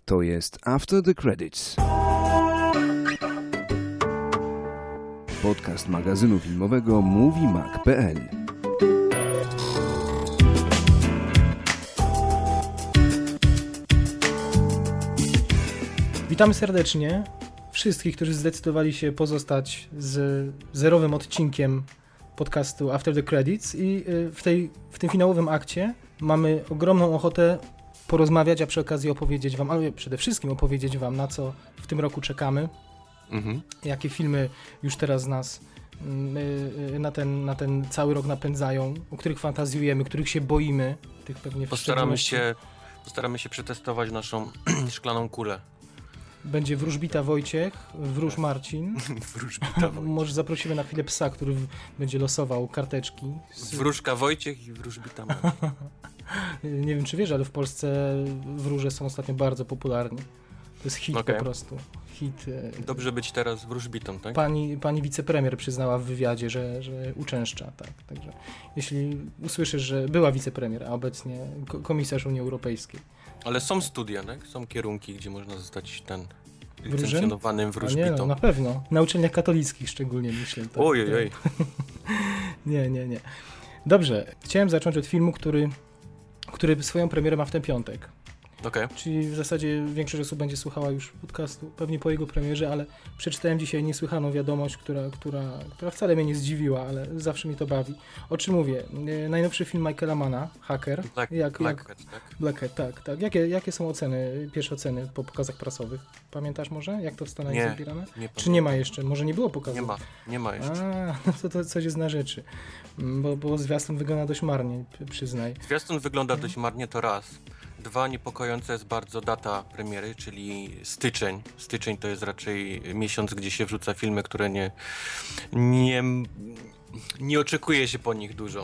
To jest After the Credits. Podcast magazynu filmowego MovieMag.pl. Witamy serdecznie wszystkich, którzy zdecydowali się pozostać z zerowym odcinkiem podcastu After the Credits i w tym finałowym akcie mamy ogromną ochotę porozmawiać, a przy okazji opowiedzieć wam, ale przede wszystkim opowiedzieć wam, na co w tym roku czekamy, jakie filmy już teraz nas na ten cały rok napędzają, o których fantazjujemy, których się boimy, tych pewnie Postaramy się przetestować naszą szklaną kulę. Będzie wróżbita Wojciech, wróż Marcin. Wróżbita Wojciech. Może zaprosimy na chwilę psa, który będzie losował karteczki. Wróżka Wojciech i wróżbita Marcin. Nie wiem, czy wiesz, ale w Polsce wróże są ostatnio bardzo popularni. To jest hit po prostu. Hit. Dobrze być teraz wróżbitą, tak? Pani wicepremier przyznała w wywiadzie, że uczęszcza. Tak. Także jeśli usłyszysz, że była wicepremier, a obecnie komisarz Unii Europejskiej. Ale są studia, tak? Są kierunki, gdzie można zostać licencjonowanym wróżbitą. Nie, no, na pewno. Na uczelniach katolickich szczególnie, myślę. Tak. Ojej. Nie. Dobrze, chciałem zacząć od filmu, który swoją premierę ma w ten piątek. Okay. Czyli w zasadzie większość osób będzie słuchała już podcastu, pewnie po jego premierze, ale przeczytałem dzisiaj niesłychaną wiadomość, która wcale mnie nie zdziwiła, ale zawsze mnie to bawi. O czym mówię? Najnowszy film Michaela Manna, Hacker. Black Hat, tak. Jakie są pierwsze oceny po pokazach prasowych? Pamiętasz może, jak to w Stanach jest odbierane? Nie. Czy nie ma jeszcze? Może nie było pokazów? Nie ma jeszcze. To coś jest na rzeczy. Bo zwiastun wygląda dość marnie, przyznaj. Zwiastun wygląda dość marnie, to raz. Dwa, niepokojąca jest bardzo data premiery, czyli styczeń. Styczeń to jest raczej miesiąc, gdzie się wrzuca filmy, które nie oczekuje się po nich dużo.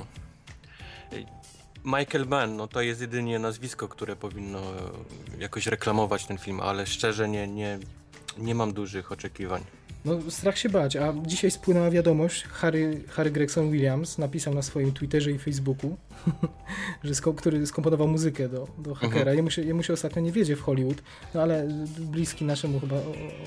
Michael Mann, no to jest jedynie nazwisko, które powinno jakoś reklamować ten film, ale szczerze nie mam dużych oczekiwań. No strach się bać, a dzisiaj spłynęła wiadomość, Harry Gregson Williams napisał na swoim Twitterze i Facebooku, który skomponował muzykę do Hackera. Jemu się ostatnio nie wiedzie w Hollywood, no ale bliski naszemu chyba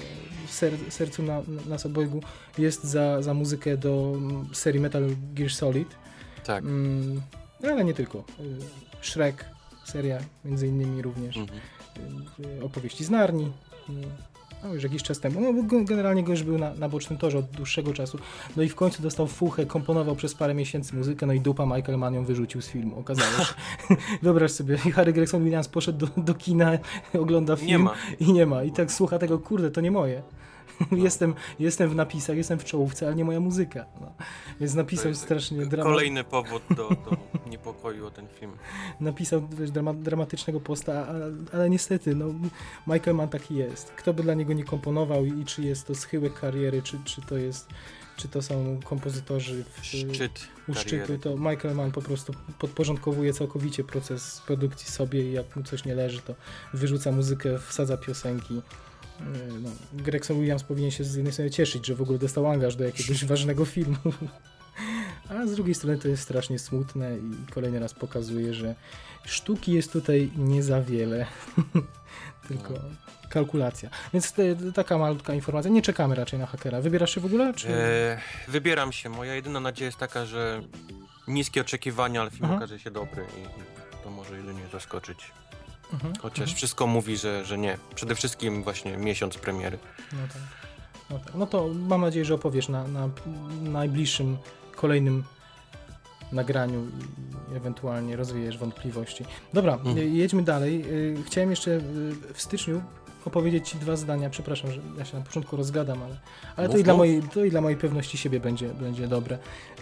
sercu nas obojgu jest za muzykę do serii Metal Gear Solid. Tak. Ale nie tylko. Shrek, seria między innymi również. Opowieści z Narni. No już jakiś czas temu. No generalnie go już był na bocznym torze od dłuższego czasu. No i w końcu dostał fuchę, komponował przez parę miesięcy muzykę, no i dupa, Michael Mann ją wyrzucił z filmu. Okazało się. Wyobraź sobie, Harry Gregson Williams poszedł do kina, ogląda film i nie ma. I tak słucha tego, kurde, to nie moje. No. Jestem w napisach, jestem w czołówce, ale nie moja muzyka. No. Więc napisał strasznie kolejny powód do niepokoju o ten film. Napisał dramatycznego posta, ale niestety, no, Michael Mann taki jest. Kto by dla niego nie komponował i czy jest to schyłek kariery, czy to są kompozytorzy u szczytu, to Michael Mann po prostu podporządkowuje całkowicie proces produkcji sobie i jak mu coś nie leży, to wyrzuca muzykę, wsadza piosenki. No, Gregson Williams powinien się z jednej strony cieszyć, że w ogóle dostał angaż do jakiegoś ważnego filmu, a z drugiej strony to jest strasznie smutne i kolejny raz pokazuje, że sztuki jest tutaj nie za wiele, tylko kalkulacja. Więc taka malutka informacja. Nie czekamy raczej na Hackera. Wybierasz się w ogóle? Czy... Wybieram się. Moja jedyna nadzieja jest taka, że niskie oczekiwania, ale film okaże się dobry i to może jedynie zaskoczyć. Chociaż wszystko mówi, że nie. Przede wszystkim właśnie miesiąc premiery. No tak. No to mam nadzieję, że opowiesz na najbliższym, kolejnym nagraniu i ewentualnie rozwijesz wątpliwości. Dobra, jedźmy dalej. Chciałem jeszcze w styczniu opowiedzieć Ci 2 zdania. Przepraszam, że ja się na początku rozgadam, ale to i dla mojej pewności siebie będzie dobre.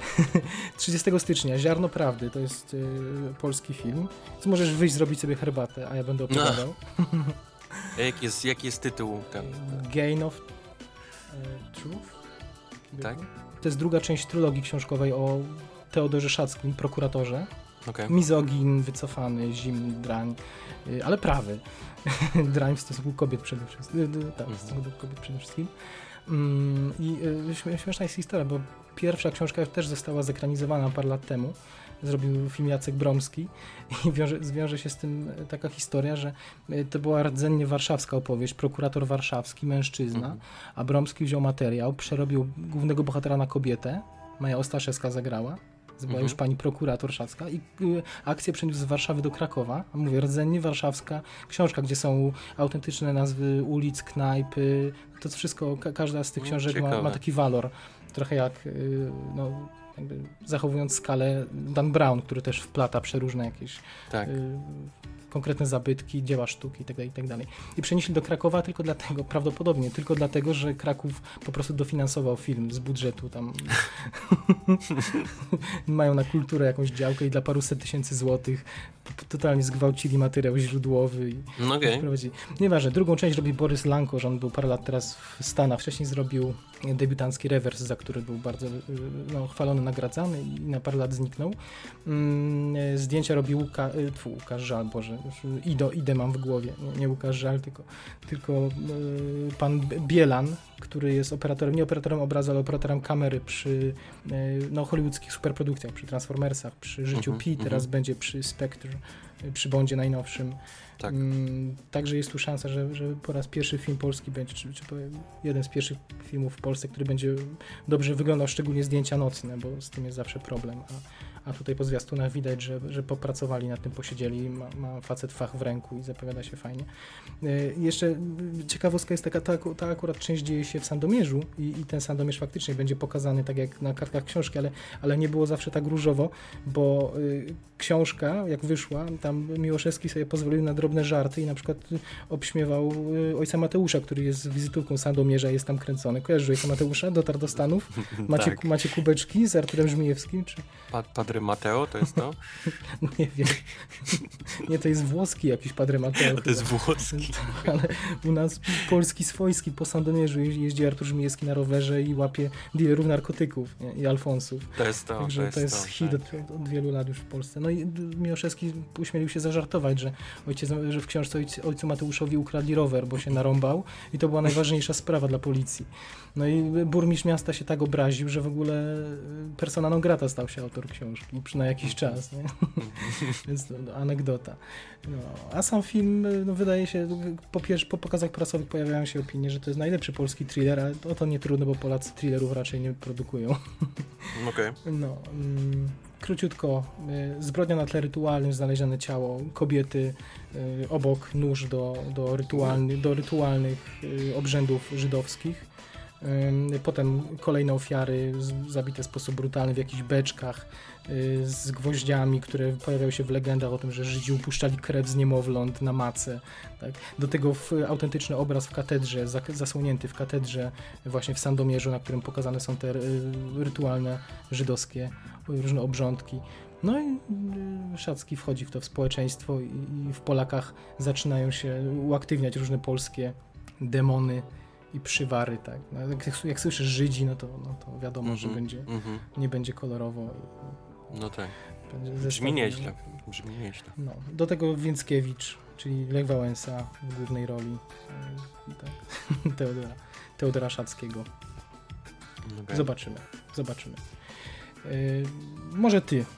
30 stycznia, Ziarno Prawdy, to jest polski film. Co możesz wyjść, zrobić sobie herbatę, a ja będę opowiadał. Jaki jest tytuł? Gain of Truth? Tak. To jest druga część trylogii książkowej o Teodorze Szackim, prokuratorze. Okay. Mizogin, wycofany, zimny drań, ale prawy. Drań w stosunku kobiet przede wszystkim. Tak, w stosunku do kobiet przede wszystkim. I śmieszna jest historia, bo pierwsza książka też została zekranizowana parę lat temu zrobił film Jacek Bromski i zwiąże się z tym taka historia, że to była rdzennie warszawska opowieść, prokurator warszawski, mężczyzna, a Bromski wziął materiał, przerobił głównego bohatera na kobietę, Maja Ostaszewska zagrała, była już pani prokurator szацka i akcję przeniósł z Warszawy do Krakowa. Mówię, rdzennie warszawska książka, gdzie są autentyczne nazwy ulic, knajpy. To wszystko, każda z tych książek ma taki walor. Trochę jak, no, jakby zachowując skalę Dan Brown, który też wplata przeróżne jakieś konkretne zabytki, dzieła sztuki itd. I przenieśli do Krakowa prawdopodobnie tylko dlatego, że Kraków po prostu dofinansował film z budżetu tam. Mają na kulturę jakąś działkę i dla paruset tysięcy złotych totalnie zgwałcili materiał źródłowy i wprowadzili. Nieważne, drugą część robi Borys Lankosz, on był parę lat teraz w Stanach, wcześniej zrobił debiutancki Rewers, za który był bardzo chwalony, nagradzany i na parę lat zniknął. Zdjęcia robi Łukasz Żal, Boże, Idę mam w głowie, nie Łukasz Żal, tylko pan Bielan, który jest operatorem, nie operatorem obrazu, ale operatorem kamery przy hollywoodzkich superprodukcjach, przy Transformersach, przy Życiu Pi, teraz będzie przy Spectre, przy Bondzie najnowszym. Tak. Także jest tu szansa, że po raz pierwszy film polski będzie, czy jeden z pierwszych filmów w Polsce, który będzie dobrze wyglądał, szczególnie zdjęcia nocne, bo z tym jest zawsze problem. A tutaj po zwiastunach widać, że popracowali nad tym, posiedzieli, ma facet fach w ręku i zapowiada się fajnie. Jeszcze ciekawostka jest taka, ta akurat część dzieje się w Sandomierzu i ten Sandomierz faktycznie będzie pokazany tak jak na kartkach książki, ale nie było zawsze tak różowo, bo książka, jak wyszła, tam Miłoszewski sobie pozwolił na drobne żarty i na przykład obśmiewał ojca Mateusza, który jest wizytówką Sandomierza, jest tam kręcony. Kojarzysz ojca Mateusza? Dotarł do Stanów? Macie kubeczki z Arturem Żmijewskim? Czy... Padre Mateo to jest to? Nie wiem. Nie, to jest włoski jakiś Padre Mateo. To jest włoski. Ale u nas polski swojski po Sandomierzu jeździ Artur Żmijewski na rowerze i łapie dealerów narkotyków i alfonsów. To jest to. Także to jest hit od wielu lat już w Polsce. No i Miłoszewski uśmielił się zażartować, że w książce ojcu Mateuszowi ukradli rower, bo się narąbał i to była najważniejsza sprawa dla policji. No i burmistrz miasta się tak obraził, że w ogóle persona non grata stał się autor książki na jakiś czas. Nie? Więc to anegdota. No, a sam film, wydaje się, po pokazach prasowych pojawiają się opinie, że to jest najlepszy polski thriller, ale to nie trudno, bo Polacy thrillerów raczej nie produkują. Okej. No, króciutko, zbrodnia na tle rytualnym, znalezione ciało kobiety obok nóż do rytualnych obrzędów żydowskich. Potem kolejne ofiary zabite w sposób brutalny w jakichś beczkach z gwoździami, które pojawiają się w legendach o tym, że Żydzi upuszczali krew z niemowląt na macę. Tak? Do tego autentyczny obraz w katedrze, zasłonięty w katedrze właśnie w Sandomierzu, na którym pokazane są te rytualne żydowskie różne obrządki. No i Szacki wchodzi w to w społeczeństwo i w Polakach zaczynają się uaktywniać różne polskie demony i przywary, tak. No, jak słyszysz Żydzi, no to wiadomo, że nie będzie kolorowo. No tak. Brzmi nieźle. No, do tego Więckiewicz, czyli Lech Wałęsa w głównej roli tak. Teodora Szackiego. Okay. Zobaczymy. Może ty.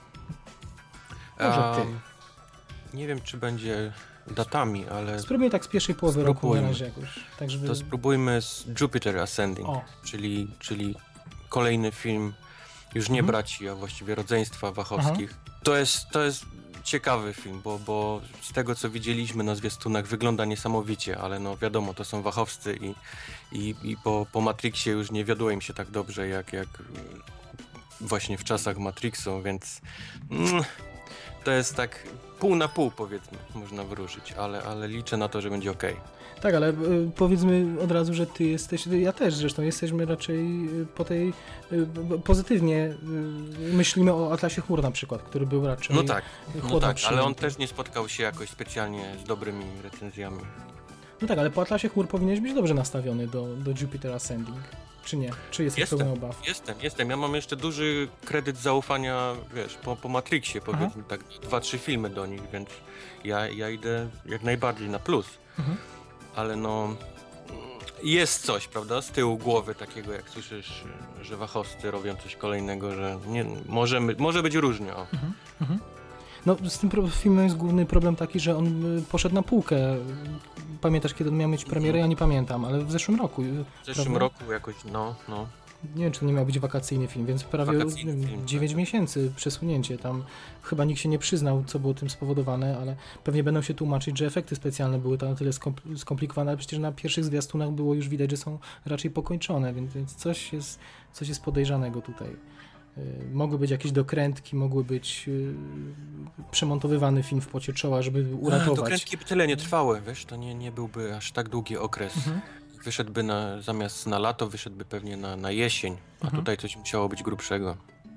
Nie wiem, czy będzie datami, ale... Spróbujmy tak z pierwszej połowy roku na razie jakoś. Tak, żeby... To spróbujmy z Jupiter Ascending, czyli kolejny film już nie braci, a właściwie rodzeństwa Wachowskich. To jest ciekawy film, bo z tego, co widzieliśmy na zwiastunach, wygląda niesamowicie, ale no wiadomo, to są Wachowscy i po Matrixie już nie wiodło im się tak dobrze, jak właśnie w czasach Matrixu, więc to jest tak pół na pół, powiedzmy, można wróżyć, ale liczę na to, że będzie okej. Tak, ale powiedzmy od razu, że ty jesteś, ja też zresztą, jesteśmy raczej po tej pozytywnie myślimy o Atlasie Chmur na przykład, który był raczej ale on też nie spotkał się jakoś specjalnie z dobrymi recenzjami. No tak, ale po Atlasie Chmur powinieneś być dobrze nastawiony do Jupiter Ascending. Czy nie? Czy jesteś pełen obaw? Jestem. Ja mam jeszcze duży kredyt zaufania, wiesz, po Matrixie, powiedzmy tak, 2-3 filmy do nich, więc ja idę jak najbardziej na plus. Ale no, jest coś, prawda, z tyłu głowy takiego, jak słyszysz, że Wachowscy robią coś kolejnego, że nie, może być różnie. No z tym filmem jest główny problem taki, że on poszedł na półkę. Pamiętasz, kiedy on miał mieć premierę? Ja nie pamiętam, ale w zeszłym roku. W zeszłym roku jakoś, no. Nie wiem, czy to nie miał być wakacyjny film, więc prawie 9 miesięcy przesunięcie. Tam chyba nikt się nie przyznał, co było tym spowodowane, ale pewnie będą się tłumaczyć, że efekty specjalne były tam na tyle skomplikowane, ale przecież na pierwszych zwiastunach było już widać, że są raczej pokończone, więc coś jest podejrzanego tutaj. Mogły być jakieś dokrętki, mogły być przemontowywany film w pocie czoła, żeby uratować. Dokrętki by tyle nie trwały, wiesz, to nie byłby aż tak długi okres. Wyszedłby zamiast na lato, wyszedłby pewnie na jesień, a tutaj coś musiało być grubszego.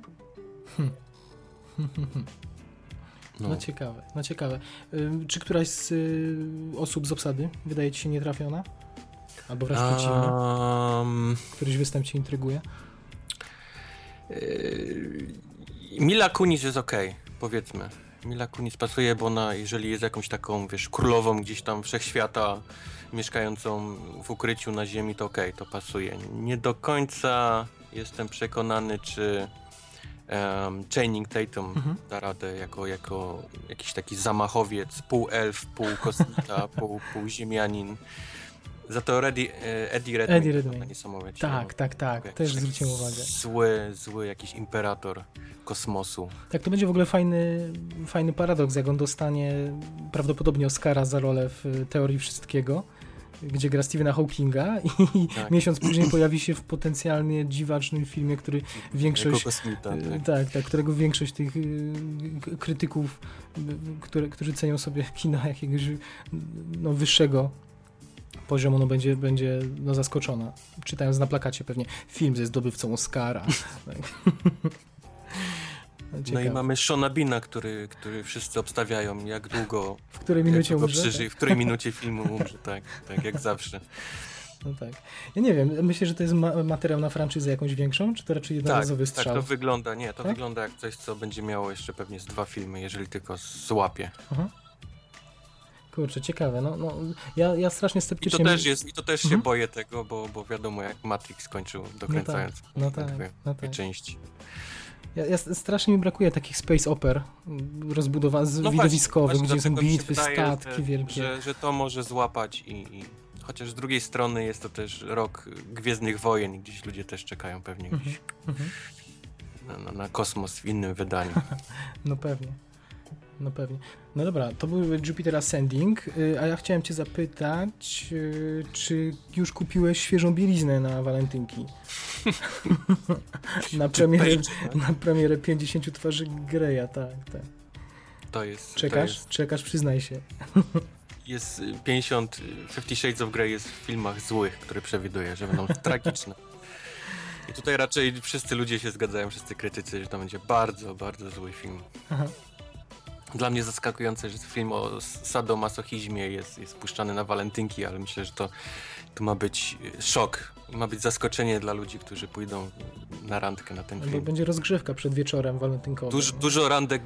No ciekawe. Czy któraś z osób z obsady wydaje ci się nietrafiona? Albo wręcz przeciwnie? Któryś występ cię intryguje? Mila Kunis jest okej, powiedzmy. Mila Kunis pasuje, bo ona, jeżeli jest jakąś taką, wiesz, królową gdzieś tam wszechświata, mieszkającą w ukryciu na ziemi, to okej, to pasuje. Nie do końca jestem przekonany, czy Channing Tatum da radę jako jakiś taki zamachowiec, pół elf, pół kosmita, pół ziemianin. Za to Eddie Redmayne. Niesamowicie. Tak. Też zwróciłem uwagę. Zły jakiś imperator kosmosu. Tak, to będzie w ogóle fajny paradoks, jak on dostanie prawdopodobnie Oscara za rolę w Teorii Wszystkiego, gdzie gra Stephena Hawkinga i miesiąc później pojawi się w potencjalnie dziwacznym filmie, który większość... Kosmita, którego większość tych krytyków, którzy cenią sobie kino jakiegoś wyższego poziomu, będzie zaskoczona. Czytając na plakacie pewnie film ze zdobywcą Oscara. No i mamy Seana Beana, który wszyscy obstawiają, jak długo w której minucie umrze, w której minucie filmu umrze, tak jak zawsze. No tak. Ja nie wiem, myślę, że to jest materiał na franczyzę jakąś większą, czy to raczej jednorazowy strzał? Tak, to wygląda, wygląda jak coś, co będzie miało jeszcze pewnie z 2 filmy, jeżeli tylko złapie. Kurczę, ciekawe, ja strasznie sceptycznie... I to też się boję tego, bo wiadomo, jak Matrix skończył, dokręcając dwie części. Ja strasznie mi brakuje takich space oper rozbudowanych, widowiskowych, gdzie są bitwy, statki wielkie. Że to może złapać i chociaż z drugiej strony jest to też rok Gwiezdnych Wojen, gdzieś ludzie też czekają pewnie gdzieś na kosmos w innym wydaniu. No pewnie. No dobra, to był Jupiter Ascending, a ja chciałem cię zapytać, czy już kupiłeś świeżą bieliznę na walentynki? na premierę 50 twarzy Greya, tak. To jest... Czekasz, przyznaj się. Jest 50 Shades of Grey jest w filmach złych, które przewiduję, że będą tragiczne. I tutaj raczej wszyscy ludzie się zgadzają, wszyscy krytycy, że to będzie bardzo, bardzo zły film. Aha. Dla mnie zaskakujące, że film o sadomasochizmie jest puszczany na walentynki, ale myślę, że to ma być szok. Ma być zaskoczenie dla ludzi, którzy pójdą na randkę na ten film. Będzie rozgrzewka przed wieczorem walentynkowym. Dużo randek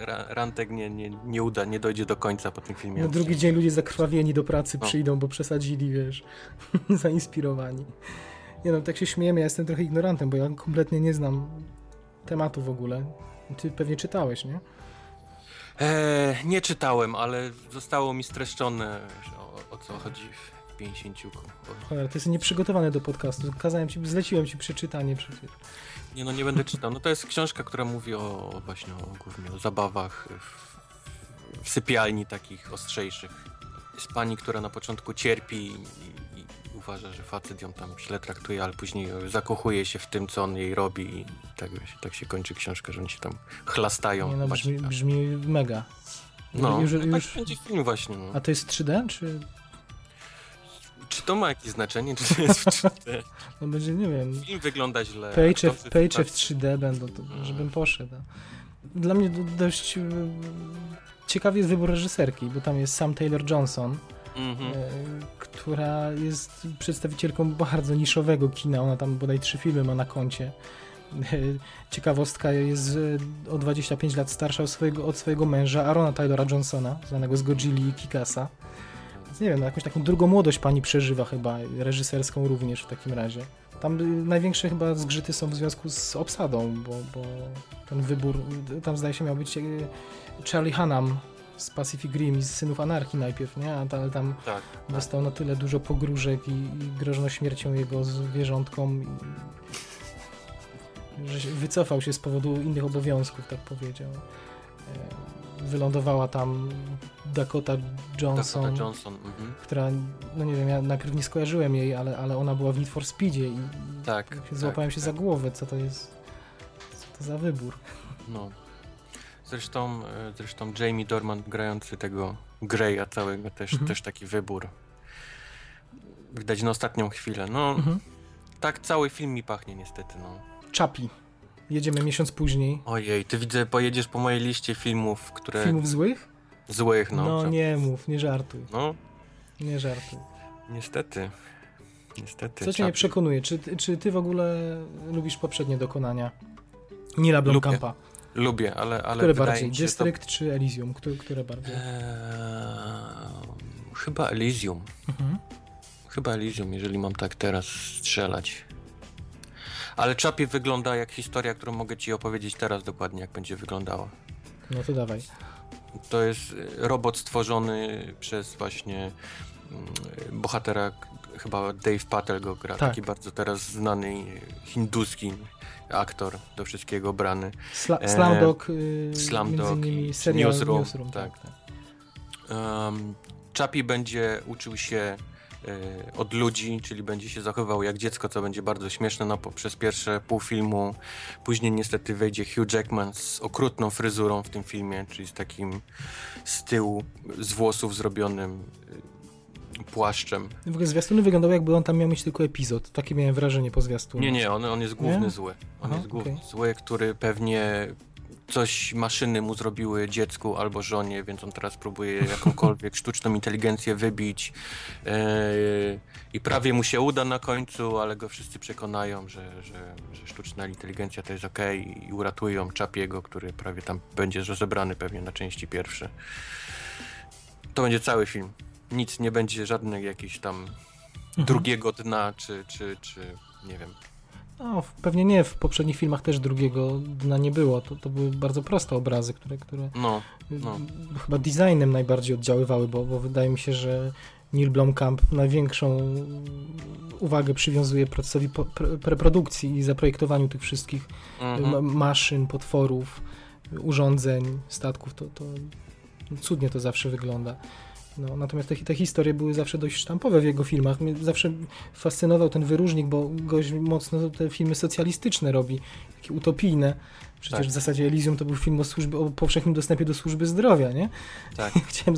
nie dojdzie do końca po tym filmie. Na drugi dzień ludzie zakrwawieni do pracy przyjdą, bo przesadzili, wiesz, zainspirowani. Tak się śmiejemy, ja jestem trochę ignorantem, bo ja kompletnie nie znam tematu w ogóle. Ty pewnie czytałeś, nie? Nie czytałem, ale zostało mi streszczone, o co chodzi w 50. Cholera, to jest nieprzygotowany do podcastu. Zleciłem ci przeczytanie przecież. Nie będę czytał. To jest książka, która mówi głównie o zabawach w sypialni takich ostrzejszych. Jest pani, która na początku cierpi i uważa, że facet ją tam źle traktuje, ale później zakochuje się w tym, co on jej robi i tak się kończy książka, że oni się tam chlastają. Brzmi mega. Już będzie film właśnie. A to jest 3D, czy... Czy to ma jakieś znaczenie, czy to jest w 3D? Będzie, nie wiem... Film wygląda źle. Page w 3D będą, żebym poszedł. Dla mnie dość ciekawy jest wybór reżyserki, bo tam jest Sam Taylor Johnson, która jest przedstawicielką bardzo niszowego kina. Ona tam bodaj 3 filmy ma na koncie. Ciekawostka, jest o 25 lat starsza od swojego męża, Aarona Taylora Johnsona, znanego z Godzilli i Kikasa. nie wiem, jakąś taką drugą młodość pani przeżywa chyba, reżyserską również w takim razie. Tam największe chyba zgrzyty są w związku z obsadą, bo ten wybór, tam zdaje się miał być Charlie Hunnam z Pacific Rim i z Synów Anarchii najpierw, nie? Ale tam dostał na tyle dużo pogróżek i grożono śmiercią jego zwierzątkom, że wycofał się z powodu innych obowiązków, tak powiedział. Wylądowała tam Dakota Johnson, która, no nie wiem, ja najpierw nie skojarzyłem jej, ale ona była w Need for Speedzie i złapałem się za głowę, co to za wybór. No. Zresztą Jamie Dornan grający tego Greya całego też taki wybór. Widać na ostatnią chwilę. No, tak cały film mi pachnie niestety, no. Chappie. Jedziemy miesiąc później. Ojej, ty widzę, pojedziesz po mojej liście filmów, które... Filmów złych? Złych, no. No nie mów, nie żartuj. No. Nie żartuj. Niestety. Co cię nie przekonuje? Czy ty w ogóle lubisz poprzednie dokonania Nila Blomkampa? Lubię, ale które bardziej? District czy Elysium? Które bardziej? Chyba Elysium. Chyba Elysium, jeżeli mam tak teraz strzelać. Ale Chappie wygląda jak historia, którą mogę ci opowiedzieć teraz dokładnie, jak będzie wyglądała. No to dawaj. To jest robot stworzony przez właśnie bohatera, chyba Dave Patel go gra, taki bardzo teraz znany hinduski aktor, do wszystkiego brany. Slumdog, Slumdog, Newsroom. Tak. Chappie będzie uczył się od ludzi, czyli będzie się zachowywał jak dziecko, co będzie bardzo śmieszne przez pierwsze pół filmu. Później niestety wejdzie Hugh Jackman z okrutną fryzurą w tym filmie, czyli z takim z tyłu, z włosów zrobionym płaszczem. W ogóle zwiastuny wyglądały, jakby on tam miał mieć tylko epizod. Takie miałem wrażenie po zwiastunie. Nie, on jest główny zły. On jest główny zły, który pewnie coś maszyny mu zrobiły dziecku albo żonie, więc on teraz próbuje jakąkolwiek sztuczną inteligencję wybić i prawie mu się uda na końcu, ale go wszyscy przekonają, że sztuczna inteligencja to jest okej i uratują Chappiego, który prawie tam będzie rozebrany pewnie na części pierwsze. To będzie cały film. Nic nie będzie, żadnych jakichś tam drugiego dna, czy nie wiem. No, pewnie nie, w poprzednich filmach też drugiego dna nie było. To były bardzo proste obrazy, które chyba designem najbardziej oddziaływały, bo wydaje mi się, że Neil Blomkamp największą uwagę przywiązuje procesowi preprodukcji i zaprojektowaniu tych wszystkich maszyn, potworów, urządzeń, statków. To cudnie to zawsze wygląda. No, natomiast te historie były zawsze dość sztampowe w jego filmach. Mnie zawsze fascynował ten wyróżnik, bo gość mocno te filmy socjalistyczne robi, takie utopijne. Przecież w zasadzie Elysium to był film o powszechnym dostępie do służby zdrowia, nie? Tak. Chciałem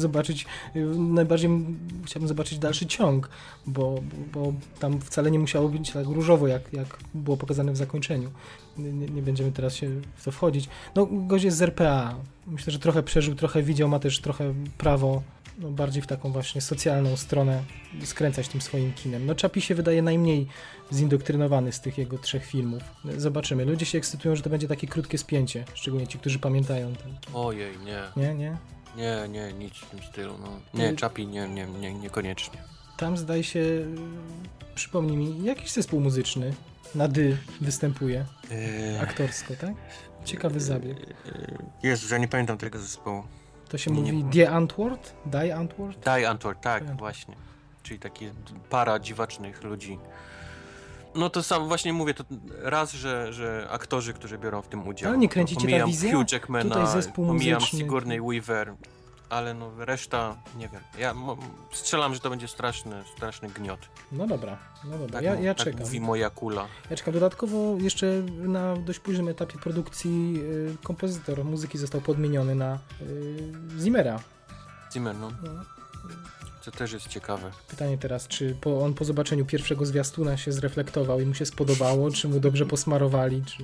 zobaczyć dalszy ciąg, bo tam wcale nie musiało być tak różowo, jak było pokazane w zakończeniu. Nie będziemy teraz się w to wchodzić. No, gość jest z RPA. Myślę, że trochę przeżył, trochę widział, ma też trochę prawo bardziej w taką właśnie socjalną stronę skręcać tym swoim kinem. No Chappie się wydaje najmniej zindoktrynowany z tych jego 3 filmów. Zobaczymy. Ludzie się ekscytują, że to będzie takie krótkie spięcie, szczególnie ci, którzy pamiętają ten. Ojej, nie. Nie? Nie, nic w tym stylu. No. Nie, Chappie niekoniecznie. Tam zdaje się, przypomnij mi, jakiś zespół muzyczny na D występuje aktorsko, tak? Ciekawy zabieg. Jezu, ja nie pamiętam tego zespołu. To się mówi Die Antwoord? Die Antwoord? Die Antwoord, tak, właśnie. Czyli takie para dziwacznych ludzi. No to sam właśnie mówię, to raz, że aktorzy, którzy biorą w tym udział. Ale nie kręcicie ta wizja? Hugh Jackmana, tutaj zespół pomijam muzyczny. Sigourney Weaver, ale no reszta, nie wiem. Ja strzelam, że to będzie straszny gniot. No dobra. Tak, Ja tak czekam. mówi moja kula. Ja czekam. Dodatkowo jeszcze na dość późnym etapie produkcji kompozytor muzyki został podmieniony na Zimmera. Zimmer, no. Co też jest ciekawe. Pytanie teraz, czy on po zobaczeniu pierwszego zwiastuna się zreflektował i mu się spodobało, czy mu dobrze posmarowali, czy...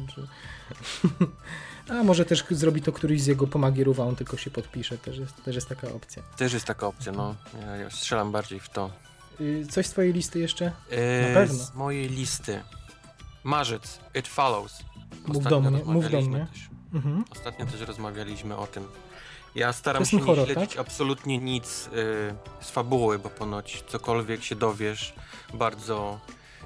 A może też zrobi to któryś z jego pomagierów, a on tylko się podpisze. Też jest taka opcja. Też jest taka opcja, no. Ja strzelam bardziej w to. Coś z twojej listy jeszcze? Na pewno. Z mojej listy. Marzec. It Follows. Mów do mnie. Ostatnio też rozmawialiśmy o tym. Ja staram się nie śledzić absolutnie nic z fabuły, bo ponoć cokolwiek się dowiesz, bardzo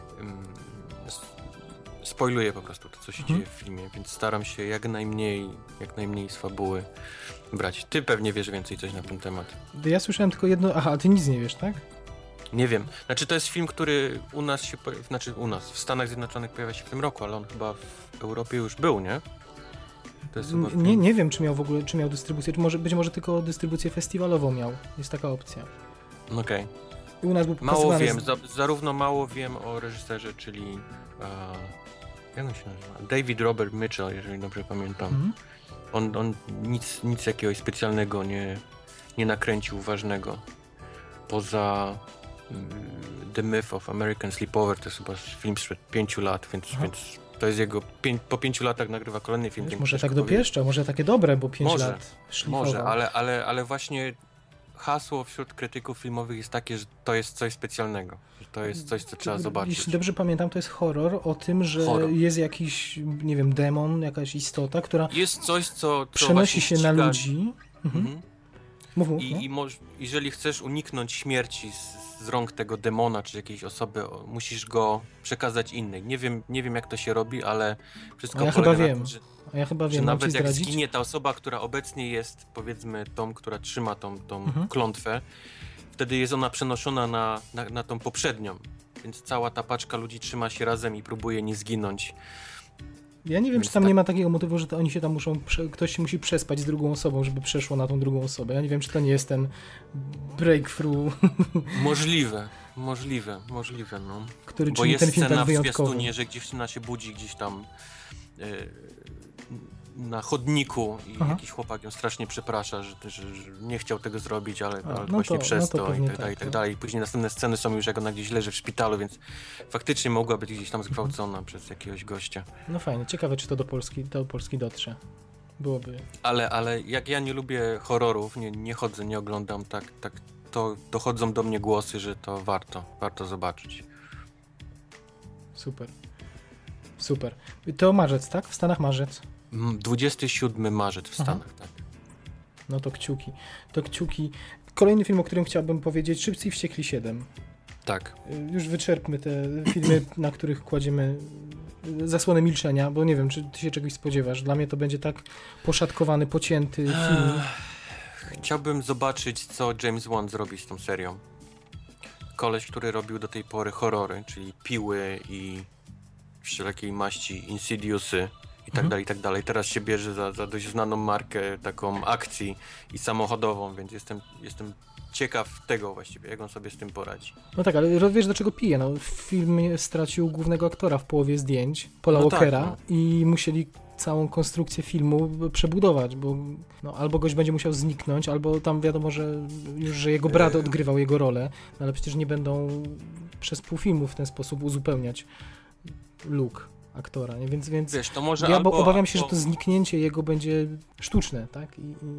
spoiluje po prostu to, co się dzieje w filmie, więc staram się jak najmniej z fabuły brać. Ty pewnie wiesz więcej coś na ten temat. Ja słyszałem tylko jedno... Aha, a ty nic nie wiesz, tak? Nie wiem. Znaczy to jest film, który u nas się... w Stanach Zjednoczonych pojawia się w tym roku, ale on chyba w Europie już był, nie? To jest chyba nie wiem, czy miał dystrybucję, być może tylko dystrybucję festiwalową miał. Jest taka opcja. Okej. I u nas był mało wiem, zarówno mało wiem o reżyserze, czyli jak on się nazywa? David Robert Mitchell, jeżeli dobrze pamiętam. On nic jakiegoś specjalnego nie nakręcił ważnego. Poza The Myth of American Sleepover, to jest chyba film sprzed 5 lat, więc to jest jego... Po 5 latach nagrywa kolejny film. Wiesz, może tak dopieszcza, może takie dobre, bo 5 lat szlifował. Może, ale właśnie hasło wśród krytyków filmowych jest takie, że to jest coś specjalnego. Że to jest coś, co trzeba zobaczyć. Jeśli dobrze pamiętam, to jest horror o tym, że jest jakiś, nie wiem, demon, jakaś istota, która jest coś, co przenosi się na ludzi. Mów, jeżeli chcesz uniknąć śmierci z rąk tego demona czy jakiejś osoby, musisz go przekazać innej. Nie wiem jak to się robi, ale wszystko polega na tym, że nawet jak zginie ta osoba, która obecnie jest, powiedzmy, tą, która trzyma tą klątwę, wtedy jest ona przenoszona na tą poprzednią. Więc cała ta paczka ludzi trzyma się razem i próbuje nie zginąć. Ja nie wiem, czy tam nie ma takiego motywu, że oni się tam muszą, ktoś się musi przespać z drugą osobą, żeby przeszło na tą drugą osobę. Ja nie wiem, czy to nie jest ten breakthrough. Możliwe, no. Który bo jest ten film scena tak w zwiastunie, że dziewczyna się budzi gdzieś tam na chodniku i jakiś chłopak ją strasznie przeprasza, że nie chciał tego zrobić, ale właśnie przez to i tak dalej. I później następne sceny są już, jak ona gdzieś leży w szpitalu, więc faktycznie mogła być gdzieś tam zgwałcona przez jakiegoś gościa. No fajnie, ciekawe, czy to do Polski dotrze. Byłoby. Ale jak ja nie lubię horrorów, nie chodzę, nie oglądam, tak to dochodzą do mnie głosy, że to warto zobaczyć. Super. To marzec, tak? W Stanach marzec. 27 marzec w Stanach, tak. No to kciuki. Kolejny film, o którym chciałbym powiedzieć, Szybcy i Wściekli 7. Tak. Już wyczerpmy te filmy, na których kładziemy zasłonę milczenia, bo nie wiem, czy ty się czegoś spodziewasz. Dla mnie to będzie tak poszatkowany, pocięty film. Chciałbym zobaczyć, co James Wan zrobi z tą serią. Koleś, który robił do tej pory horrory, czyli Piły i wszelakiej maści Insidiousy i tak dalej. Teraz się bierze za dość znaną markę taką akcji i samochodową, więc jestem ciekaw tego właściwie, jak on sobie z tym poradzi. No tak, ale wiesz, do czego pije? No, film stracił głównego aktora w połowie zdjęć, Paula Walkera, i musieli całą konstrukcję filmu przebudować, bo albo gość będzie musiał zniknąć, albo tam wiadomo, że jego brat odgrywał jego rolę, no, ale przecież nie będą przez pół filmu w ten sposób uzupełniać look aktora, nie? Więc wiesz, to może ja obawiam się, że to zniknięcie jego będzie sztuczne, tak?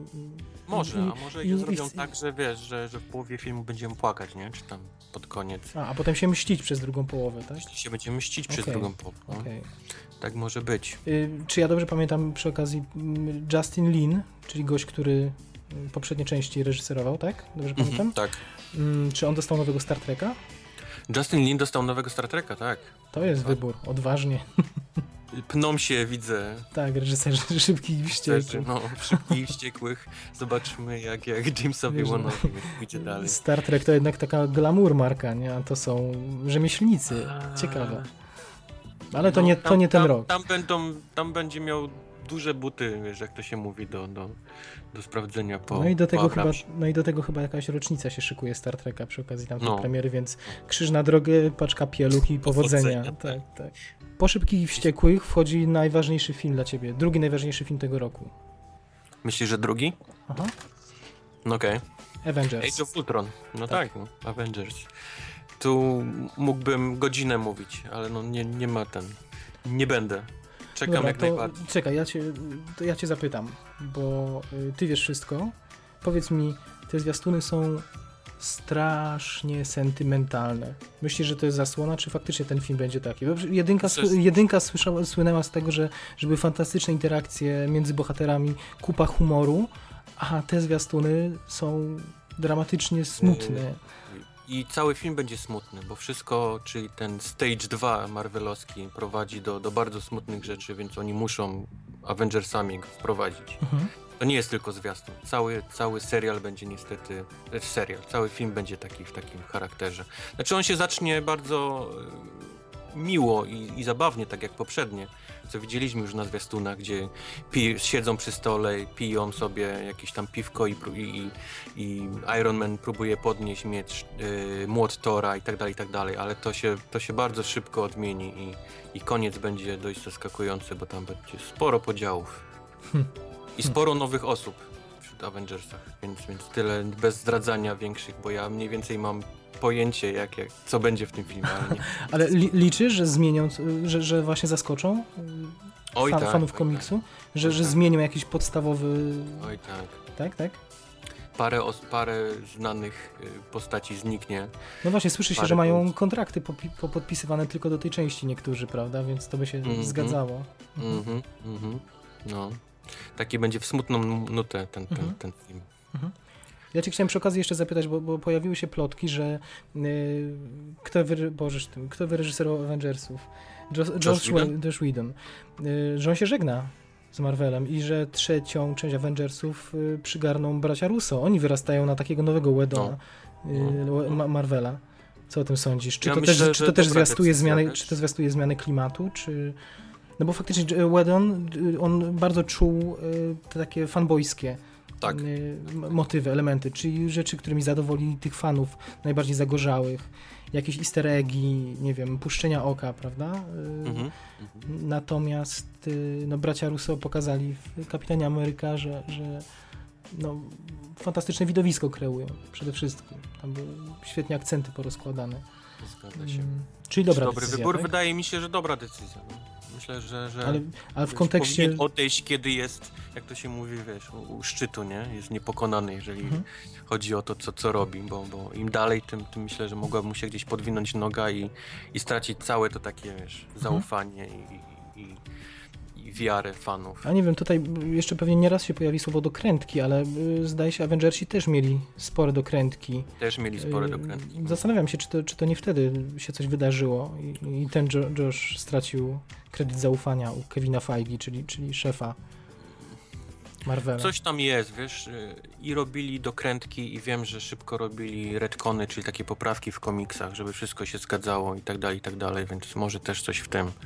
Może zrobią tak, że wiesz, że w połowie filmu będziemy płakać, nie? Czy tam pod koniec. A potem się mścić przez drugą połowę, tak? Jeśli się będziemy mścić przez drugą połowę. No. Tak może być. Czy ja dobrze pamiętam przy okazji Justin Lin, czyli gość, który poprzednie części reżyserował, tak? Dobrze pamiętam? Tak. Czy on dostał nowego Star Treka? Justin Lin dostał nowego Star Treka, tak. To jest wybór, odważnie. Pną się, widzę. Tak, reżyserzy Szybkich i Wściekłych. Szybkich i Wściekłych. Zobaczmy, jak Jamesowi Wanowi pójdzie dalej. Star Trek to jednak taka glamour marka, nie? A to są rzemieślnicy. Ciekawe. Ale to nie ten rok. Tam będzie miał duże buty, wiesz, jak to się mówi, do sprawdzenia po No i do tego chyba jakaś rocznica się szykuje Star Treka przy okazji tamtej premiery, więc krzyż na drogę, paczka pieluch i powodzenia. Tak. Po Szybkich i Wściekłych wchodzi najważniejszy film dla ciebie. Drugi najważniejszy film tego roku. Myślisz, że drugi? Aha. No okej. Avengers. Age of Ultron. Avengers. Tu mógłbym godzinę mówić, ale nie ma nie będę. Czekam jak najbardziej. Czekaj, ja cię zapytam, bo ty wiesz wszystko. Powiedz mi, te zwiastuny są strasznie sentymentalne. Myślisz, że to jest zasłona, czy faktycznie ten film będzie taki? Jedynka słynęła z tego, że były fantastyczne interakcje między bohaterami, kupa humoru, Aha, te zwiastuny są dramatycznie smutne. I cały film będzie smutny, bo wszystko, czyli ten Stage 2 marvelowski prowadzi do bardzo smutnych rzeczy, więc oni muszą Avengersami go wprowadzić. To nie jest tylko zwiastun. Cały serial będzie niestety... Cały film będzie taki w takim charakterze. Znaczy on się zacznie bardzo miło i zabawnie, tak jak poprzednie, co widzieliśmy już na zwiastunach, gdzie siedzą przy stole, piją sobie jakieś tam piwko i Iron Man próbuje podnieść młot Thora i tak dalej, ale to się bardzo szybko odmieni i koniec będzie dość zaskakujący, bo tam będzie sporo podziałów i sporo nowych osób wśród Avengersach, więc tyle bez zdradzania większych, bo ja mniej więcej mam pojęcie, co będzie w tym filmie. Ale liczysz, że zmienią, że właśnie zaskoczą fanów komiksu? Że zmienią jakiś podstawowy... Oj tak. Tak? Parę znanych postaci zniknie. No właśnie, słyszy się, że mają kontrakty podpisywane tylko do tej części niektórzy, prawda? Więc to by się zgadzało. No. Taki będzie w smutną nutę ten film. Ja cię chciałem przy okazji jeszcze zapytać, bo pojawiły się plotki, że kto wyreżyserował Avengersów? Joss Whedon. Że on się żegna z Marvelem i że trzecią część Avengersów przygarną bracia Russo. Oni wyrastają na takiego nowego Whedona Marvela. Co o tym sądzisz? Czy to też zwiastuje zmiany klimatu, czy... No bo faktycznie Whedon, on bardzo czuł te takie fanboyskie motywy, elementy, czyli rzeczy, którymi zadowolili tych fanów najbardziej zagorzałych, jakieś easter eggi, nie wiem, puszczenia oka, prawda? Natomiast bracia Russo pokazali w Kapitanie Ameryka, że fantastyczne widowisko kreują przede wszystkim. Tam były świetnie akcenty porozkładane. Zgadza się. Czyli dobra dobry decyzja, wybór? tak? Wydaje mi się, że dobra decyzja. No. Myślę, że ale w kontekście... powinien odejść, kiedy jest, jak to się mówi, u szczytu, nie? Jest niepokonany, jeżeli chodzi o to, co robi, bo im dalej, tym myślę, że mogłaby mu się gdzieś podwinąć noga i stracić całe to takie, zaufanie i wiarę fanów. A nie wiem, tutaj jeszcze pewnie nieraz się pojawi słowo dokrętki, ale zdaje się, Avengersi też mieli spore dokrętki. Zastanawiam się, czy to nie wtedy się coś wydarzyło i ten Josh stracił kredyt zaufania u Kevina Feige, czyli szefa Marvela. Coś tam jest, wiesz, i robili dokrętki i wiem, że szybko robili retcony, czyli takie poprawki w komiksach, żeby wszystko się zgadzało i tak dalej, więc może też coś w tym.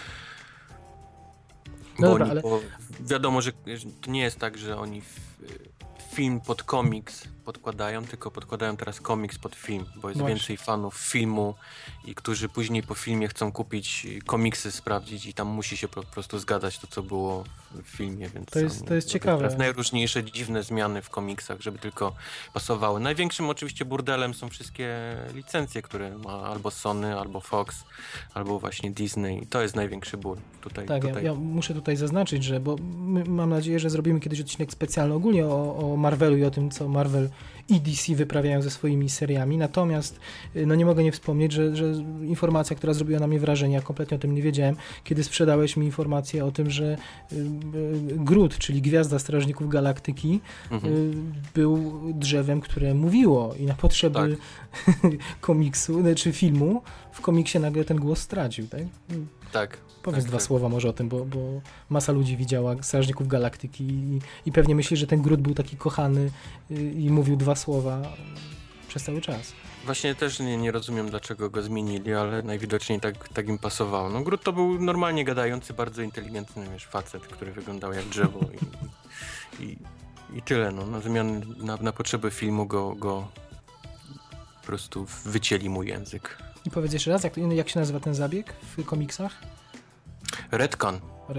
Bo wiadomo, że to nie jest tak, że oni film pod komiks podkładają, tylko podkładają teraz komiks pod film, bo jest więcej fanów filmu i którzy później po filmie chcą kupić komiksy, sprawdzić i tam musi się po prostu zgadzać to, co było w filmie, więc to jest ciekawe. Najróżniejsze dziwne zmiany w komiksach, żeby tylko pasowały. Największym oczywiście burdelem są wszystkie licencje, które ma albo Sony, albo Fox, albo właśnie Disney. To jest największy ból. Ja muszę tutaj zaznaczyć, że mam nadzieję, że zrobimy kiedyś odcinek specjalny ogólnie o Marvelu i o tym, co Marvel i DC wyprawiają ze swoimi seriami, natomiast nie mogę nie wspomnieć, że informacja, która zrobiła na mnie wrażenie, ja kompletnie o tym nie wiedziałem, kiedy sprzedałeś mi informację o tym, że Groot, czyli Gwiazda Strażników Galaktyki, był drzewem, które mówiło i na potrzeby komiksu, czy filmu, w komiksie nagle ten głos stracił, tak? Tak. Powiedz dwa słowa może o tym, bo masa ludzi widziała Strażników Galaktyki i pewnie myśli, że ten Groot był taki kochany i mówił dwa słowa przez cały czas. Właśnie też nie rozumiem, dlaczego go zmienili, ale najwidoczniej tak im pasowało. No Groot to był normalnie gadający, bardzo inteligentny facet, który wyglądał jak drzewo i tyle. Na potrzeby filmu go po prostu wycięli mu język. I powiedz jeszcze raz, jak się nazywa ten zabieg w komiksach? Retcon.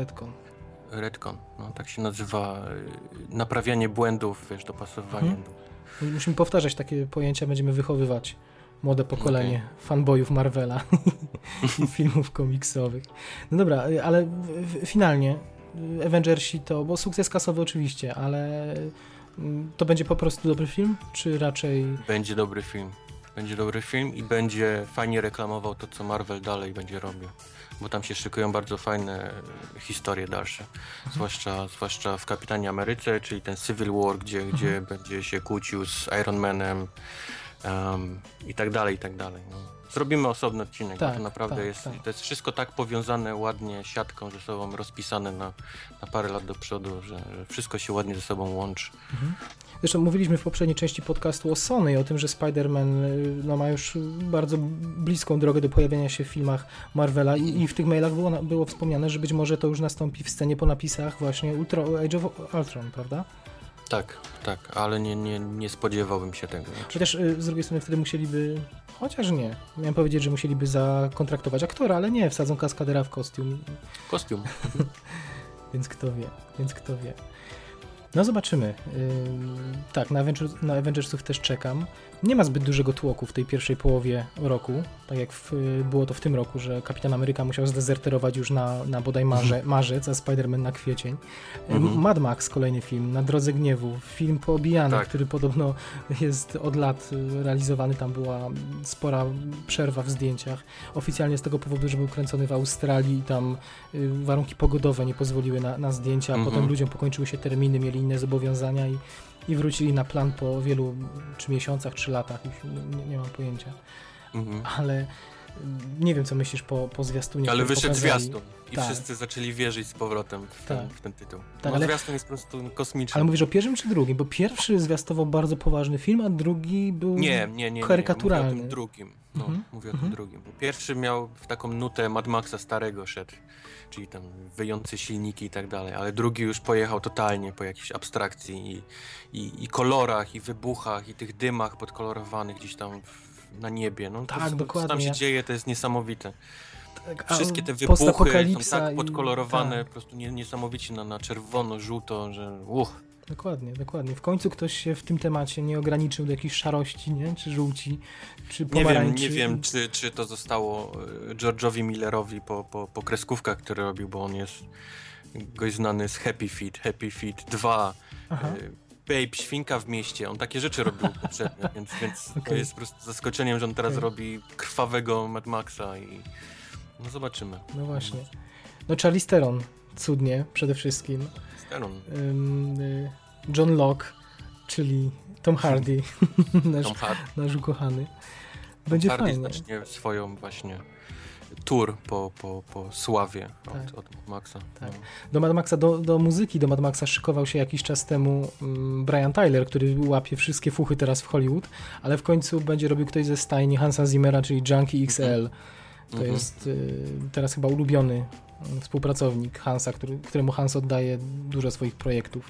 Tak się nazywa naprawianie błędów, dopasowanie. Musimy powtarzać takie pojęcia, będziemy wychowywać młode pokolenie fanboyów Marvela i filmów komiksowych. No dobra, ale finalnie Avengersi bo sukces kasowy oczywiście, ale to będzie po prostu dobry film, czy raczej... Będzie dobry film. Będzie dobry film i będzie fajnie reklamował to, co Marvel dalej będzie robił. Bo tam się szykują bardzo fajne historie dalsze. Zwłaszcza w Kapitanie Ameryce, czyli ten Civil War, gdzie będzie się kłócił z Iron Manem i tak dalej, i tak dalej. No. Zrobimy osobny odcinek, bo to naprawdę to jest wszystko tak powiązane ładnie siatką ze sobą, rozpisane na parę lat do przodu, że wszystko się ładnie ze sobą łączy. Zresztą mówiliśmy w poprzedniej części podcastu o Sony i o tym, że Spider-Man ma już bardzo bliską drogę do pojawienia się w filmach Marvela i w tych mailach było wspomniane, że być może to już nastąpi w scenie po napisach właśnie Age of Ultron, prawda? Tak, ale nie spodziewałbym się tego. Chociaż z drugiej strony wtedy musieliby, chociaż nie, miałem powiedzieć, że musieliby zakontraktować aktora, ale nie, wsadzą kaskadera w kostium. Więc kto wie. No zobaczymy. Tak, na Avengersów też czekam. Nie ma zbyt dużego tłoku w tej pierwszej połowie roku, tak jak było to w tym roku, że Kapitan Ameryka musiał zdezerterować już na bodaj marzec, a Spider-Man na kwiecień. Mad Max, kolejny film, Na drodze gniewu, film poobijany, który podobno jest od lat realizowany, tam była spora przerwa w zdjęciach. Oficjalnie z tego powodu, że był kręcony w Australii i tam warunki pogodowe nie pozwoliły na zdjęcia, a potem ludziom pokończyły się terminy, mieli inne zobowiązania i wrócili na plan po wielu, czy miesiącach, czy latach, już nie mam pojęcia. Ale nie wiem, co myślisz po zwiastunie. Ale wyszedł zwiastun i wszyscy zaczęli wierzyć z powrotem w ten tytuł. Tak, ale zwiastun jest po prostu kosmiczny. Ale mówisz o pierwszym czy drugim? Bo pierwszy zwiastował bardzo poważny film, a drugi był karykaturalny. Mówię o tym drugim. Mówię o tym drugim. Bo pierwszy miał taką nutę Mad Maxa starego szedł, czyli tam wyjące silniki i tak dalej, ale drugi już pojechał totalnie po jakiejś abstrakcji i kolorach, i wybuchach, i tych dymach podkolorowanych gdzieś tam na niebie. No, tak, dokładnie. Co tam się dzieje, to jest niesamowite. Tak, wszystkie te wybuchy są tak podkolorowane, po prostu niesamowicie na czerwono, żółto, że Dokładnie. W końcu ktoś się w tym temacie nie ograniczył do jakiejś szarości, nie? Czy żółci, czy pomarańczy. Nie wiem, czy to zostało George'owi Millerowi po kreskówkach, które robił, bo on jest gość znany z Happy Feet 2, Babe, świnka w mieście. On takie rzeczy robił poprzednio, więc to jest po prostu zaskoczeniem, że on teraz robi krwawego Mad Maxa i no zobaczymy. No właśnie. No Charlize Theron, cudnie przede wszystkim. John Locke, czyli Tom Hardy, nasz ukochany. Będzie Hardy fajnie. zacznie swoją właśnie tour po sławie od Mad Maxa. Tak. Do Mad Maxa, do muzyki do Mad Maxa szykował się jakiś czas temu Brian Tyler, który łapie wszystkie fuchy teraz w Hollywood, ale w końcu będzie robił ktoś ze stajni Hansa Zimmera, czyli Junkie XL. To jest teraz chyba ulubiony współpracownik Hansa, któremu Hans oddaje dużo swoich projektów.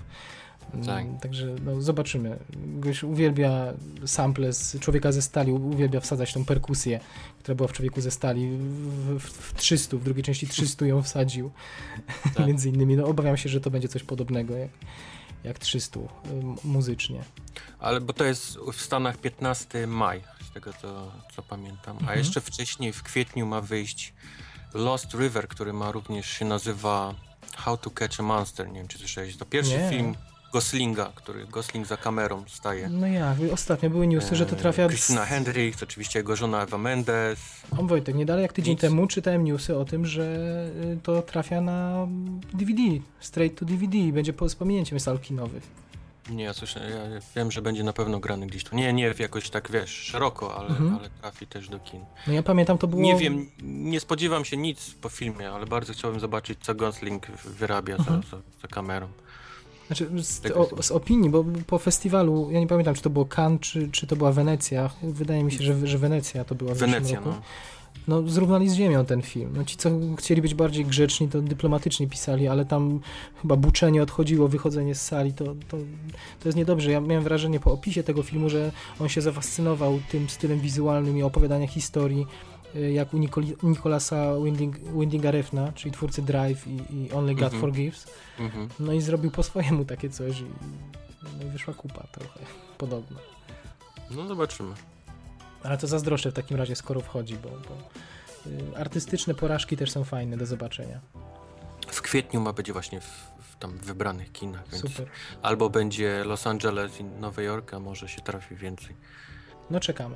Także zobaczymy. Goś uwielbia sample z Człowieka ze Stali, uwielbia wsadzać tą perkusję, która była w Człowieku ze Stali. W 300, w drugiej części 300 ją wsadził. Między innymi. Obawiam się, że to będzie coś podobnego jak 300 muzycznie. Ale bo to jest w Stanach 15 maj, z tego co pamiętam. A jeszcze wcześniej w kwietniu ma wyjść Lost River, który również się nazywa How to Catch a Monster. Nie wiem, czy słyszałeś. To pierwszy film Goslinga, który Gosling za kamerą staje. No ostatnio były newsy, że to trafia... Christina Hendricks, oczywiście jego żona Eva Mendes. Wojtek, nie dalej jak tydzień temu czytałem newsy o tym, że to trafia na DVD, straight to DVD i będzie z pominięciem sal kinowych. Nie, ja wiem, że będzie na pewno grany gdzieś tu. Nie jakoś tak, szeroko, ale trafi też do kin. No ja pamiętam, to było... Nie wiem, nie spodziewam się nic po filmie, ale bardzo chciałbym zobaczyć, co Gosling wyrabia za kamerą. Znaczy z opinii, bo po festiwalu, ja nie pamiętam, czy to było Cannes, czy to była Wenecja. Wydaje mi się, że Wenecja to była w zeszłym roku. No zrównali z ziemią ten film. No ci, co chcieli być bardziej grzeczni, to dyplomatycznie pisali, ale tam chyba buczenie odchodziło, wychodzenie z sali, to jest niedobrze. Ja miałem wrażenie po opisie tego filmu, że on się zafascynował tym stylem wizualnym i opowiadania historii, jak u Nicolasa Windinga Refna, czyli twórcy Drive i Only God Forgives. No i zrobił po swojemu takie coś i wyszła kupa trochę, podobno. No zobaczymy. Ale to zazdroszczę w takim razie, skoro wchodzi, bo artystyczne porażki też są fajne do zobaczenia. W kwietniu ma być właśnie w tam wybranych kinach, więc super. Albo będzie Los Angeles i Nowy Jork, a może się trafi więcej. No czekamy.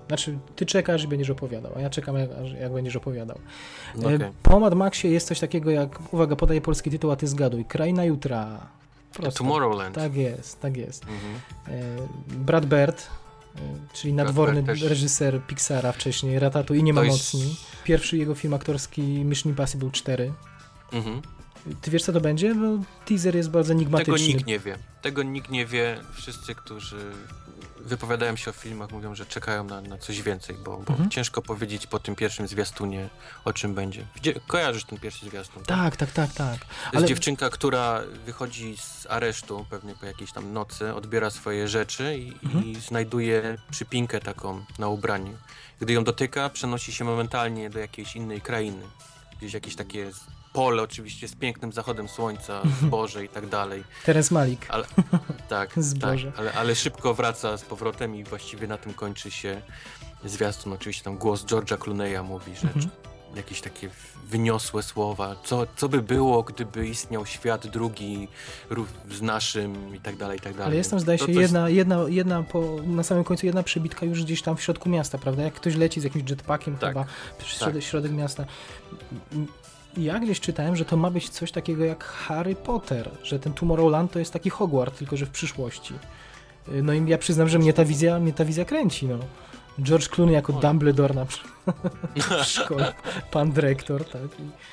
Znaczy, ty czekasz i będziesz opowiadał, a ja czekam, jak będziesz opowiadał. Okay. Po Mad Maxie jest coś takiego jak, uwaga, podaję polski tytuł, a ty zgaduj, Kraina Jutra. Prosto. Tomorrowland. Tak jest. Brad Bird, czyli nadworny reżyser Pixara wcześniej, Ratatouille i Nie ma mocni. Pierwszy jego film aktorski Mission Impossible 4. Ty wiesz, co to będzie? Bo teaser jest bardzo enigmatyczny. Tego nikt nie wie. Wszyscy, którzy wypowiadają się o filmach, mówią, że czekają na coś więcej, bo ciężko powiedzieć po tym pierwszym zwiastunie, o czym będzie. Kojarzysz ten pierwszy zwiastun? Tak. To jest dziewczynka, która wychodzi z aresztu, pewnie po jakiejś tam nocy, odbiera swoje rzeczy i znajduje przypinkę taką na ubraniu. Gdy ją dotyka, przenosi się momentalnie do jakiejś innej krainy. Gdzieś jakieś takie pole oczywiście z pięknym zachodem słońca, zboże i tak dalej. Terence Malick. Tak, ale szybko wraca z powrotem i właściwie na tym kończy się zwiastun. Oczywiście tam głos George'a Clooney'a mówi, że jakieś takie wyniosłe słowa, co by było, gdyby istniał świat drugi z naszym i tak dalej, i tak dalej. Ale jest tam, zdaje się, na samym końcu jedna przebitka już gdzieś tam w środku miasta, prawda? Jak ktoś leci z jakimś jetpackiem chyba przez środek miasta. Ja gdzieś czytałem, że to ma być coś takiego jak Harry Potter, że ten Tomorrowland to jest taki Hogwart, tylko że w przyszłości. No i ja przyznam, że mnie ta wizja kręci, no. George Clooney jako Dumbledore na przykład w szkole, pan dyrektor, tak.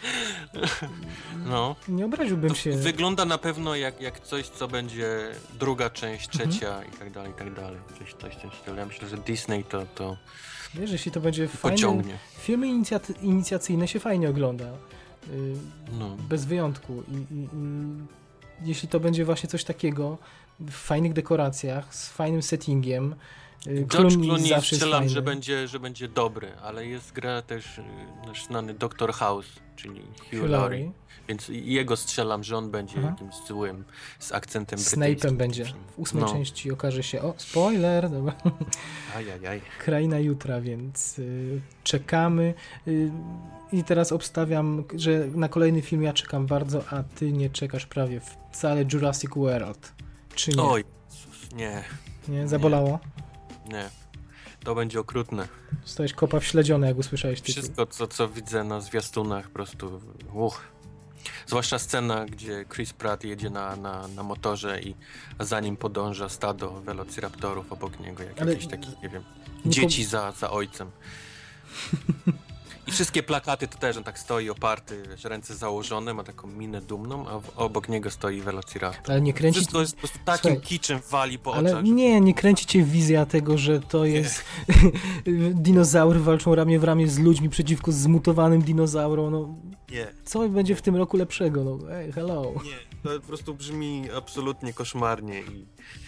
Nie obraziłbym się. Wygląda na pewno jak coś, co będzie druga część, trzecia i tak dalej. Coś w tym stylu. Ja myślę, że Disney to wiesz, jeśli to będzie pociągnie. Fajne, filmy inicjacyjne się fajnie ogląda. Bez wyjątku. I jeśli to będzie właśnie coś takiego w fajnych dekoracjach, z fajnym settingiem. George Clooney strzelam, że będzie dobry, ale jest gra też nasz znany Dr. House, czyli Hugh Laurie. Więc jego strzelam, że on będzie jakimś złym, z akcentem brytyjskim. Snape'em będzie. W 8 części okaże się, spoiler, dobra. Ajajaj. Kraina Jutra, więc czekamy. I teraz obstawiam, że na kolejny film ja czekam bardzo, a ty nie czekasz prawie wcale. Jurassic World. Czy nie? Oj, nie. Nie? Zabolało? Nie. To będzie okrutne. Zostałeś kopa wśledziony, jak usłyszałeś tytuł. Wszystko, co widzę na zwiastunach, po prostu Zwłaszcza scena, gdzie Chris Pratt jedzie na motorze i za nim podąża stado velociraptorów obok niego, jakieś takie, nie wiem, dzieci za ojcem. I wszystkie plakaty to też, on tak stoi oparty, wiesz, ręce założone, ma taką minę dumną, a obok niego stoi velociraptor. Ale nie kręci... Wszystko jest po prostu takim kiczem wali po ale oczach. Nie kręci cię wizja tego, że to jest dinozaury walczą ramię w ramię z ludźmi przeciwko zmutowanym dinozaurom. Nie. Co będzie w tym roku lepszego? Hello. Nie, to po prostu brzmi absolutnie koszmarnie i...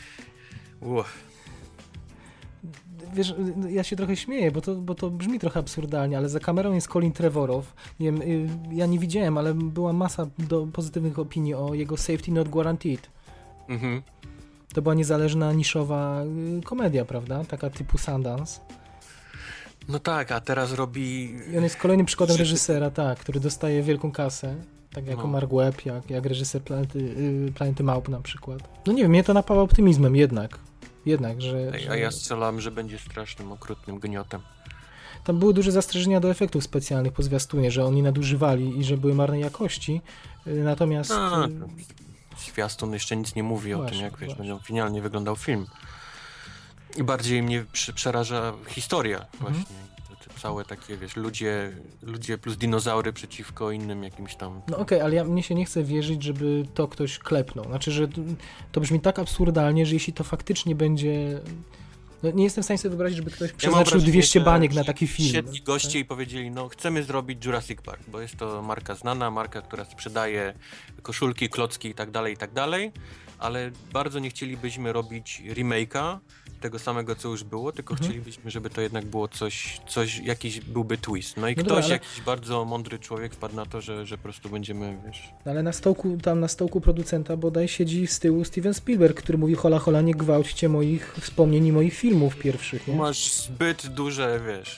Wiesz, ja się trochę śmieję, bo to brzmi trochę absurdalnie, ale za kamerą jest Colin Trevorrow. Nie wiem, ja nie widziałem, ale była masa pozytywnych opinii o jego Safety Not Guaranteed. To była niezależna, niszowa komedia, prawda? Taka typu Sundance. No tak, a teraz robi... I on jest kolejnym przykładem reżysera, który dostaje wielką kasę. Tak jak Mark Webb, jak reżyser Planety Małp na przykład. No nie wiem, mnie to napawa optymizmem jednak, że... A ja strzelam, że będzie strasznym, okrutnym gniotem. Tam były duże zastrzeżenia do efektów specjalnych po zwiastunie, że oni nadużywali i że były marnej jakości, natomiast... Zwiastun jeszcze nic nie mówi o tym, jak będzie finalnie wyglądał film. I bardziej mnie przeraża historia właśnie. Te całe takie, wiesz, ludzie plus dinozaury przeciwko innym jakimś tam... No okej, ale mnie się nie chce wierzyć, żeby to ktoś klepnął. Znaczy, że to brzmi tak absurdalnie, że jeśli to faktycznie będzie... No, nie jestem w stanie sobie wyobrazić, żeby ktoś przeznaczył 200 baniek na taki film. Siedli goście i powiedzieli, chcemy zrobić Jurassic Park, bo jest to marka znana, marka, która sprzedaje koszulki, klocki i tak dalej, ale bardzo nie chcielibyśmy robić remake'a tego samego, co już było, tylko chcielibyśmy, żeby to jednak było coś, jakiś byłby twist. No i jakiś bardzo mądry człowiek wpadł na to, że po prostu będziemy, wiesz... Ale na stołku producenta bodaj siedzi z tyłu Steven Spielberg, który mówi, hola, nie gwałćcie moich wspomnień i moich filmów pierwszych, nie? Masz zbyt duże, wiesz,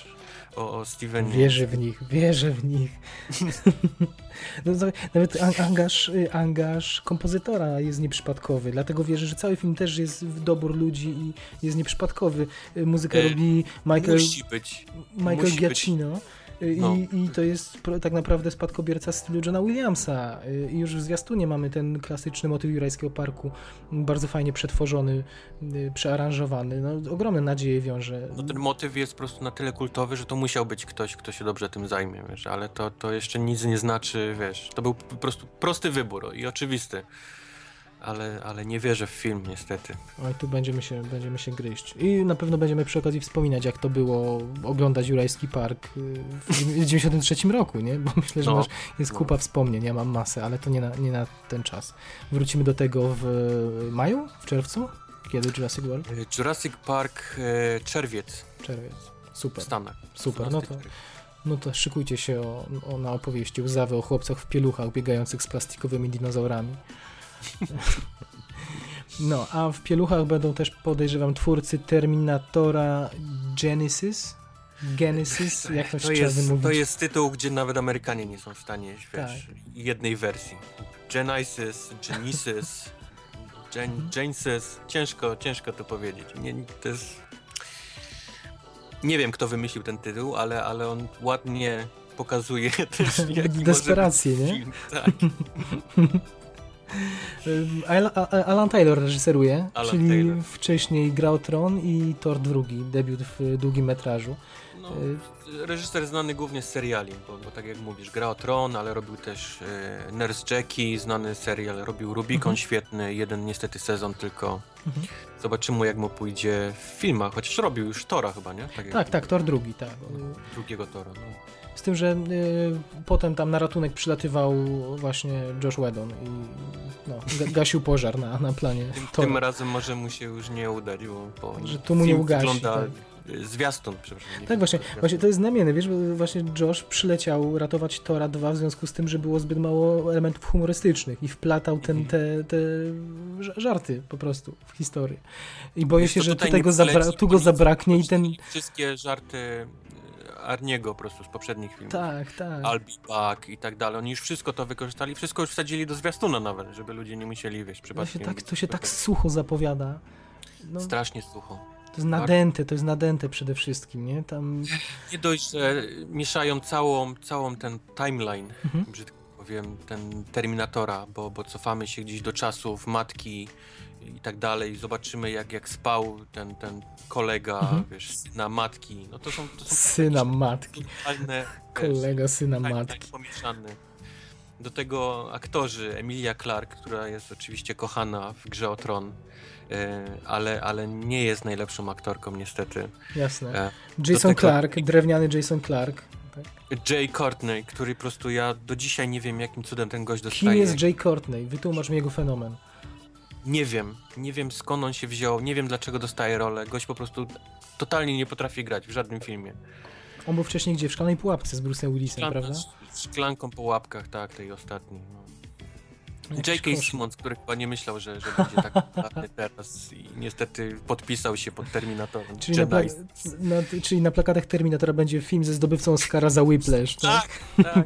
o Stevenie. Wierzę w nich. No, nawet angaż kompozytora jest nieprzypadkowy, dlatego wierzę, że cały film też jest w dobór ludzi i jest nieprzypadkowy. Muzykę robi Michael Giacchino. I to jest tak naprawdę spadkobierca stylu Johna Williamsa. I już w zwiastunie mamy ten klasyczny motyw Jurajskiego Parku, bardzo fajnie przetworzony, przearanżowany. No, ogromne nadzieje wiąże. No ten motyw jest po prostu na tyle kultowy, że to musiał być ktoś, kto się dobrze tym zajmie, wiesz, ale to jeszcze nic nie znaczy, wiesz, to był po prostu prosty wybór i oczywisty. Ale nie wierzę w film, niestety. Oj, tu będziemy się gryźć. I na pewno będziemy przy okazji wspominać, jak to było oglądać Jurajski Park w 93 roku, nie? Bo myślę, że jest kupa wspomnień, ja mam masę, ale to nie na ten czas. Wrócimy do tego w maju? W czerwcu? Kiedy Jurassic World? Jurassic Park czerwiec. Super. W Stanach. Super, no to szykujcie się na opowieści łzawe o chłopcach w pieluchach biegających z plastikowymi dinozaurami. No, a w pieluchach będą też, podejrzewam, twórcy Terminatora Genesis, jak to trzeba wymówić. To jest tytuł, gdzie nawet Amerykanie nie są w stanie, wiesz, jednej wersji. Genesis, ciężko to powiedzieć. To jest... Nie wiem, kto wymyślił ten tytuł, ale on ładnie pokazuje też, jaki desperację, może być nie? film. Tak. Alan Taylor reżyseruje, czyli wcześniej grał Tron i Thor II, debiut w długim metrażu. No, reżyser znany głównie z seriali, bo tak jak mówisz, grał Tron, ale robił też Nurse Jackie, znany serial, robił Rubicon świetny, jeden niestety sezon tylko. Zobaczymy, jak mu pójdzie w filmach, chociaż robił już Thora chyba, nie? Tak, Thor II, tak. Drugiego Thora, no. Z tym, że potem tam na ratunek przylatywał właśnie Josh Whedon i gasił pożar na planie. Tym razem może mu się już nie udać, bo że tu mu nie ugasi. Wygląda zwiastun, przepraszam. Tak, właśnie to jest znamienne, wiesz, bo właśnie Josh przyleciał ratować Thora 2 w związku z tym, że było zbyt mało elementów humorystycznych i wplatał te żarty po prostu w historię. I boję się, że tu go zabraknie i ten... Wszystkie żarty Arniego po prostu z poprzednich filmów. Tak. I'll be back i tak dalej. Oni już wszystko to wykorzystali, wszystko już wsadzili do zwiastuna nawet, żeby ludzie nie musieli, wiesz, przypadkiem. To się tak sucho zapowiada. No, strasznie sucho. To jest nadęte przede wszystkim, nie? Tam... Nie dość, że mieszają całą ten timeline, brzydko powiem, ten Terminatora, bo cofamy się gdzieś do czasów matki i tak dalej. Zobaczymy, jak spał ten kolega, wiesz, syna matki. No to są syna matki. Kolega syna matki. Pomieszany. Do tego aktorzy, Emilia Clarke, która jest oczywiście kochana w grze o Tron, ale nie jest najlepszą aktorką niestety. Jasne. Jason Clarke, drewniany Jason Clarke. Tak. Jay Courtney, który po prostu ja do dzisiaj nie wiem, jakim cudem ten gość dostaje. Kim jest Jay Courtney? Wytłumacz mi jego fenomen. Nie wiem skąd on się wziął, nie wiem dlaczego dostaje rolę. Gość po prostu totalnie nie potrafi grać w żadnym filmie. On był wcześniej gdzie? W Szklanej Pułapce z Bruce'em Willisem, prawda? Szklanką po łapkach, tak, tej ostatniej. No. J.K. Simmons, który chyba nie myślał, że będzie tak popularny teraz i niestety podpisał się pod Terminatorem. Czyli na plakatach Terminatora będzie film ze zdobywcą Oscara za Whiplash, tak? Tak,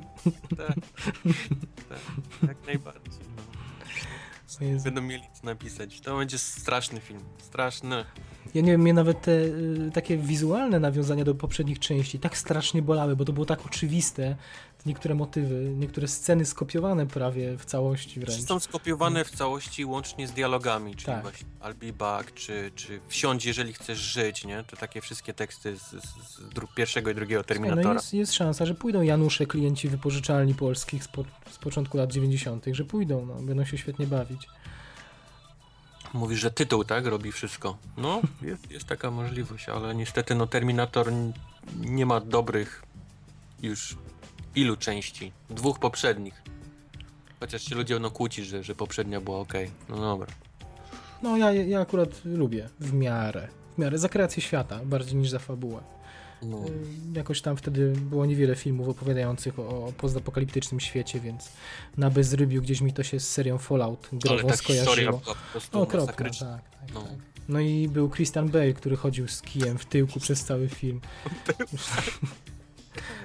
jak najbardziej. No. Będą mieli to napisać. To będzie straszny film. Straszny. Ja nie wiem, mnie nawet te takie wizualne nawiązania do poprzednich części tak strasznie bolały, bo to było tak oczywiste. Niektóre motywy, niektóre sceny skopiowane prawie w całości wręcz. Są skopiowane w całości łącznie z dialogami, czyli właśnie I'll be back, czy wsiądź, jeżeli chcesz żyć, nie? To takie wszystkie teksty z pierwszego i drugiego Terminatora. No jest szansa, że pójdą Janusze, klienci wypożyczalni polskich z początku lat 90., że pójdą, będą się świetnie bawić. Mówisz, że tytuł, tak? Robi wszystko. No, jest taka możliwość, ale niestety Terminator nie ma dobrych już ilu części? 2 poprzednich. Chociaż się ludzie kłóci, że poprzednia była okej. No dobra. No ja akurat lubię w miarę za kreację świata, bardziej niż za fabułę. No. Jakoś tam wtedy było niewiele filmów opowiadających o postapokaliptycznym świecie, więc na bezrybiu gdzieś mi to się z serią Fallout grową skojarzyło. Okropna, tak. No i był Christian Bale, który chodził z kijem w tyłku przez cały film.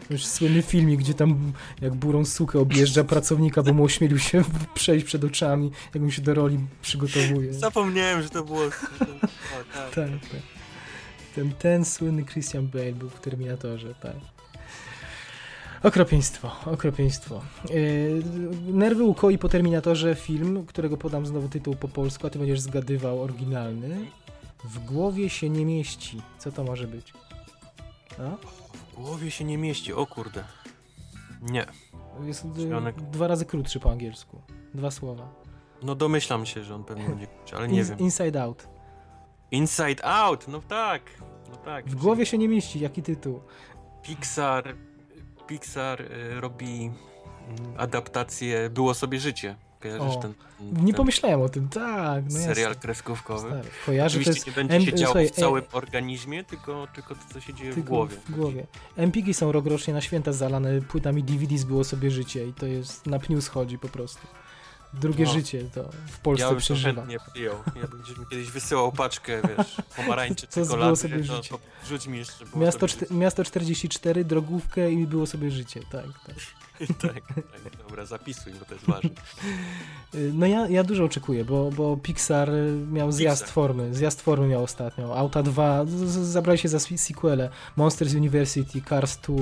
Już słynny filmik, gdzie tam jak burą sukę objeżdża pracownika, bo mu ośmielił się przejść przed oczami, jak mu się do roli przygotowuje. Zapomniałem, że to było... Tak. Ten słynny Christian Bale był w Terminatorze, tak. Okropieństwo. Nerwy ukoi po Terminatorze film, którego podam znowu tytuł po polsku, a ty będziesz zgadywał oryginalny. W głowie się nie mieści. Co to może być? A? W głowie się nie mieści, o kurde. Nie. Jest 2 razy krótszy po angielsku. 2 słowa. No domyślam się, że on pewnie będzie krótszy, ale nie wiem. Inside Out. Inside Out, no tak. W głowie się nie mieści, jaki tytuł? Pixar robi adaptację Było sobie życie. Kojarzysz nie pomyślałem o tym, tak. No serial jasne. kreskówkowy. Kojarzę, oczywiście to jest... nie będzie się działo w całym organizmie, tylko to, co się dzieje w głowie. Empiki są rokrocznie na święta zalane płytami DVDs Było sobie życie i to jest na pniu schodzi po prostu. Drugie życie to w Polsce przeżywa. Ja bym to chętnie przyjął. Ja bym kiedyś wysyłał paczkę, pomarańczy, czekolady, to rzuć mi jeszcze Miasto 44, drogówkę i Było sobie życie, tak. tak, dobra, zapisuj, bo to jest ważne. No ja dużo oczekuję, bo Pixar miał zjazd formy miał ostatnio. Auta 2, zabrali się za sequele. Monsters University, Cars 2.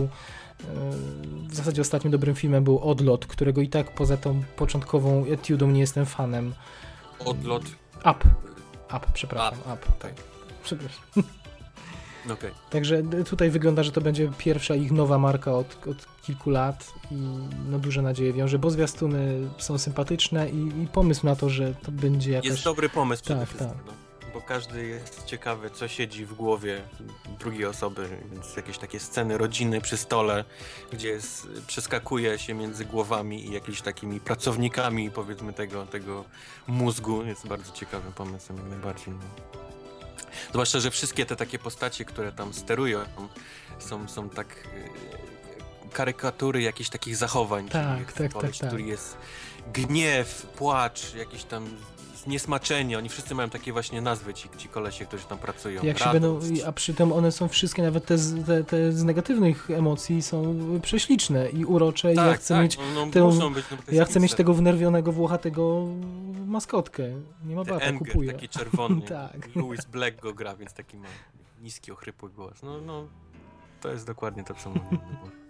W zasadzie ostatnim dobrym filmem był Odlot, którego i tak poza tą początkową etiudą nie jestem fanem. Odlot? Up, przepraszam. Tak. Przepraszam. Okay. Także tutaj wygląda, że to będzie pierwsza ich nowa marka od kilku lat i no duże nadzieje wiąże, bo zwiastuny są sympatyczne i pomysł na to, że to będzie jakaś... Jest dobry pomysł przede wszystkim, tak. No, bo każdy jest ciekawy, co siedzi w głowie drugiej osoby, więc jakieś takie sceny rodziny przy stole, gdzie przeskakuje się między głowami i jakimiś takimi pracownikami, powiedzmy, tego mózgu, jest bardzo ciekawym pomysłem, jak najbardziej. No. Zwłaszcza, że wszystkie te takie postacie, które tam sterują, są tak karykatury jakichś takich zachowań. Tak. Który jest gniew, płacz, jakieś tam zniesmaczenie. Oni wszyscy mają takie właśnie nazwy, ci kolesie, którzy tam pracują. A przy tym one są wszystkie, nawet te z negatywnych emocji są prześliczne i urocze. Tak, i ja chcę mieć muszą być, ja chcę mieć tego wnerwionego, włochatego maskotkę. Nie ma bata, kupuję. Taki czerwony. Tak. Louis Black go gra, więc taki ma niski, ochrypły głos. No, to jest dokładnie to, co mówię.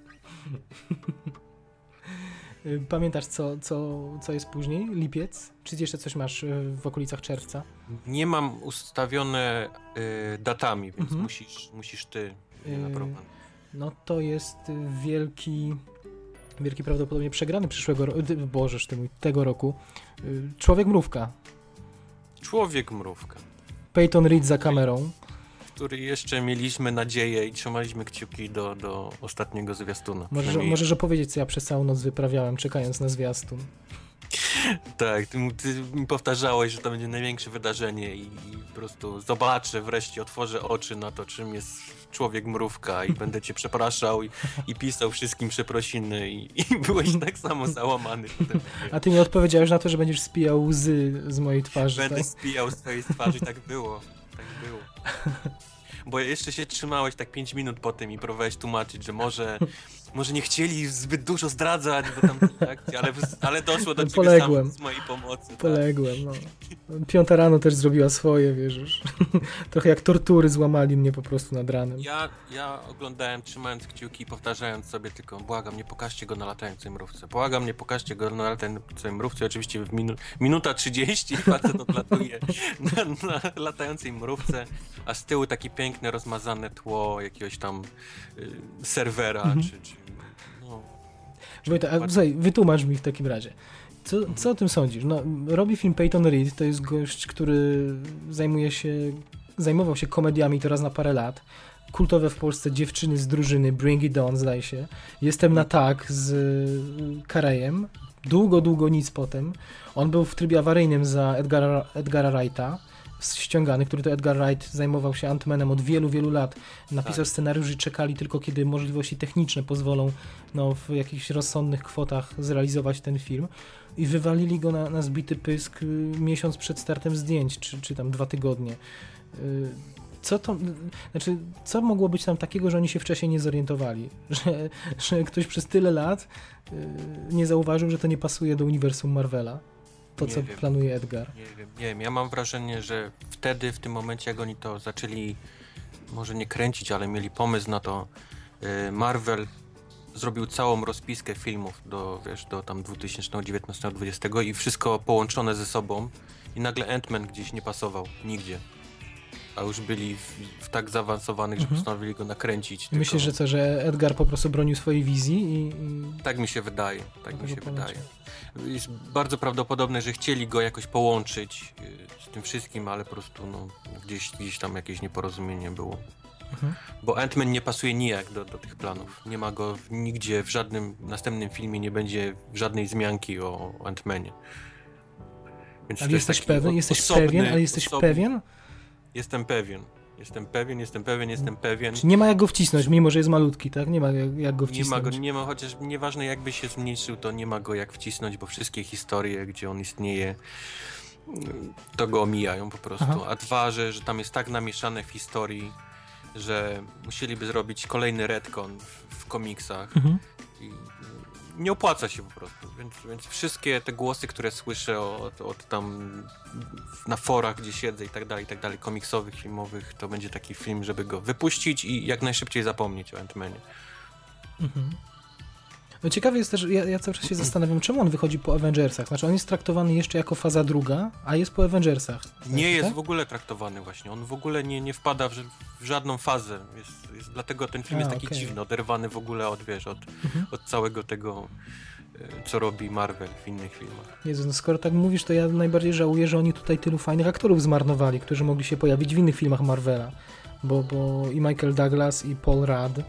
Pamiętasz, co jest później? Lipiec? Czy jeszcze coś masz w okolicach czerwca? Nie mam ustawione datami, więc musisz ty na problem. No to jest wielki prawdopodobnie przegrany przyszłego roku, tego roku. Człowiek-mrówka. Człowiek-mrówka. Peyton Reed za kamerą. Który jeszcze mieliśmy nadzieję i trzymaliśmy kciuki do ostatniego zwiastuna. Możesz opowiedzieć, co ja przez całą noc wyprawiałem, czekając na zwiastun. Tak, ty mi powtarzałeś, że to będzie największe wydarzenie i po prostu zobaczę, wreszcie otworzę oczy na to, czym jest człowiek-mrówka i będę cię przepraszał i pisał wszystkim przeprosiny i byłeś tak samo załamany. A ty nie odpowiedziałeś na to, że będziesz spijał łzy z mojej twarzy. Będę spijał z twojej twarzy, tak było. Bo jeszcze się trzymałeś tak 5 minut po tym i próbowałeś tłumaczyć, że może nie chcieli zbyt dużo zdradzać, bo tam ale doszło do ciebie sam z mojej pomocy. Poległem, no. 5 rano też zrobiła swoje, wiesz. Trochę jak tortury złamali mnie po prostu nad ranem. Ja oglądałem, trzymając kciuki i powtarzając sobie tylko: błagam, nie pokażcie go na latającej mrówce. Błagam, nie pokażcie go na latającej mrówce. Oczywiście w minuta 30 facet odlatuje na latającej mrówce, a z tyłu takie piękne, rozmazane tło jakiegoś tam serwera, czy Wojtek, wytłumacz mi w takim razie. Co o tym sądzisz? No, robi film Peyton Reed, to jest gość, który zajmował się komediami to raz na parę lat. Kultowe w Polsce Dziewczyny z drużyny, Bring It On, zdaje się. Jestem na tak z Karejem. Długo nic potem. On był w trybie awaryjnym za Edgara Wrighta, ściągany, który to Edgar Wright zajmował się Ant-Manem od wielu lat. Napisał scenariusz i czekali tylko, kiedy możliwości techniczne pozwolą w jakichś rozsądnych kwotach zrealizować ten film. I wywalili go na zbity pysk miesiąc przed startem zdjęć, czy tam 2 tygodnie. co mogło być tam takiego, że oni się wcześniej nie zorientowali? Że ktoś przez tyle lat nie zauważył, że to nie pasuje do uniwersum Marvela? To, co planuje Edgar. Nie wiem. Ja mam wrażenie, że wtedy, w tym momencie, jak oni to zaczęli może nie kręcić, ale mieli pomysł na to, Marvel zrobił całą rozpiskę filmów do tam 2019-2020 i wszystko połączone ze sobą i nagle Ant-Man gdzieś nie pasował, nigdzie. A już byli w tak zaawansowanych, że postanowili go nakręcić. Myślisz, że Edgar po prostu bronił swojej wizji i... Tak mi się wydaje, Jest bardzo prawdopodobne, że chcieli go jakoś połączyć z tym wszystkim, ale po prostu gdzieś tam jakieś nieporozumienie było. Bo Ant-Man nie pasuje nijak do tych planów. Nie ma go nigdzie, w żadnym następnym filmie nie będzie żadnej wzmianki o Ant-Manie. Więc ale jesteś pewien? Jestem pewien. Czy nie ma jak go wcisnąć, mimo że jest malutki, tak? Nie ma jak go wcisnąć. Nie ma, chociaż nieważne jakby się zmniejszył, to nie ma go jak wcisnąć, bo wszystkie historie, gdzie on istnieje, to go omijają po prostu. Aha. A dwa, że tam jest tak namieszane w historii, że musieliby zrobić kolejny retcon w komiksach i nie opłaca się po prostu, więc wszystkie te głosy, które słyszę od tam na forach, gdzie siedzę i tak dalej, komiksowych, filmowych, to będzie taki film, żeby go wypuścić i jak najszybciej zapomnieć o Ant-Manie. No ciekawe jest też, ja cały czas się zastanawiam, czemu on wychodzi po Avengersach. Znaczy on jest traktowany jeszcze jako faza druga, a jest po Avengersach. Nie jest w ogóle traktowany właśnie. On w ogóle nie wpada w żadną fazę. Dlatego ten film jest taki dziwny, oderwany w ogóle od całego tego, co robi Marvel w innych filmach. Jezu, no skoro tak mówisz, to ja najbardziej żałuję, że oni tutaj tylu fajnych aktorów zmarnowali, którzy mogli się pojawić w innych filmach Marvela. Bo i Michael Douglas, i Paul Rudd.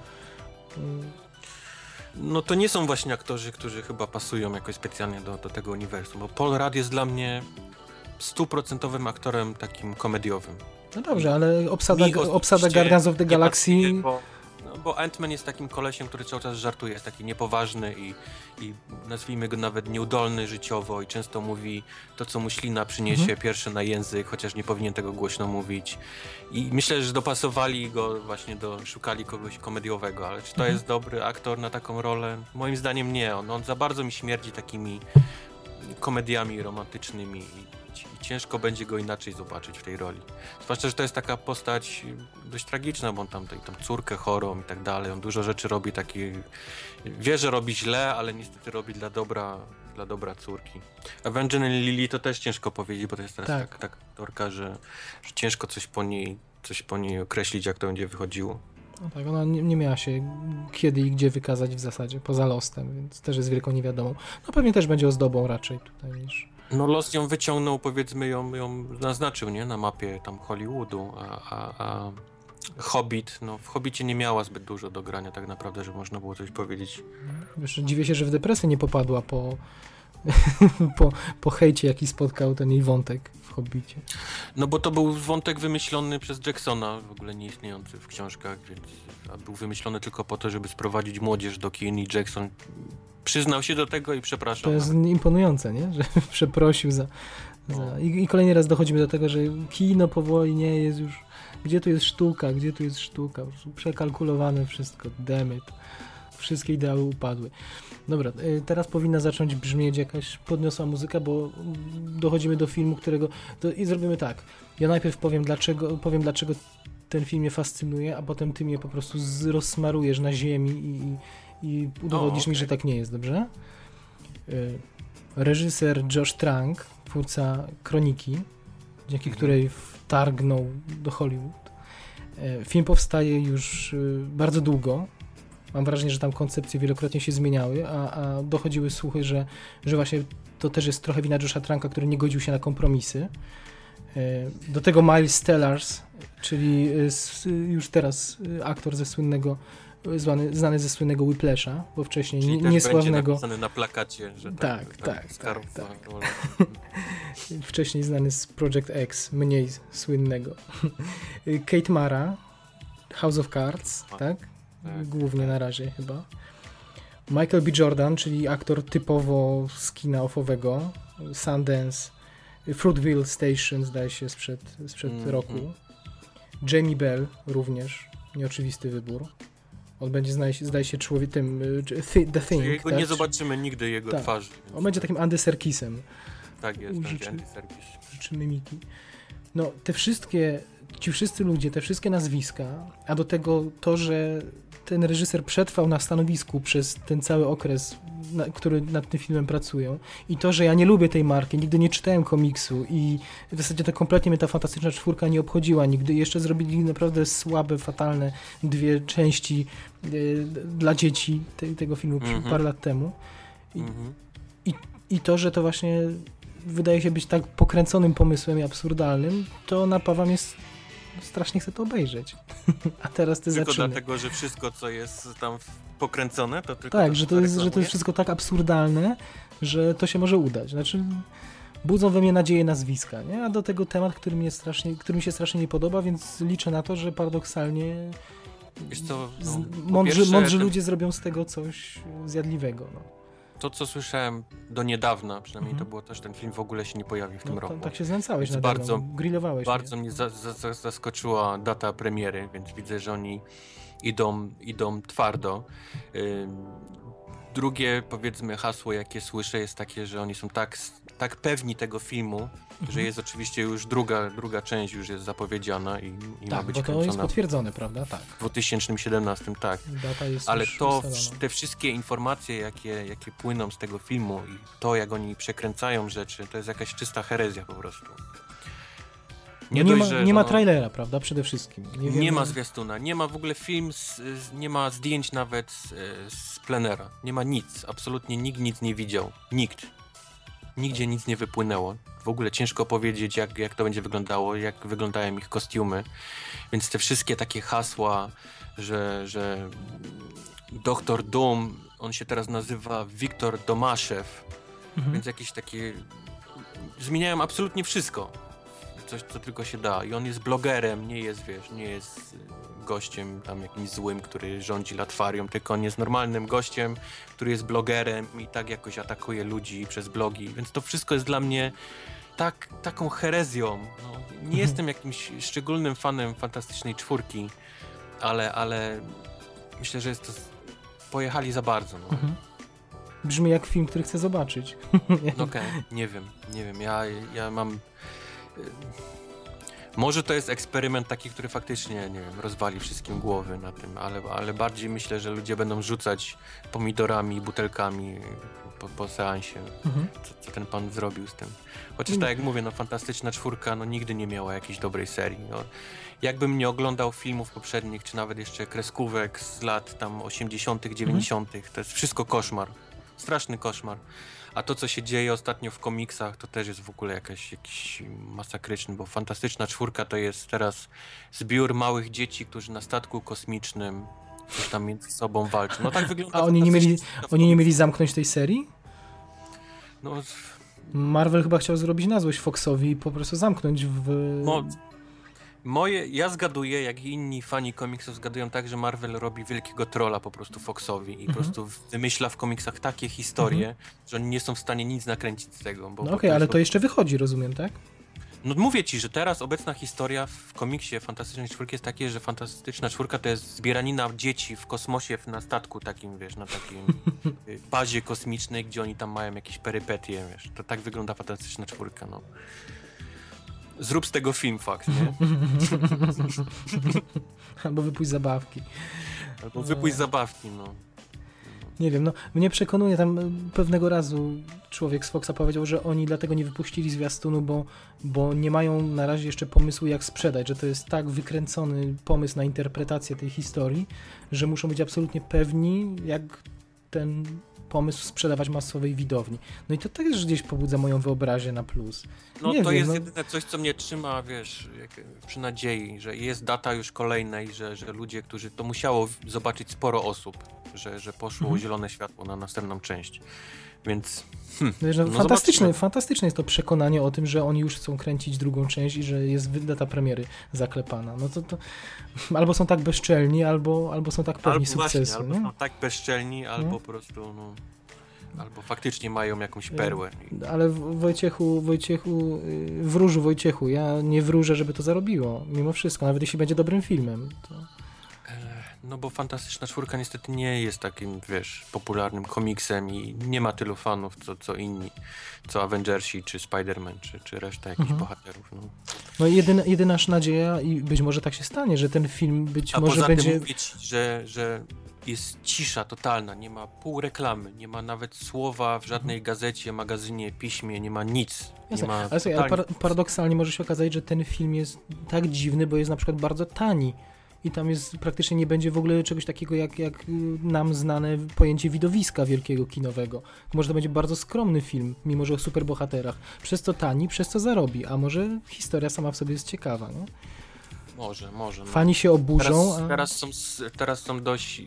No to nie są właśnie aktorzy, którzy chyba pasują jakoś specjalnie do tego uniwersum, bo Paul Rudd jest dla mnie 100% aktorem takim komediowym. No dobrze, ale obsada Guardians of the Galaxy... Bo Ant-Man jest takim kolesiem, który cały czas żartuje, jest taki niepoważny i nazwijmy go nawet nieudolny życiowo i często mówi to, co mu ślina przyniesie pierwsze na język, chociaż nie powinien tego głośno mówić. I myślę, że dopasowali go właśnie szukali kogoś komediowego, ale czy to jest dobry aktor na taką rolę? Moim zdaniem nie. On za bardzo mi śmierdzi takimi komediami romantycznymi i ciężko będzie go inaczej zobaczyć w tej roli. Zwłaszcza, że to jest taka postać dość tragiczna, bo on tam córkę chorą i tak dalej. On dużo rzeczy robi wie, że robi źle, ale niestety robi dla dobra córki. Evangeline Lilly to też ciężko powiedzieć, bo to jest teraz taka aktorka, że ciężko coś po niej określić, jak to będzie wychodziło. No tak, ona nie miała się kiedy i gdzie wykazać w zasadzie, poza Lostem, więc też jest wielką niewiadomą. No pewnie też będzie ozdobą raczej tutaj niż... No Lost ją wyciągnął, powiedzmy, ją naznaczył, nie? Na mapie tam Hollywoodu, a Hobbit, w Hobbicie nie miała zbyt dużo do grania tak naprawdę, że można było coś powiedzieć. Wiesz, dziwię się, że w depresję nie popadła po hejcie, jaki spotkał ten jej wątek w Hobbicie. No bo to był wątek wymyślony przez Jacksona, w ogóle nieistniejący w książkach, więc był wymyślony tylko po to, żeby sprowadzić młodzież do kin i Jackson przyznał się do tego i przepraszam. To jest imponujące, nie? Że przeprosił za... I kolejny raz dochodzimy do tego, że kino powoli nie jest już... Gdzie tu jest sztuka? Po prostu przekalkulowane wszystko. Dammit. Wszystkie ideały upadły. Dobra, teraz powinna zacząć brzmieć jakaś podniosła muzyka, bo dochodzimy do filmu, którego... I zrobimy tak. Ja najpierw powiem dlaczego ten film mnie fascynuje, a potem ty mnie po prostu rozsmarujesz na ziemi i udowodnisz mi, że tak nie jest, dobrze? Reżyser Josh Trank, twórca Kroniki, dzięki której wtargnął do Hollywood. Film powstaje już bardzo długo. Mam wrażenie, że tam koncepcje wielokrotnie się zmieniały, a dochodziły słuchy, że właśnie to też jest trochę wina Josha Tranka, który nie godził się na kompromisy. Do tego Miles Tellers, czyli już teraz aktor ze słynnego znany ze słynnego Whiplasha, bo wcześniej czyli niesławnego... napisany na plakacie, że tak. Wcześniej znany z Project X, mniej słynnego. Kate Mara, House of Cards, tak? Głównie na razie chyba. Michael B. Jordan, czyli aktor typowo z kina offowego, Sundance, Fruitvale Station, zdaje się, sprzed roku. Jamie Bell również, nieoczywisty wybór. On będzie, zdaje się, człowiekiem The Thing. Jego tak? nie zobaczymy nigdy jego twarzy. Więc... On będzie takim Andy Serkisem. Tak jest, będzie Andy Serkis. Życzy mimiki. No, ci wszyscy ludzie, te wszystkie nazwiska, a do tego to, że ten reżyser przetrwał na stanowisku przez ten cały okres, który nad tym filmem pracują, i to, że ja nie lubię tej marki, nigdy nie czytałem komiksu i w zasadzie to kompletnie mnie ta Fantastyczna Czwórka nie obchodziła nigdy. Jeszcze zrobili naprawdę słabe, fatalne 2 części dla dzieci tego filmu parę lat temu. I to, że to właśnie wydaje się być tak pokręconym pomysłem i absurdalnym, to napawa mnie strasznie chcę to obejrzeć. A teraz ty tylko zaczynasz. Dlatego, że wszystko, co jest tam pokręcone, to tylko... Tak, że to jest wszystko tak absurdalne, że to się może udać. Znaczy, budzą we mnie nadzieję nazwiska, nie? A do tego temat, który mi się strasznie nie podoba, więc liczę na to, że paradoksalnie Wiesz co, mądrzy ludzie zrobią z tego coś zjadliwego. No. To, co słyszałem do niedawna, przynajmniej to było to, że ten film w ogóle się nie pojawi w tym roku. Tak się znęcałeś więc nade mną, grillowałeś Bardzo mnie zaskoczyła data premiery, więc widzę, że oni idą twardo. Drugie, powiedzmy, hasło, jakie słyszę, jest takie, że oni są tak pewni tego filmu, że jest oczywiście już druga część już jest zapowiedziana i ma być bo to jest potwierdzone, prawda? Tak. W 2017, tak. Data jest ale to, ustalona. te wszystkie informacje, jakie płyną z tego filmu i to, jak oni przekręcają rzeczy, to jest jakaś czysta herezja po prostu. Nie ma trailera, prawda? Przede wszystkim. Nie ma zwiastuna, nie ma w ogóle nie ma zdjęć nawet z plenera. Nie ma nic, absolutnie nikt nic nie widział. Nikt. Nigdzie nic nie wypłynęło. W ogóle ciężko powiedzieć, jak to będzie wyglądało, jak wyglądają ich kostiumy. Więc te wszystkie takie hasła, że Doktor Doom, on się teraz nazywa Wiktor Domaszew, więc jakieś takie... Zmieniają absolutnie wszystko. Coś, co tylko się da. I on jest blogerem, nie jest gościem tam jakimś złym, który rządzi Latwarią, tylko on jest normalnym gościem, który jest blogerem i tak jakoś atakuje ludzi przez blogi. Więc to wszystko jest dla mnie taką herezją. No, nie jestem jakimś szczególnym fanem Fantastycznej Czwórki, ale myślę, że jest to... Pojechali za bardzo. No. Brzmi jak film, który chcę zobaczyć. Okej, nie wiem. Ja mam... Może to jest eksperyment taki, który faktycznie, nie wiem, rozwali wszystkim głowy na tym, ale bardziej myślę, że ludzie będą rzucać pomidorami, butelkami po seansie, co ten pan zrobił z tym. Chociaż tak jak mówię, Fantastyczna Czwórka nigdy nie miała jakiejś dobrej serii. Jakbym nie oglądał filmów poprzednich, czy nawet jeszcze kreskówek z lat tam 80., 90., to jest wszystko koszmar. Straszny koszmar. A to, co się dzieje ostatnio w komiksach, to też jest w ogóle jakiś masakryczny, bo Fantastyczna Czwórka to jest teraz zbiór małych dzieci, którzy na statku kosmicznym coś tam między sobą walczą. No tak wygląda. A oni nie mieli zamknąć tej serii? No, Marvel chyba chciał zrobić na złość Foxowi i po prostu zamknąć ja zgaduję, jak i inni fani komiksów zgadują tak, że Marvel robi wielkiego trolla po prostu Foxowi i po prostu wymyśla w komiksach takie historie, że oni nie są w stanie nic nakręcić z tego. Ale to jeszcze wychodzi, rozumiem, tak? No mówię ci, że teraz obecna historia w komiksie Fantastycznej Czwórki jest takie, że Fantastyczna Czwórka to jest zbieranina dzieci w kosmosie na statku takim, wiesz, na takim bazie kosmicznej, gdzie oni tam mają jakieś perypetie, wiesz. To tak wygląda Fantastyczna Czwórka, no. Zrób z tego film, fakt, nie? Albo wypuść zabawki. No. Nie wiem, mnie przekonuje, tam pewnego razu człowiek z Foxa powiedział, że oni dlatego nie wypuścili zwiastunu, bo nie mają na razie jeszcze pomysłu, jak sprzedać, że to jest tak wykręcony pomysł na interpretację tej historii, że muszą być absolutnie pewni, jak ten pomysł sprzedawać masowej widowni. No i to też gdzieś pobudza moją wyobraźnię na plus. Jest jedyne coś, co mnie trzyma, wiesz, przy nadziei, że jest data już kolejnej, że ludzie, którzy to musiało zobaczyć sporo osób, że poszło zielone światło na następną część. Więc fantastyczne jest to przekonanie o tym, że oni już chcą kręcić drugą część i że jest data premiery zaklepana. No to albo są tak bezczelni, albo są tak pewni sukcesu. Albo są tak bezczelni, albo po prostu Albo faktycznie mają jakąś perłę. Ale Wojciechu, wróżu Wojciechu, ja nie wróżę, żeby to zarobiło, mimo wszystko, nawet jeśli będzie dobrym filmem. To... No bo Fantastyczna Czwórka niestety nie jest takim, wiesz, popularnym komiksem i nie ma tylu fanów, co inni, co Avengersi, czy Spider-Man, czy reszta jakichś bohaterów. No i jedyna nadzieja, i być może tak się stanie, że ten film może poza będzie... tym mówię ci, że jest cisza totalna, nie ma pół reklamy, nie ma nawet słowa w żadnej gazecie, magazynie, piśmie, nie ma nic. Jasne, Nie ma ale słuchaj, paradoksalnie może się okazać, że ten film jest tak dziwny, bo jest na przykład bardzo tani i tam jest praktycznie nie będzie w ogóle czegoś takiego jak nam znane pojęcie widowiska wielkiego kinowego. Może to będzie bardzo skromny film, mimo że o superbohaterach. Przez to tani, przez to zarobi, a może historia sama w sobie jest ciekawa, nie? Może. Fani się oburzą, Teraz są dość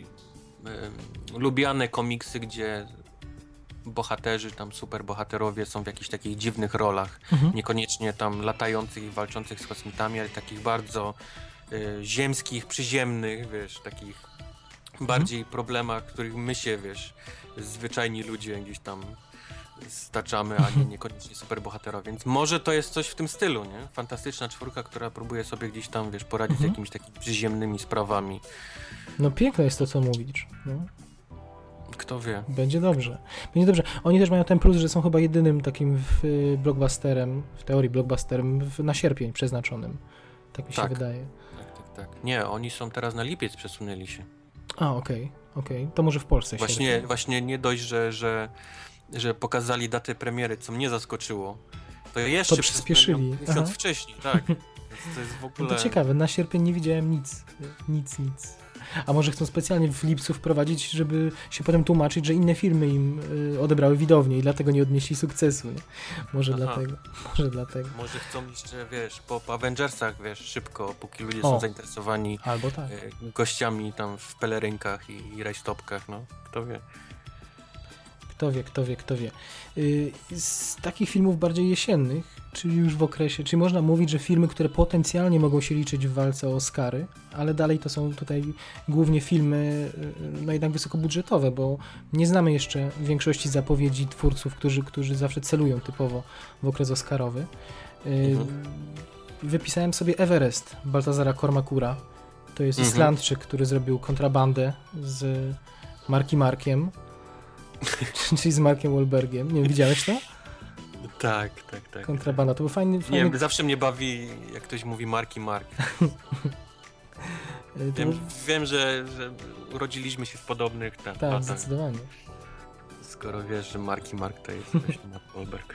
lubiane komiksy, gdzie bohaterzy, tam superbohaterowie są w jakichś takich dziwnych rolach. Niekoniecznie tam latających i walczących z kosmitami, ale takich bardzo ziemskich, przyziemnych, wiesz, takich bardziej problemach, których my się, wiesz, zwyczajni ludzie gdzieś tam staczamy, a niekoniecznie superbohaterowie. Więc może to jest coś w tym stylu, nie? Fantastyczna Czwórka, która próbuje sobie gdzieś tam, wiesz, poradzić z jakimiś takimi przyziemnymi sprawami. No piękne jest to, co mówisz. No. Kto wie. Będzie dobrze. Oni też mają ten plus, że są chyba jedynym takim blockbusterem, w teorii blockbusterem na sierpień przeznaczonym. Tak mi się wydaje. Tak. Nie, oni są teraz na lipiec, przesunęli się. A, okej. To może w Polsce Właśnie nie dość, że pokazali datę premiery, co mnie zaskoczyło, to jeszcze przyspieszyli. Miesiąc wcześniej, tak. To jest w ogóle... No to ciekawe, na sierpień nie widziałem nic. A może chcą specjalnie w lipcu wprowadzić, żeby się potem tłumaczyć, że inne filmy im odebrały widownię i dlatego nie odnieśli sukcesu, nie? Może dlatego. Może chcą jeszcze, wiesz, po Avengersach, wiesz, szybko, póki ludzie są zainteresowani albo tak. Gościami tam w pelerynkach i rajstopkach, no, kto wie. Kto wie. Z takich filmów bardziej jesiennych, czyli już w okresie, czyli można mówić, że filmy, które potencjalnie mogą się liczyć w walce o Oscary, ale dalej to są tutaj głównie filmy no jednak wysokobudżetowe, bo nie znamy jeszcze większości zapowiedzi twórców, którzy zawsze celują typowo w okres oscarowy. Wypisałem sobie Everest Baltazara Kormakura. To jest Islandczyk, który zrobił Kontrabandę z Markiem. Czyli z Markiem Wahlbergiem. Nie wiem, widziałeś to? Tak. Kontrabanda, to był fajny... Nie, zawsze mnie bawi, jak ktoś mówi Mark. Wiem, że urodziliśmy się w podobnych latach. Tak, zdecydowanie. Skoro wiesz, że Mark to jest właśnie Mark Wahlberg.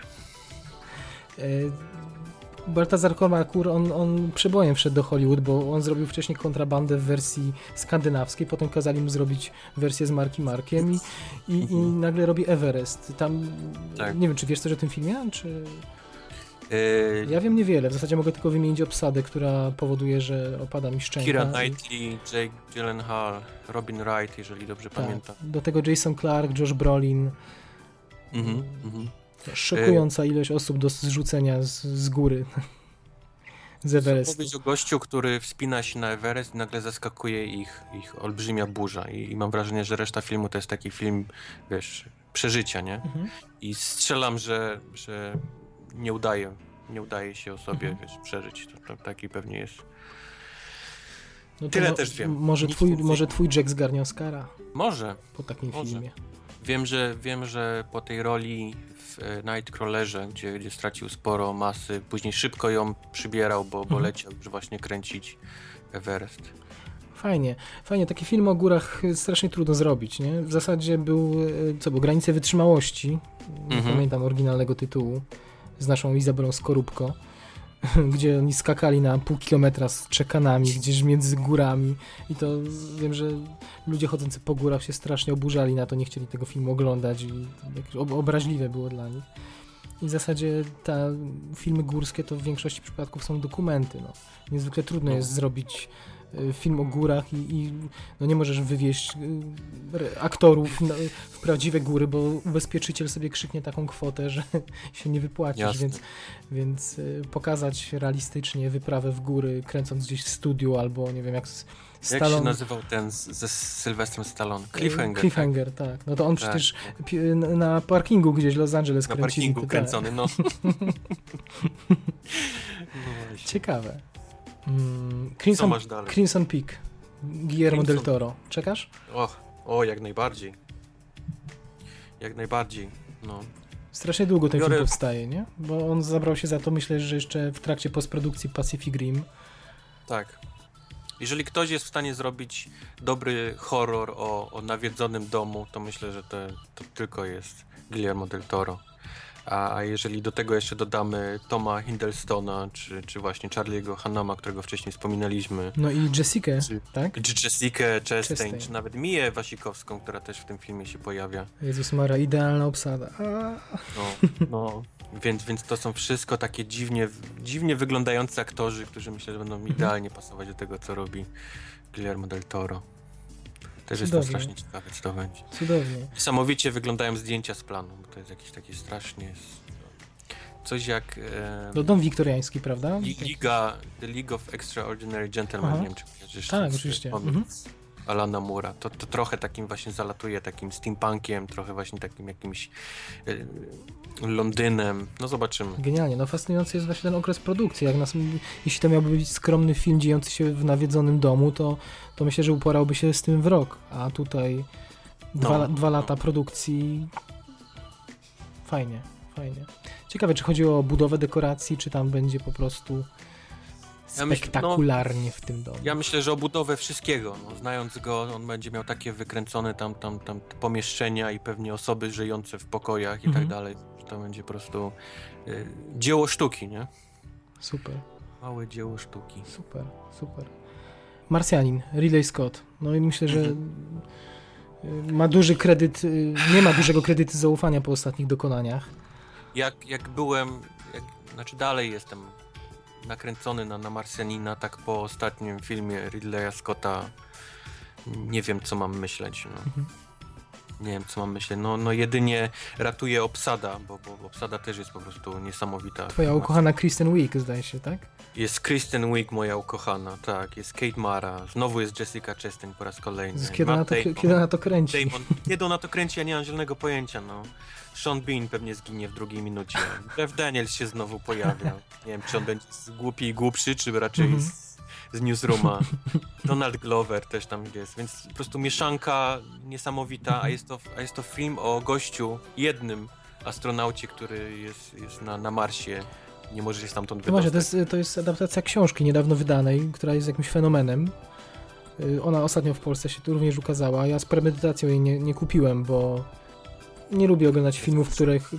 Baltazar Kormakur, on przebojem wszedł do Hollywood, bo on zrobił wcześniej Kontrabandę w wersji skandynawskiej, potem kazali mu zrobić wersję z Markiem i nagle robi Everest. Tam, nie wiem, czy wiesz coś o tym filmie? Czy... Ja wiem niewiele, w zasadzie mogę tylko wymienić obsadę, która powoduje, że opada mi szczęka. Keira Knightley, Jake Gyllenhaal, Robin Wright, jeżeli dobrze pamiętam. Do tego Jason Clarke, Josh Brolin. Szokująca ilość osób do zrzucenia z góry. Z Everestu. Chcę powiedzieć o gościu, który wspina się na Everest i nagle zaskakuje ich olbrzymia burza i mam wrażenie, że reszta filmu to jest taki film, wiesz, przeżycia, nie? I strzelam, że nie udaje się osobie, wiesz, przeżyć. To taki pewnie jest. No tyle też wiem. Może twój Jack zgarnie Oscara? Może. Po takim filmie. Wiem, że po tej roli w Nightcrawlerze, gdzie stracił sporo masy, później szybko ją przybierał, bo leciał już właśnie kręcić Everest. Fajnie. Taki film o górach strasznie trudno zrobić, nie? W zasadzie był Granice wytrzymałości. Nie pamiętam oryginalnego tytułu. Z naszą Izabelą Skorupko. Gdzie oni skakali na pół kilometra z czekanami gdzieś między górami i to wiem, że ludzie chodzący po górach się strasznie oburzali na to, nie chcieli tego filmu oglądać i obraźliwe było dla nich. I w zasadzie filmy górskie to w większości przypadków są dokumenty. No. Niezwykle trudno jest zrobić film o górach i nie możesz wywieźć aktorów w prawdziwe góry, bo ubezpieczyciel sobie krzyknie taką kwotę, że się nie wypłacisz, więc pokazać realistycznie wyprawę w góry, kręcąc gdzieś w studiu albo nie wiem, jak Jak się nazywał ten ze Sylwestrem Stallone? Cliffhanger. Cliffhanger, tak. No to on przecież na parkingu gdzieś w Los Angeles kręcili. Na parkingu kręcony, no. Ciekawe. Co masz dalej? Crimson Peak. Guillermo del Toro. Czekasz? O, jak najbardziej. Jak najbardziej, no. Strasznie długo ten film powstaje, nie? Bo on zabrał się za to, myślę, że jeszcze w trakcie postprodukcji Pacific Rim. Tak. Jeżeli ktoś jest w stanie zrobić dobry horror o nawiedzonym domu, to myślę, że to tylko jest Guillermo del Toro. A jeżeli do tego jeszcze dodamy Toma Hiddlestona, czy właśnie Charlie'ego Hunnama, którego wcześniej wspominaliśmy. No i Jessica, tak? Jessica Chastain, czy nawet Miję Wasikowską, która też w tym filmie się pojawia. Jezus Maria, idealna obsada. No. Więc to są wszystko takie dziwnie wyglądające aktorzy, którzy myślę, że będą idealnie pasować do tego, co robi Guillermo del Toro. Też jestem strasznie ciekawy, co to będzie. Cudownie. Niesamowicie wyglądają zdjęcia z planu, bo to jest jakiś taki strasznie... Coś jak... dom wiktoriański, prawda? The League of Extraordinary Gentlemen, nie wiem, czy kojarzysz. Tak, oczywiście. Alana Moore'a. To trochę takim właśnie zalatuje, takim steampunkiem, trochę właśnie takim jakimś Londynem. No zobaczymy. Genialnie. No fascynujący jest właśnie ten okres produkcji. Jeśli to miałby być skromny film dziejący się w nawiedzonym domu, to myślę, że uporałby się z tym w rok. A tutaj dwa lata produkcji. Fajnie. Ciekawe, czy chodzi o budowę dekoracji, czy tam będzie po prostu spektakularnie w tym domu. Ja myślę, że o budowę wszystkiego. No, znając go, on będzie miał takie wykręcone tam pomieszczenia i pewnie osoby żyjące w pokojach i tak dalej. To będzie po prostu dzieło sztuki, nie? Super. Małe dzieło sztuki. Super. Marsjanin, Ridley Scott. No i myślę, że ma duży kredyt, nie ma dużego kredytu zaufania po ostatnich dokonaniach. Znaczy dalej jestem nakręcony na Marsjanina, tak po ostatnim filmie Ridleya Scotta nie wiem, co mam myśleć. No. Nie wiem, co mam myśleć. No jedynie ratuje obsada, bo obsada też jest po prostu niesamowita. Twoja ukochana Kristen Wiig, zdaje się, tak? Jest Kristen Wiig, moja ukochana, tak. Jest Kate Mara, znowu jest Jessica Chastain po raz kolejny. Kiedy ona to kręci? Kiedy ona to kręci, ja nie mam zielonego pojęcia, no. Sean Bean pewnie zginie w drugiej minucie. Jeff Daniels się znowu pojawia. Nie wiem, czy on będzie głupi i głupszy, czy raczej z Newsrooma. Donald Glover też tam jest, więc po prostu mieszanka niesamowita, a jest to film o gościu, jednym astronaucie, który jest na Marsie. Nie może się stamtąd wydostać. Właśnie, to jest adaptacja książki niedawno wydanej, która jest jakimś fenomenem. Ona ostatnio w Polsce się tu również ukazała. Ja z premedytacją jej nie kupiłem, bo nie lubię oglądać filmów,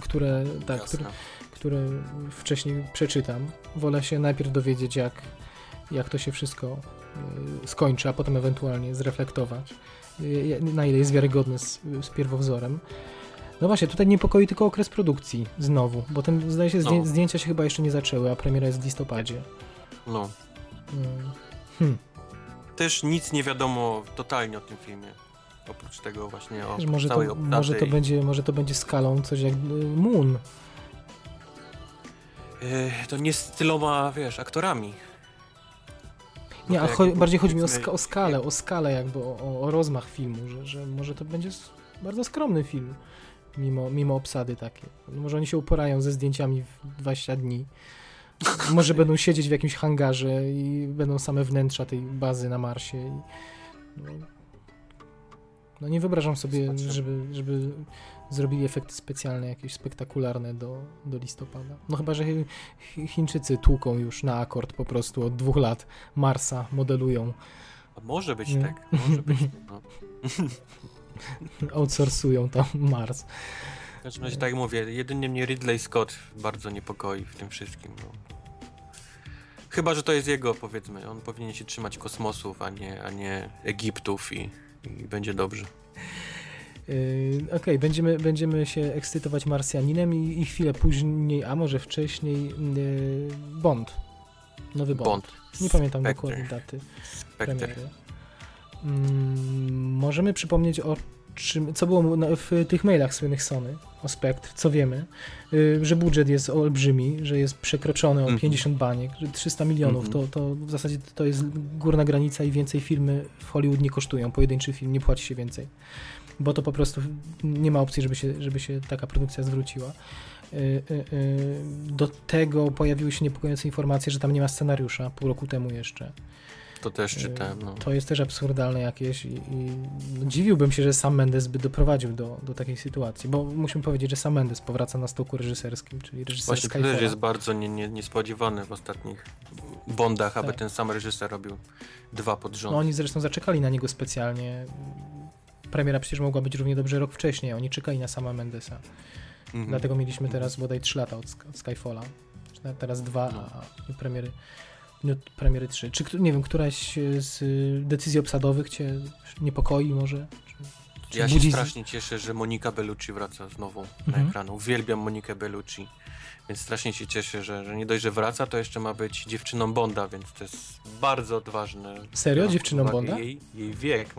które wcześniej przeczytam. Wolę się najpierw dowiedzieć, jak to się wszystko skończy, a potem ewentualnie zreflektować, na ile jest wiarygodne z pierwowzorem. No właśnie, tutaj niepokoi tylko okres produkcji znowu, bo ten, zdaje się, zdjęcia się chyba jeszcze nie zaczęły, a premiera jest w listopadzie. No. Też nic nie wiadomo totalnie o tym filmie. Oprócz tego właśnie o całej obsadzie. Może to będzie skalą coś jak Moon. To nie z tyloma, aktorami. Nie, bardziej chodzi mi o skalę jakby, o rozmach filmu, że może to będzie bardzo skromny film, mimo obsady takiej. Może oni się uporają ze zdjęciami w 20 dni. Może będą siedzieć w jakimś hangarze i będą same wnętrza tej bazy na Marsie. No nie wyobrażam sobie, żeby zrobili efekty specjalne, jakieś spektakularne do listopada. No chyba, że Chińczycy tłuką już na akord po prostu od 2 lat Marsa, modelują. A może być tak, może być. No. Outsourcują tam Mars. W każdym razie, tak jak mówię, jedynie mnie Ridley Scott bardzo niepokoi w tym wszystkim. No. Chyba, że to jest jego, powiedzmy. On powinien się trzymać kosmosów, a nie Egiptów i będzie dobrze. Okej, będziemy się ekscytować Marsjaninem i chwilę później, a może wcześniej Bond. Nowy Bond. Nie pamiętam dokładnie daty premiery. Możemy przypomnieć o czym, co było w tych mailach słynnych Sony. o Spectre, co wiemy, że budżet jest olbrzymi, że jest przekroczony o 50 baniek, że 300 milionów, to w zasadzie to jest górna granica i więcej filmy w Hollywood nie kosztują, pojedynczy film nie płaci się więcej, bo to po prostu nie ma opcji, żeby się taka produkcja zwróciła. Do tego pojawiły się niepokojące informacje, że tam nie ma scenariusza, pół roku temu jeszcze. To też czytałem. No. To jest też absurdalne jakieś i dziwiłbym się, że Sam Mendes by doprowadził do takiej sytuacji, bo musimy powiedzieć, że Sam Mendes powraca na stołku reżyserskim, czyli reżyser Właśnie Skyfalla. to też jest bardzo niespodziewane w ostatnich Bondach, aby ten sam reżyser robił 2 pod rząd. No oni zresztą zaczekali na niego specjalnie. Premiera przecież mogła być równie dobrze rok wcześniej, oni czekali na Sama Mendesa. Dlatego mieliśmy teraz bodaj 3 lata od Skyfalla. Teraz 2, a premiery 3. Czy, nie wiem, któraś z decyzji obsadowych cię niepokoi może? Czy ja się strasznie cieszę, że Monica Bellucci wraca znowu na ekran. Uwielbiam Monikę Bellucci, więc strasznie się cieszę, że nie dość, że wraca, to jeszcze ma być dziewczyną Bonda, więc to jest bardzo odważne. Serio? Dziewczyną Bonda? Jej wiek.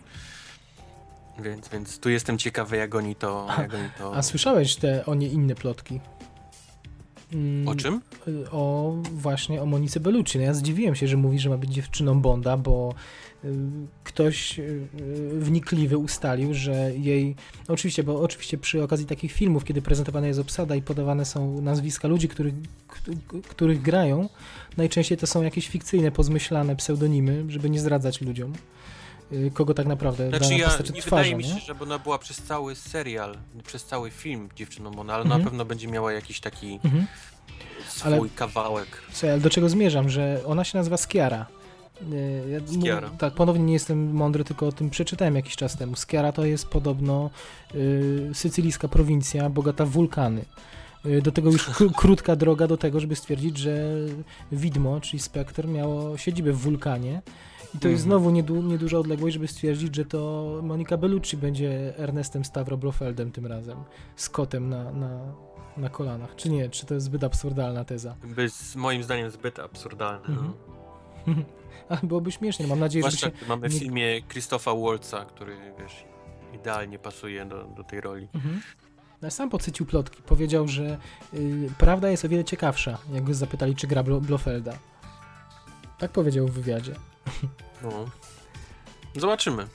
Więc tu jestem ciekawy, jak oni to... A słyszałeś o nie inne plotki? O czym? Właśnie o Monice Bellucci. No ja zdziwiłem się, że mówi, że ma być dziewczyną Bonda, bo ktoś wnikliwy ustalił, że jej... Oczywiście przy okazji takich filmów, kiedy prezentowana jest obsada i podawane są nazwiska ludzi, których grają, najczęściej to są jakieś fikcyjne, pozmyślane pseudonimy, żeby nie zdradzać ludziom, kogo tak naprawdę dana postać odtwarza. Wydaje mi się, że ona była przez cały serial, przez cały film dziewczyną Bonda, ale na pewno będzie miała jakiś taki swój kawałek. Ale do czego zmierzam, że ona się nazywa Sciara. Sciara. Tak, ponownie nie jestem mądry, tylko o tym przeczytałem jakiś czas temu. Sciara to jest podobno sycylijska prowincja, bogata w wulkany. Do tego już krótka droga do tego, żeby stwierdzić, że widmo, czyli Spectre, miało siedzibę w wulkanie. I to jest znowu nieduża odległość, żeby stwierdzić, że to Monica Bellucci będzie Ernestem Stavro Blofeldem tym razem, z kotem na kolanach. Czy nie? Czy to jest zbyt absurdalna teza? Moim zdaniem zbyt absurdalne. Ale byłoby śmiesznie. Mam nadzieję, że mamy w filmie Christopha Waltza, który, wiesz, idealnie pasuje do tej roli. Sam podsycił plotki. Powiedział, że prawda jest o wiele ciekawsza, jak go zapytali, czy gra Blofelda. Tak powiedział w wywiadzie. No. Zobaczymy.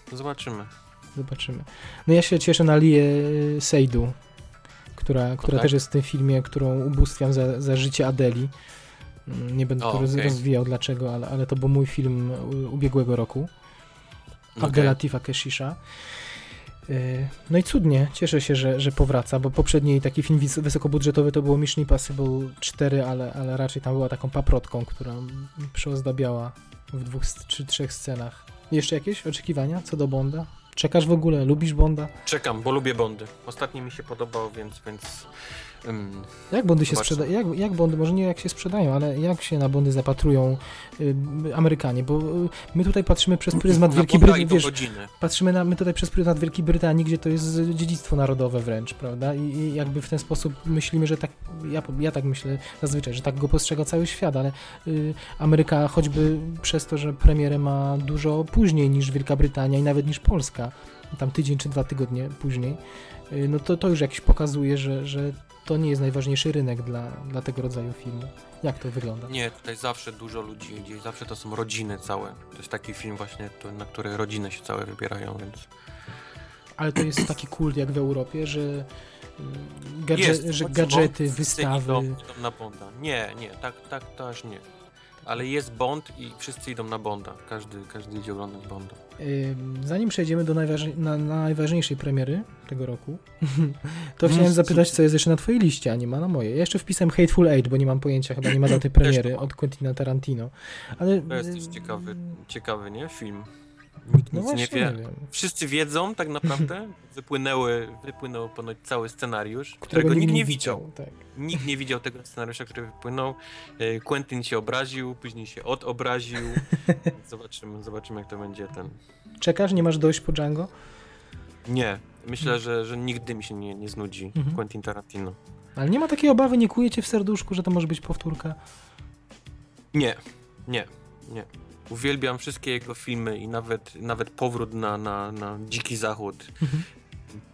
No ja się cieszę na Lię Seydoux, która też jest w tym filmie, którą ubóstwiam za życie Adeli. Nie będę rozwijał dlaczego, ale to był mój film ubiegłego roku. Adela Tifa Keshisha. No i cudnie, cieszę się, że powraca, bo poprzedni taki film wysokobudżetowy to było Mission Impossible 4, ale raczej tam była taką paprotką, która przyozdabiała w 2 czy 3 scenach. Jeszcze jakieś oczekiwania co do Bonda? Czekasz w ogóle? Lubisz Bonda? Czekam, bo lubię Bondy. Ostatnio mi się podobał, więc jak Bondy się sprzedają? Jak Bondy, może nie jak się sprzedają, ale jak się na Bondy zapatrują Amerykanie? Bo my tutaj patrzymy przez pryzmat Wielkiej Brytanii. My tutaj przez pryzmat Wielkiej Brytanii, gdzie to jest dziedzictwo narodowe wręcz, prawda? I jakby w ten sposób myślimy, że tak, ja tak myślę zazwyczaj, że tak go postrzega cały świat, ale Ameryka choćby przez to, że premierę ma dużo później niż Wielka Brytania i nawet niż Polska, tam tydzień czy 2 tygodnie później, no to już jakiś pokazuje, że to nie jest najważniejszy rynek dla tego rodzaju filmu. Jak to wygląda? Nie, tutaj zawsze dużo ludzi idzie, zawsze to są rodziny całe. To jest taki film właśnie, na który rodziny się całe wybierają, więc... Ale to jest taki kult jak w Europie, że gadżety, wystawy... Idą na Bonda. Nie, tak to aż nie. Ale jest Bond i wszyscy idą na Bonda. Każdy idzie oglądać Bonda. Zanim przejdziemy do najważniejszej premiery tego roku, to chciałem zapytać, co jest jeszcze na twojej liście, a nie ma na mojej. Ja jeszcze wpisałem Hateful Eight, bo nie mam pojęcia, chyba nie ma daty premiery od Quentina Tarantino. Ale... To jest też ciekawy, nie? Film. Nikt nic nie wie. Wszyscy wiedzą tak naprawdę. Wypłynął ponoć cały scenariusz, którego nikt nie widział. Tak. Nikt nie widział tego scenariusza, który wypłynął. Quentin się obraził, później się odobraził. Zobaczymy, jak to będzie ten... Czekasz? Nie masz dość po Django? Nie. Myślę, że nigdy mi się nie znudzi Quentin Tarantino. Ale nie ma takiej obawy, nie kuje cię w serduszku, że to może być powtórka? Nie. Uwielbiam wszystkie jego filmy i nawet Powrót na Dziki Zachód.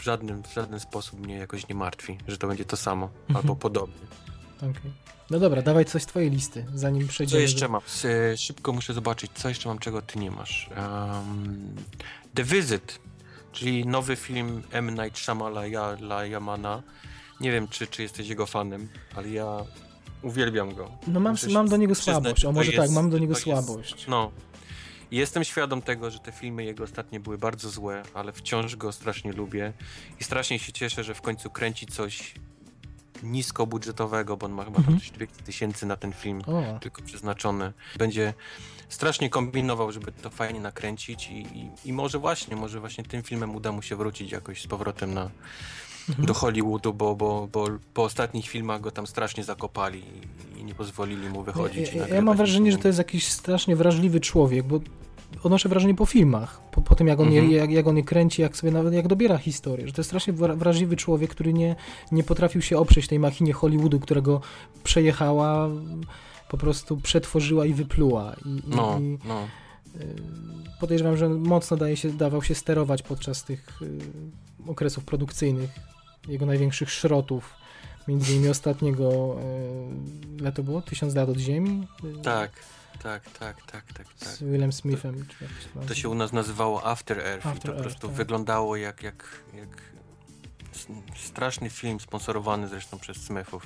w żaden sposób mnie jakoś nie martwi, że to będzie to samo, albo podobnie. Okay. No dobra, dawaj coś z twojej listy, zanim przejdziemy. Co jeszcze mam? Szybko muszę zobaczyć, co jeszcze mam, czego ty nie masz. The Visit, czyli nowy film M. Night Shyamalana. Nie wiem, czy jesteś jego fanem, ale ja uwielbiam go. No mam do niego słabość, mam do niego słabość. No. Jestem świadom tego, że te filmy jego ostatnie były bardzo złe, ale wciąż go strasznie lubię i strasznie się cieszę, że w końcu kręci coś niskobudżetowego, bo on ma chyba tam coś 200 000 na ten film tylko przeznaczone. Będzie strasznie kombinował, żeby to fajnie nakręcić i może właśnie tym filmem uda mu się wrócić jakoś z powrotem do Hollywoodu, bo po ostatnich filmach go tam strasznie zakopali i nie pozwolili mu wychodzić. Ja mam wrażenie, że to jest jakiś strasznie wrażliwy człowiek, bo odnoszę wrażenie po filmach, po tym jak on je kręci, jak sobie nawet jak dobiera historię, że to jest strasznie wrażliwy człowiek, który nie potrafił się oprzeć tej machinie Hollywoodu, która go przejechała, po prostu przetworzyła i wypluła. Podejrzewam, że mocno dawał się sterować podczas tych okresów produkcyjnych, jego największych szrotów, między innymi ostatniego, ile to było? 1000 lat od Ziemi? Tak. Z Willem Smithem. To się u nas nazywało After Earth i to po prostu wyglądało jak straszny film sponsorowany zresztą przez Smithów.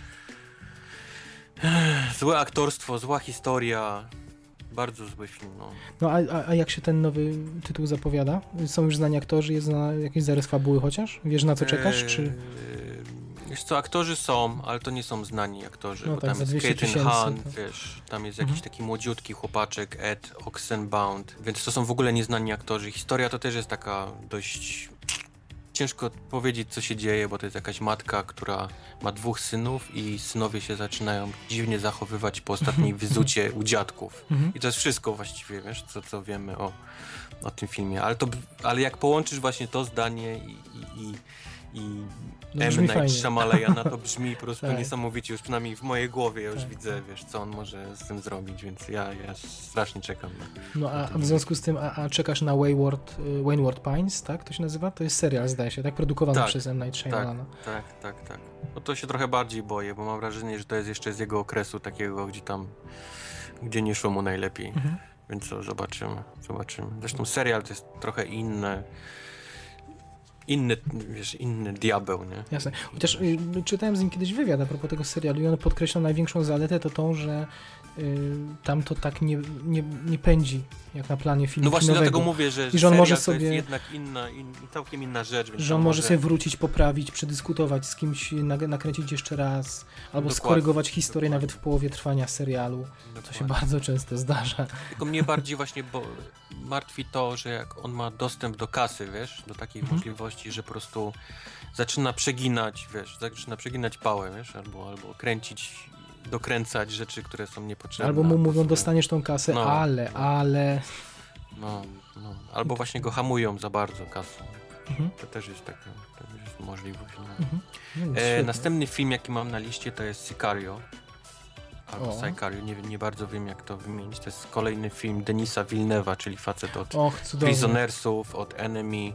Złe aktorstwo, zła historia, bardzo zły film. No a jak się ten nowy tytuł zapowiada? Są już znani aktorzy, jest jakiś zarys fabuły chociaż? Wiesz, na co czekasz? Czy... Wiesz co, aktorzy są, ale to nie są znani aktorzy, bo tak, tam jest Caitlin Hahn, wiesz, tam jest jakiś taki młodziutki chłopaczek, Ed Oxenbound, więc to są w ogóle nieznani aktorzy. Historia to też jest taka dość... Ciężko powiedzieć, co się dzieje, bo to jest jakaś matka, która ma 2 synów i synowie się zaczynają dziwnie zachowywać po ostatniej wizycie u dziadków. I to jest wszystko właściwie, wiesz, co wiemy o tym filmie. Ale jak połączysz właśnie to zdanie i M. Night Shyamalana, to brzmi po prostu niesamowicie, już przynajmniej w mojej głowie ja już widzę, wiesz, co on może z tym zrobić, więc ja strasznie czekam. A w związku z tym, a czekasz na Wayward Pines, tak to się nazywa? To jest serial, zdaje się, tak? Produkowany przez M. Night Shyamalana. Tak. No to się trochę bardziej boję, bo mam wrażenie, że to jest jeszcze z jego okresu takiego, gdzie nie szło mu najlepiej. Więc zobaczymy. Zresztą serial to jest trochę inny diabeł, nie? Jasne. Chociaż czytałem z nim kiedyś wywiad a propos tego serialu i on podkreślał największą zaletę to tą, że tam to tak nie pędzi jak na planie filmu. No właśnie kinowego. dlatego mówię, że on może to sobie, jest jednak całkiem inna rzecz. Więc że on może sobie wrócić, poprawić, przedyskutować z kimś, nakręcić jeszcze raz, albo skorygować historię nawet w połowie trwania serialu. To się bardzo często zdarza. Tylko mnie bardziej właśnie martwi to, że jak on ma dostęp do kasy, wiesz, do takiej możliwości, że po prostu zaczyna przeginać pałę, wiesz, albo dokręcać rzeczy, które są niepotrzebne. Albo mu mówią, dostaniesz tą kasę, ale... No. Albo właśnie go hamują za bardzo kasą. To też jest taka możliwość. Następny film, jaki mam na liście, to jest Sicario. Albo Sicario, nie bardzo wiem, jak to wymienić. To jest kolejny film Denisa Villeneuve'a, czyli facet od Prisonersów, od Enemy.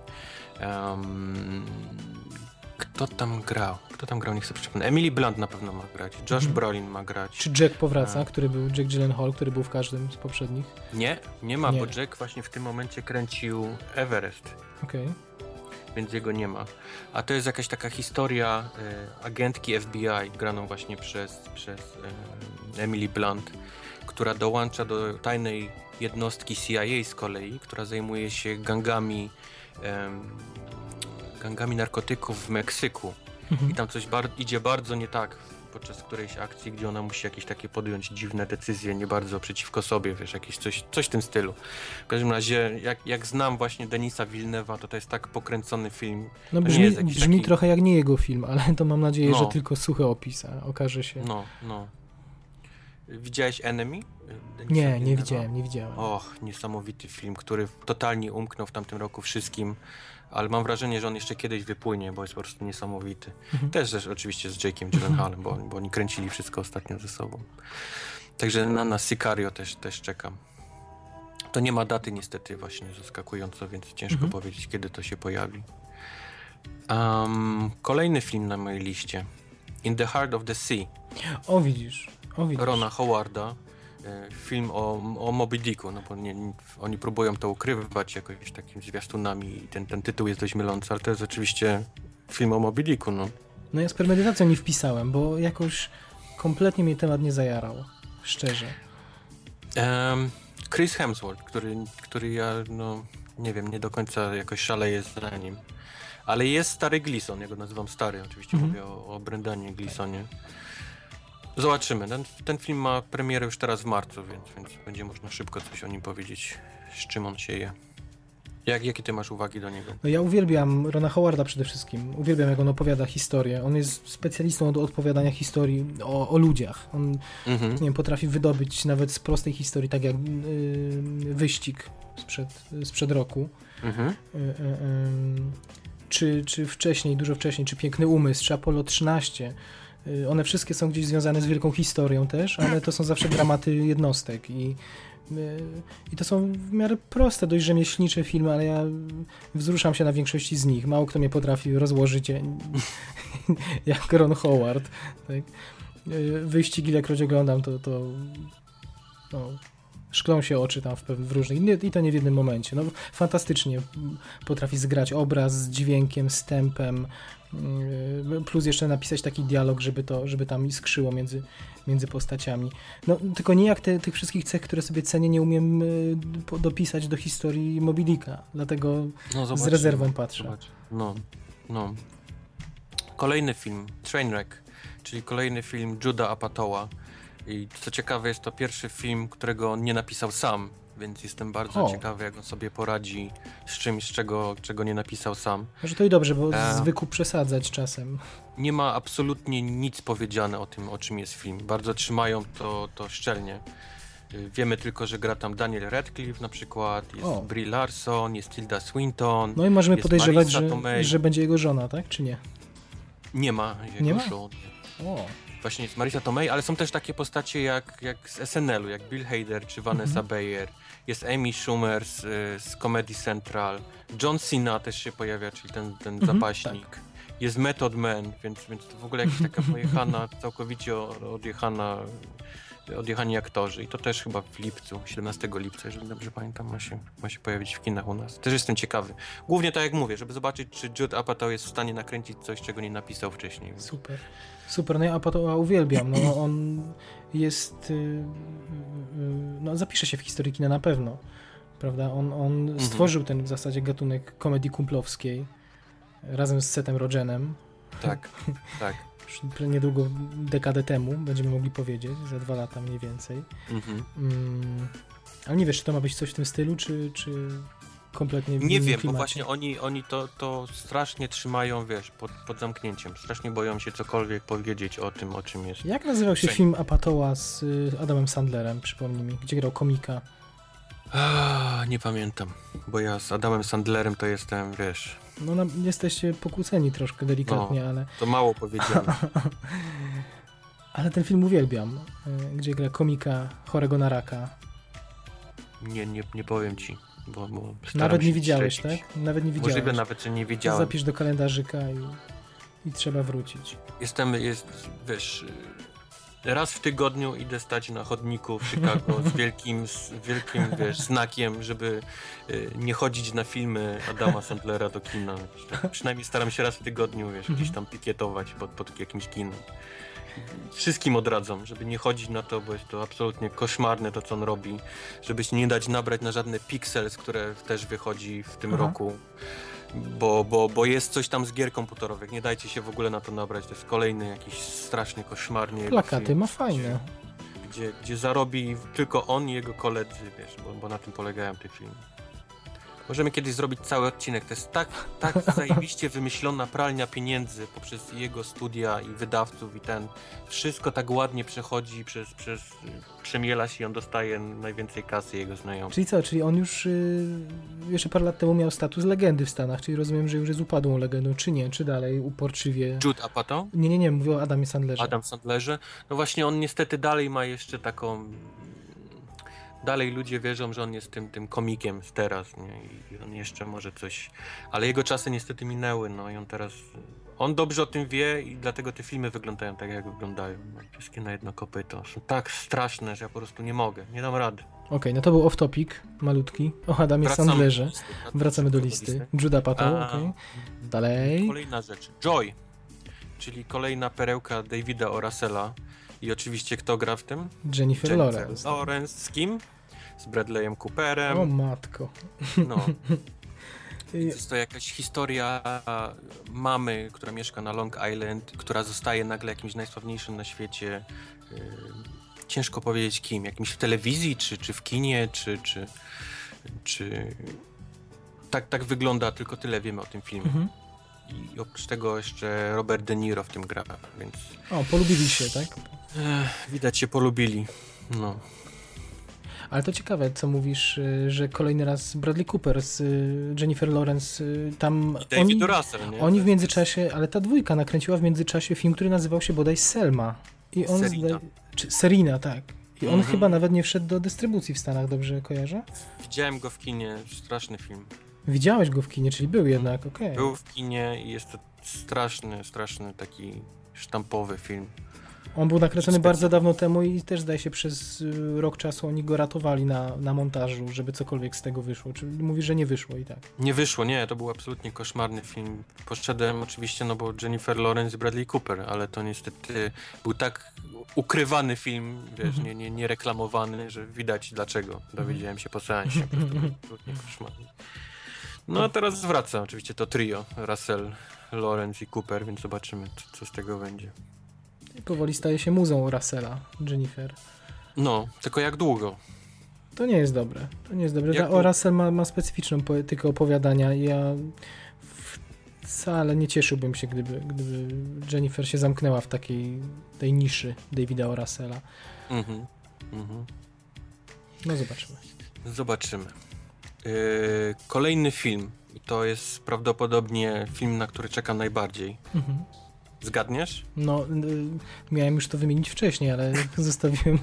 Kto tam grał? Niech sobie przypomnę. Emily Blunt na pewno ma grać. Josh Brolin ma grać. Czy Jack powraca, Jack Gyllenhaal, który był w każdym z poprzednich? Nie ma, bo Jack właśnie w tym momencie kręcił Everest. Okej. Więc jego nie ma. A to jest jakaś taka historia agentki FBI, graną właśnie przez Emily Blunt, która dołącza do tajnej jednostki CIA z kolei, która zajmuje się gangami narkotyków w Meksyku. I tam coś idzie bardzo nie tak podczas którejś akcji, gdzie ona musi jakieś takie podjąć dziwne decyzje, nie bardzo przeciwko sobie, wiesz, jakieś coś w tym stylu. W każdym razie, jak znam właśnie Denisa Villeneuve'a, to jest tak pokręcony film. No brzmi trochę jak nie jego film, ale to mam nadzieję, że tylko suchy opis, a okaże się. No. Widziałeś Enemy? Nie widziałem. Och, niesamowity film, który totalnie umknął w tamtym roku wszystkim, ale mam wrażenie, że on jeszcze kiedyś wypłynie, bo jest po prostu niesamowity. Też oczywiście z Jake'em Gyllenhaalem, bo oni kręcili wszystko ostatnio ze sobą. Także na Sicario też czekam. To nie ma daty niestety właśnie zaskakująco, więc ciężko powiedzieć, kiedy to się pojawi. Kolejny film na mojej liście. In the Heart of the Sea. O widzisz. Rona Howarda. Film o Moby Dicku, no bo oni próbują to ukrywać jakoś takimi zwiastunami i ten tytuł jest dość mylący, ale to jest oczywiście film o Moby Dicku, no. No ja z premedytacją nie wpisałem, bo jakoś kompletnie mnie temat nie zajarał. Szczerze. Chris Hemsworth, który ja, no nie wiem, nie do końca jakoś szaleję za nim. Ale jest stary Gleeson, ja go nazywam stary, oczywiście mówię o Brendanie Gleesonie. Zobaczymy. Ten film ma premierę już teraz w marcu, więc będzie można szybko coś o nim powiedzieć, z czym on się je. Jakie ty masz uwagi do niego? No ja uwielbiam Rona Howarda przede wszystkim. Uwielbiam, jak on opowiada historię. On jest specjalistą od opowiadania historii o ludziach. On nie wiem, potrafi wydobyć nawet z prostej historii, tak jak Wyścig sprzed roku. Czy wcześniej, dużo wcześniej, czy Piękny Umysł, czy Apollo 13. One wszystkie są gdzieś związane z wielką historią też, ale to są zawsze dramaty jednostek i to są w miarę proste, dość rzemieślnicze filmy, ale ja wzruszam się na większości z nich. Mało kto mnie potrafi rozłożyć jak Ron Howard. Tak? Wyścig, ilekroć oglądam, to no, szklą się oczy tam w różnych, i to nie w jednym momencie. No, fantastycznie potrafi zgrać obraz z dźwiękiem, z tempem, plus jeszcze napisać taki dialog, żeby tam iskrzyło między postaciami. No, tylko nie jak tych wszystkich cech, które sobie cenię, nie umiem dopisać do historii Moby Dicka, dlatego z rezerwą patrzę. No. Kolejny film, Trainwreck, czyli kolejny film Juda Apatowa. I co ciekawe, jest to pierwszy film, którego on nie napisał sam, więc jestem bardzo ciekawy, jak on sobie poradzi z czymś, czego nie napisał sam. Może to i dobrze, bo zwykł przesadzać czasem. Nie ma absolutnie nic powiedziane o tym, o czym jest film. Bardzo trzymają to szczelnie. Wiemy tylko, że gra tam Daniel Radcliffe na przykład, jest Brie Larson, jest Tilda Swinton. No i możemy podejrzewać, że będzie jego żona, tak? Czy nie? Nie ma jego żony. Właśnie jest Marisa Tomei, ale są też takie postacie jak z SNL-u, jak Bill Hader czy Vanessa Bayer. Jest Amy Schumer z Comedy Central. John Cena też się pojawia, czyli ten zapaśnik. Tak. Jest Method Man, więc to w ogóle jakaś taka pojechana, całkowicie odjechani aktorzy. I to też chyba w lipcu, 17 lipca, jeżeli dobrze pamiętam, ma się pojawić w kinach u nas. Też jestem ciekawy. Głównie tak jak mówię, żeby zobaczyć, czy Jude Apatow jest w stanie nakręcić coś, czego nie napisał wcześniej. Super, no ja Apatowa uwielbiam. No, on jest... No, zapisze się w historii kina na pewno. Prawda? On stworzył ten w zasadzie gatunek komedii kumplowskiej razem z Setem Rogenem. Tak. Niedługo, dekadę temu, będziemy mogli powiedzieć, za 2 lata mniej więcej. Ale nie wiesz, czy to ma być coś w tym stylu, czy kompletnie w innym Nie wiem, klimacie? bo właśnie oni to strasznie trzymają, wiesz, pod zamknięciem. Strasznie boją się cokolwiek powiedzieć o tym, o czym jest. Jak nazywał się film Apatowa z Adamem Sandlerem, przypomnij mi, gdzie grał komika? Nie pamiętam, bo ja z Adamem Sandlerem to jestem, wiesz... No jesteście pokłóceni troszkę delikatnie, ale... To mało powiedziane. Ale ten film uwielbiam, gdzie gra komika chorego na raka. Nie powiem ci, bo nawet nie widziałeś, tak? Nawet nie widziałeś. Możliwe nawet, że nie widziałem. Zapisz do kalendarzyka i trzeba wrócić. Wiesz... Raz w tygodniu idę stać na chodniku w Chicago z wielkim wiesz, znakiem, żeby nie chodzić na filmy Adama Sandlera do kina. Przynajmniej staram się raz w tygodniu, wiesz, gdzieś tam pikietować pod jakimś kinem. Wszystkim odradzam, żeby nie chodzić na to, bo jest to absolutnie koszmarne to, co on robi. Żeby się nie dać nabrać na żadne Pixels, które też wychodzi w tym roku. Bo jest coś tam z gier komputerowych. Nie dajcie się w ogóle na to nabrać. To jest kolejny jakiś strasznie koszmarny plakaty film, ma fajne. Gdzie zarobi tylko on i jego koledzy, wiesz, bo na tym polegają te filmy. Możemy kiedyś zrobić cały odcinek. To jest tak zajebiście wymyślona pralnia pieniędzy poprzez jego studia i wydawców i wszystko tak ładnie przechodzi przemiela się i on dostaje najwięcej kasy jego znajomych. Czyli co? Czyli on już jeszcze parę lat temu miał status legendy w Stanach, czyli rozumiem, że już jest upadłą legendą, czy nie? Czy dalej uporczywie? Jude Apatow? Nie, mówię o Adamie Sandlerze. Adam Sandlerze. No właśnie on niestety dalej ma jeszcze taką... dalej ludzie wierzą, że on jest tym komikiem z teraz, nie? I on jeszcze może coś... Ale jego czasy niestety minęły, no i on teraz... On dobrze o tym wie i dlatego te filmy wyglądają tak, jak wyglądają. No, wszystkie na jedno kopyto. Są tak straszne, że ja po prostu nie mogę, nie dam rady. Okej, no to był off-topic, malutki, o Adamie Sandlerze. Wracamy do listy. Judd Apatow, okej. Dalej. Kolejna rzecz. Joy, czyli kolejna perełka Davida o Russella. I oczywiście kto gra w tym? Jennifer Lawrence. Lawrence z kim? Z Bradleyem Cooperem. O matko. No. Jest to jakaś historia mamy, która mieszka na Long Island, która zostaje nagle jakimś najsławniejszym na świecie. Ciężko powiedzieć kim. Jakimś w telewizji, czy w kinie, czy... Tak wygląda, tylko tyle wiemy o tym filmie. I oprócz tego jeszcze Robert De Niro w tym gra, więc... O, polubili się, tak? Widać się polubili, no. Ale to ciekawe, co mówisz, że kolejny raz Bradley Cooper z Jennifer Lawrence tam... I David Russell, nie? Oni w międzyczasie, ale ta dwójka nakręciła w międzyczasie film, który nazywał się bodaj Selma. I on Serena, tak. I on chyba nawet nie wszedł do dystrybucji w Stanach, dobrze kojarzę? Widziałem go w kinie, straszny film. Widziałeś go w kinie, czyli był jednak, okej. Był w kinie i jest to straszny taki sztampowy film. On był nakręcony bardzo dawno temu i też zdaje się przez rok czasu oni go ratowali na montażu, żeby cokolwiek z tego wyszło. Czyli mówisz, że nie wyszło i tak. Nie wyszło, nie, to był absolutnie koszmarny film. Poszedłem oczywiście, no bo Jennifer Lawrence i Bradley Cooper, ale to niestety był tak ukrywany film, wiesz, nie reklamowany, że widać dlaczego. Dowiedziałem się po seansie, po prostu był absolutnie koszmarny. No a teraz wraca oczywiście to trio, Russell, Lawrence i Cooper, więc zobaczymy, co z tego będzie. Powoli staje się muzą Russella, Jennifer. No, tylko jak długo? To nie jest dobre. Russell ma specyficzną poetykę opowiadania i ja wcale nie cieszyłbym się, gdyby Jennifer się zamknęła w tej niszy Davida o Russella. No Zobaczymy. Kolejny film. I to jest prawdopodobnie film, na który czekam najbardziej. Zgadniesz? No, miałem już to wymienić wcześniej, ale zostawiłem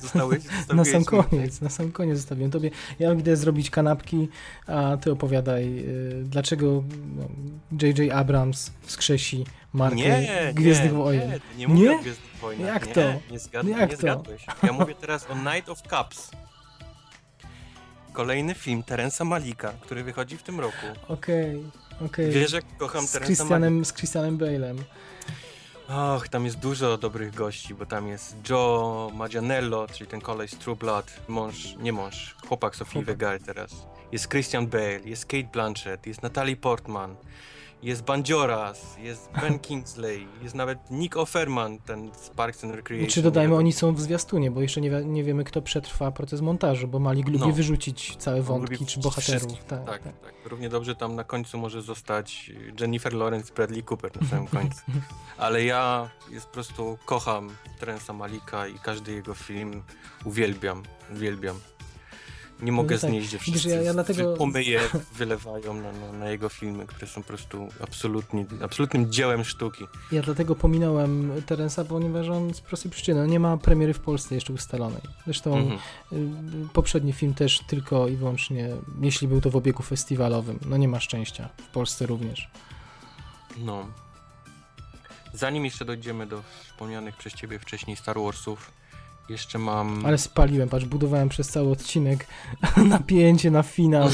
na sam koniec zostawiłem tobie. Ja idę zrobić kanapki, a ty opowiadaj, dlaczego J.J. Abrams wskrzesi markę Gwiezdnych Wojen. Nie mówię o Gwiezdnych Wojnach. Jak to? Nie zgadłeś. Ja mówię teraz o Night of Cups. Kolejny film Terensa Malika, który wychodzi w tym roku. Okej. Wiesz, jak kocham Terensa Malika? Z Christianem Bale'em. Och, tam jest dużo dobrych gości, bo tam jest Joe Manganiello, czyli ten koleś z True Blood, chłopak Sofii Vergara teraz. Jest Christian Bale, jest Cate Blanchett, jest Natalie Portman, jest Banjoras, jest Ben Kingsley, jest nawet Nick Offerman, ten z Parks and Recreation. Czy dodajmy, oni są w zwiastunie, bo jeszcze nie wiemy, kto przetrwa proces montażu, bo Malik lubi wyrzucić całe wątki czy bohaterów. Tak. Równie dobrze tam na końcu może zostać Jennifer Lawrence i Bradley Cooper na samym końcu. Ale ja po prostu kocham Terensa Malika i każdy jego film uwielbiam. Nie mogę znieść, że wszyscy pomyje wylewają na jego filmy, które są po prostu absolutnym dziełem sztuki. Ja dlatego pominąłem Terensa, ponieważ on z prostej przyczyny nie ma premiery w Polsce jeszcze ustalonej. Zresztą poprzedni film też tylko i wyłącznie, jeśli był to w obiegu festiwalowym, no nie ma szczęścia. W Polsce również. No. Zanim jeszcze dojdziemy do wspomnianych przez ciebie wcześniej Star Warsów, jeszcze mam... Ale spaliłem, patrz, budowałem przez cały odcinek napięcie na finał.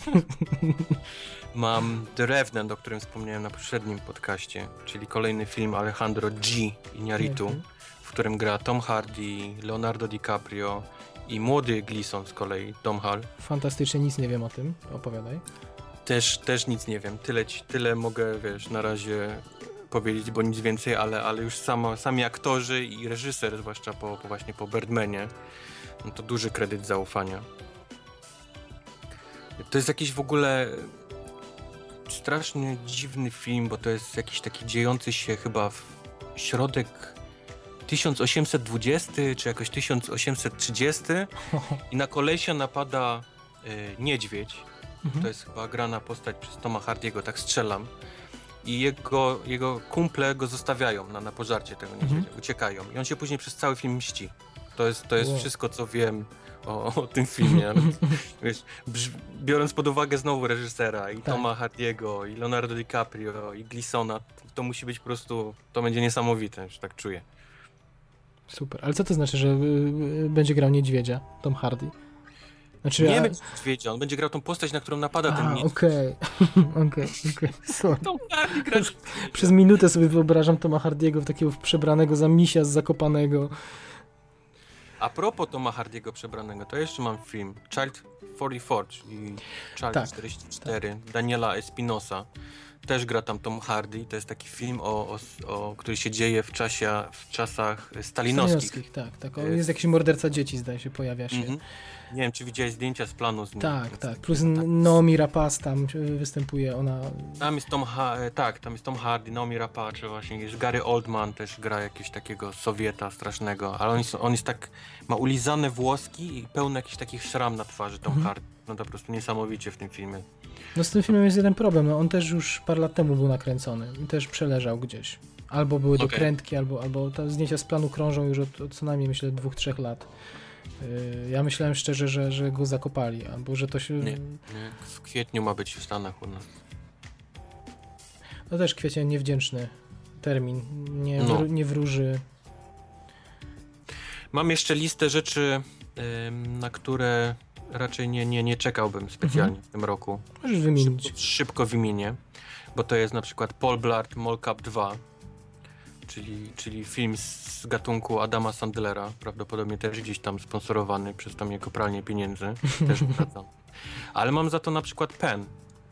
Mam The Revenant, o którym wspomniałem na poprzednim podcaście, czyli kolejny film Alejandro G. Iñárritu, w którym gra Tom Hardy, Leonardo DiCaprio i młody Gleeson z kolei, Domhnall. Fantastycznie, nic nie wiem o tym, opowiadaj. Też nic nie wiem, tyle mogę, na razie powiedzieć, bo nic więcej, ale już sami aktorzy i reżyser, zwłaszcza właśnie po Birdmanie, no to duży kredyt zaufania. To jest jakiś w ogóle strasznie dziwny film, bo to jest jakiś taki dziejący się chyba w środek 1820 czy jakoś 1830 i na kolesia napada niedźwiedź. To jest chyba grana postać przez Toma Hardiego, tak strzelam. I jego kumple go zostawiają na pożarcie tego niedźwiedzia, uciekają. I on się później przez cały film mści. To jest wszystko, co wiem o tym filmie. Ale, wiesz, biorąc pod uwagę znowu reżysera i Toma Hardiego, i Leonardo DiCaprio, i Gleesona, to musi być po prostu, to będzie niesamowite, że tak czuję. Super. Ale co to znaczy, że będzie grał niedźwiedzia, Tom Hardy? Znaczy, nie będzie niedźwiedzia, on będzie grał tą postać, na którą napada ten niedźwiedź. Okej. Sorry. Tom Hardy gra Przez minutę sobie wyobrażam Toma Hardiego w takiego przebranego za misia z Zakopanego. A propos Toma Hardiego przebranego, to jeszcze mam film Child 44, czyli Child 44, Daniela Espinosa. Też gra tam Tom Hardy. To jest taki film, który się dzieje w czasach stalinowskich. Tak. On jest jakiś morderca dzieci, zdaje się, pojawia się. Nie wiem, czy widziałeś zdjęcia z planu z nim. Tak. Plus Naomi Rapace tam występuje, ona... Tam jest Tom Hardy, Naomi Rapace właśnie, jest Gary Oldman też gra jakiegoś takiego Sowieta strasznego, ale on jest tak, ma ulizane włoski i pełno jakichś takich szram na twarzy Tom Hardy. No to po prostu niesamowicie w tym filmie. No z tym filmem jest jeden problem, no on też już parę lat temu był nakręcony i też przeleżał gdzieś. Albo były dokrętki, albo te zdjęcia z planu krążą już od co najmniej, myślę, 2-3 lat. Ja myślałem szczerze, że go zakopali, albo że to się... Nie. W kwietniu ma być w Stanach u nas. No też kwiecień niewdzięczny termin, nie wróży. Mam jeszcze listę rzeczy, na które raczej nie czekałbym specjalnie w tym roku. Możesz wymienić. Szybko wymienię, bo to jest na przykład Paul Blart Mall Cop 2, czyli film z gatunku Adama Sandlera, prawdopodobnie też gdzieś tam sponsorowany przez tam jego pralnię pieniędzy, też wracam. Ale mam za to na przykład Pen,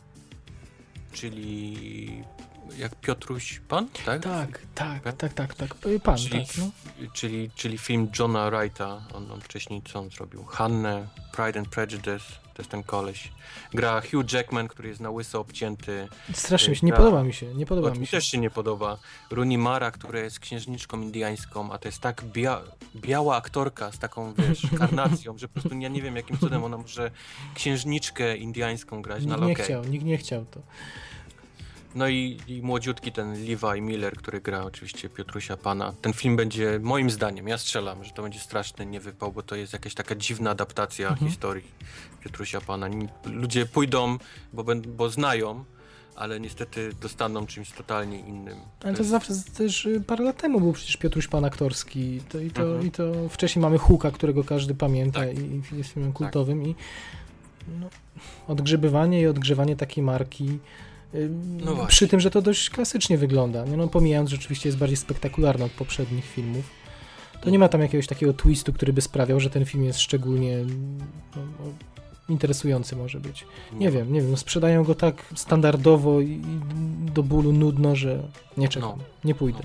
czyli jak Piotruś Pan, tak? Tak. Pan, czyli film Johna Wrighta, on wcześniej co on zrobił? Hannę, Pride and Prejudice, to jest ten koleś. Gra Hugh Jackman, który jest na łyso obcięty. Strasznie nie podoba mi się. Mi też się nie podoba. Rooney Mara, która jest księżniczką indiańską, a to jest tak biała aktorka z taką, wiesz, karnacją, że po prostu ja nie wiem, jakim cudem ona może księżniczkę indiańską grać. Nikt nie chciał to. No i młodziutki ten Levi Miller, który gra oczywiście Piotrusia Pana. Ten film będzie, moim zdaniem, ja strzelam, że to będzie straszny niewypał, bo to jest jakaś taka dziwna adaptacja historii Piotrusia Pana. Ludzie pójdą, bo znają, ale niestety dostaną czymś totalnie innym. Ale to zawsze też parę lat temu był przecież Piotruś Pan aktorski. I to wcześniej mamy Hooka, którego każdy pamięta i jest filmem kultowym. I odgrzebywanie i odgrzewanie takiej marki. Przy tym, że to dość klasycznie wygląda. Pomijając, że rzeczywiście jest bardziej spektakularny od poprzednich filmów. To nie ma tam jakiegoś takiego twistu, który by sprawiał, że ten film jest szczególnie interesujący może być. Nie wiem, sprzedają go tak standardowo i do bólu nudno, że nie czekam, nie pójdę.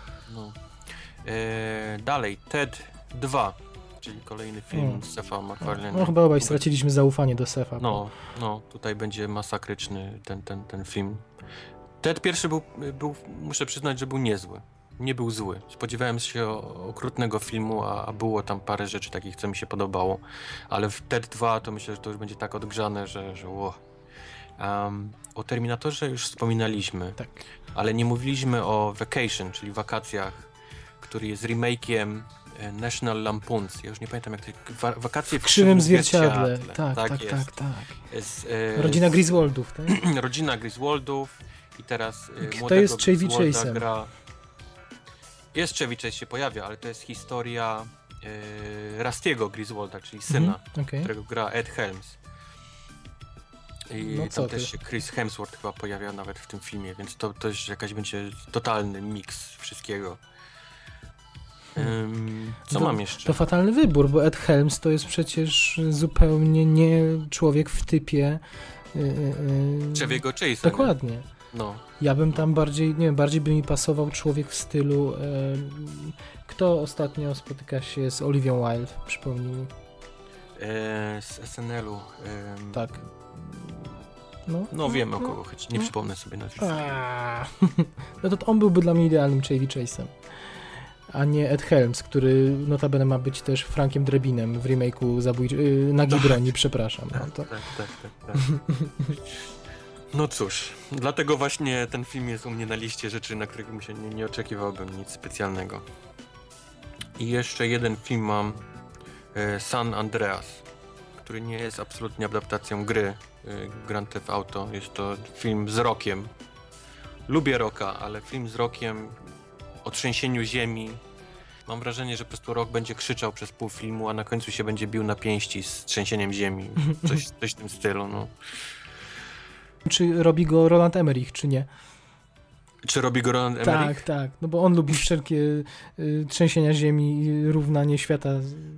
Dalej, Ted 2, czyli kolejny film z Sefa MacFarlane'a. Chyba obaj straciliśmy zaufanie do Sefa. Tutaj będzie masakryczny ten film. Ted pierwszy był, muszę przyznać, że był niezły. Nie był zły. Spodziewałem się okrutnego filmu, a było tam parę rzeczy takich, co mi się podobało. Ale w Ted 2 to myślę, że to już będzie tak odgrzane, że o Terminatorze już wspominaliśmy. Tak. Ale nie mówiliśmy o Vacation, czyli wakacjach, który jest remake'iem National Lampoons. Ja już nie pamiętam jak to... Wakacje w krzywym zwierciadle. Tak. Rodzina Griswoldów, tak? Rodzina Griswoldów i teraz to jest Chevy Chase'em. Gra... Jest Chevy Chase się pojawia, ale to jest historia Rusty'ego Griswolda, czyli syna, którego gra Ed Helms. I tam też się Chris Hemsworth chyba pojawia nawet w tym filmie, więc to też jakaś będzie totalny miks wszystkiego. Co mam jeszcze? To fatalny wybór, bo Ed Helms to jest przecież zupełnie nie człowiek w typie Chevy'ego Chase'a. Dokładnie. Ja bym tam bardziej by mi pasował człowiek w stylu kto ostatnio spotyka się z Olivią Wilde, przypomnij mi. Z SNL-u. Tak. Wiem o kogo chodzi, nie przypomnę sobie nazwiska. To on byłby dla mnie idealnym Chevy Chase'em, a nie Ed Helms, który notabene ma być też Frankiem Drebinem w remake'u Nagiej broni, przepraszam. Tak. No cóż, dlatego właśnie ten film jest u mnie na liście rzeczy, na których nie oczekiwałbym nic specjalnego. I jeszcze jeden film mam, San Andreas, który nie jest absolutnie adaptacją gry Grand Theft Auto. Jest to film z Rockiem. Lubię Rocka, ale film z Rockiem o trzęsieniu ziemi. Mam wrażenie, że po prostu Rock będzie krzyczał przez pół filmu, a na końcu się będzie bił na pięści z trzęsieniem ziemi. Coś w tym stylu, no. Czy robi go Roland Emmerich, czy nie? Czy robi go Roland Emmerich? Tak, no bo on lubi wszelkie trzęsienia ziemi i równanie świata.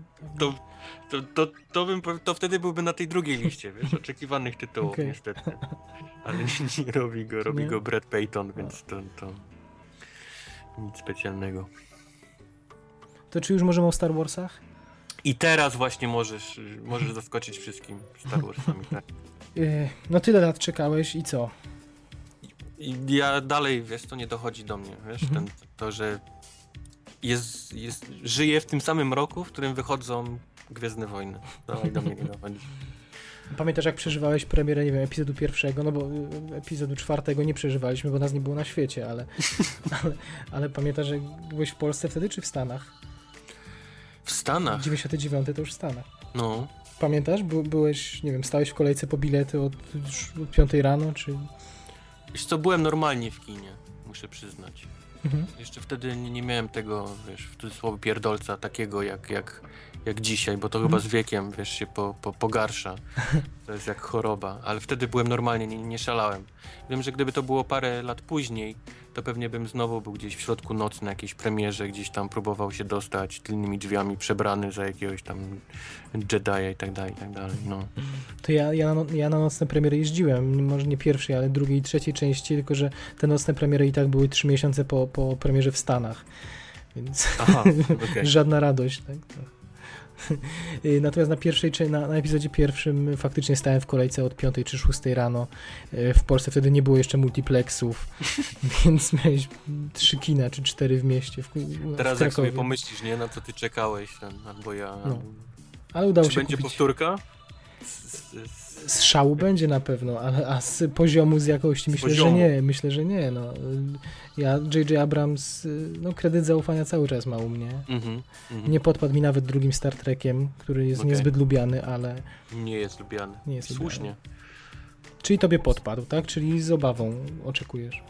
To wtedy byłby na tej drugiej liście, wiesz, oczekiwanych tytułów, Okay. niestety. Ale nie robi go Brad Payton, więc to nic specjalnego. To czy już możemy o Star Warsach? I teraz właśnie możesz zaskoczyć wszystkim Star Warsami, tak? No tyle lat czekałeś i co? I ja dalej, wiesz, to nie dochodzi do mnie, wiesz, to, że żyję w tym samym roku, w którym wychodzą Gwiezdne Wojny. Dalej do mnie nie dochodzi. Pamiętasz, jak przeżywałeś premierę, nie wiem, epizodu 1, no bo epizodu 4 nie przeżywaliśmy, bo nas nie było na świecie, ale pamiętasz, że byłeś w Polsce wtedy, czy w Stanach? W Stanach? 99 to już w Stanach. No. Pamiętasz? Byłeś, nie wiem, stałeś w kolejce po bilety od 5 rano, czy... Wiesz co, byłem normalnie w kinie, muszę przyznać. Jeszcze wtedy nie miałem tego, wiesz, w cudzysłowie pierdolca takiego jak dzisiaj, bo to chyba z wiekiem, wiesz, się pogarsza. To jest jak choroba, ale wtedy byłem normalnie, nie szalałem. Wiem, że gdyby to było parę lat później, to pewnie bym znowu był gdzieś w środku nocy na jakiejś premierze, gdzieś tam próbował się dostać tylnymi drzwiami, przebrany za jakiegoś tam Jedi'a i tak dalej, no. To ja na nocne premiery jeździłem, może nie pierwszej, ale drugiej i trzeciej części, tylko że te nocne premiery i tak były 3 miesiące po premierze w Stanach, więc okay. Żadna radość, tak? Natomiast na epizodzie 1 faktycznie stałem w kolejce od 5 czy 6 rano. W Polsce wtedy nie było jeszcze multiplexów, więc miałeś 3 kina czy 4 w mieście. Teraz jak sobie pomyślisz, nie, na co ty czekałeś, albo ja... No. Ale udało czy się będzie kupić... powtórka? Z szału będzie na pewno, a z poziomu, z jakości myślę, że nie. No. Ja, J.J. Abrams, no kredyt zaufania cały czas ma u mnie. Nie podpadł mi nawet drugim Star Trekiem, który jest niezbyt lubiany, ale... Nie jest lubiany. Słusznie. Czyli tobie podpadł, tak? Czyli z obawą oczekujesz?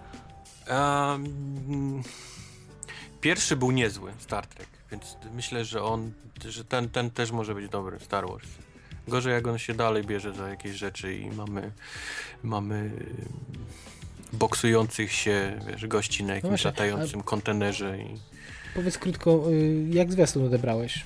Pierwszy był niezły, Star Trek, więc myślę, że ten też może być dobry, Star Wars. Gorzej jak on się dalej bierze za jakieś rzeczy i mamy boksujących się, wiesz, gości na jakimś latającym kontenerze. Powiedz krótko, jak zwiastun odebrałeś?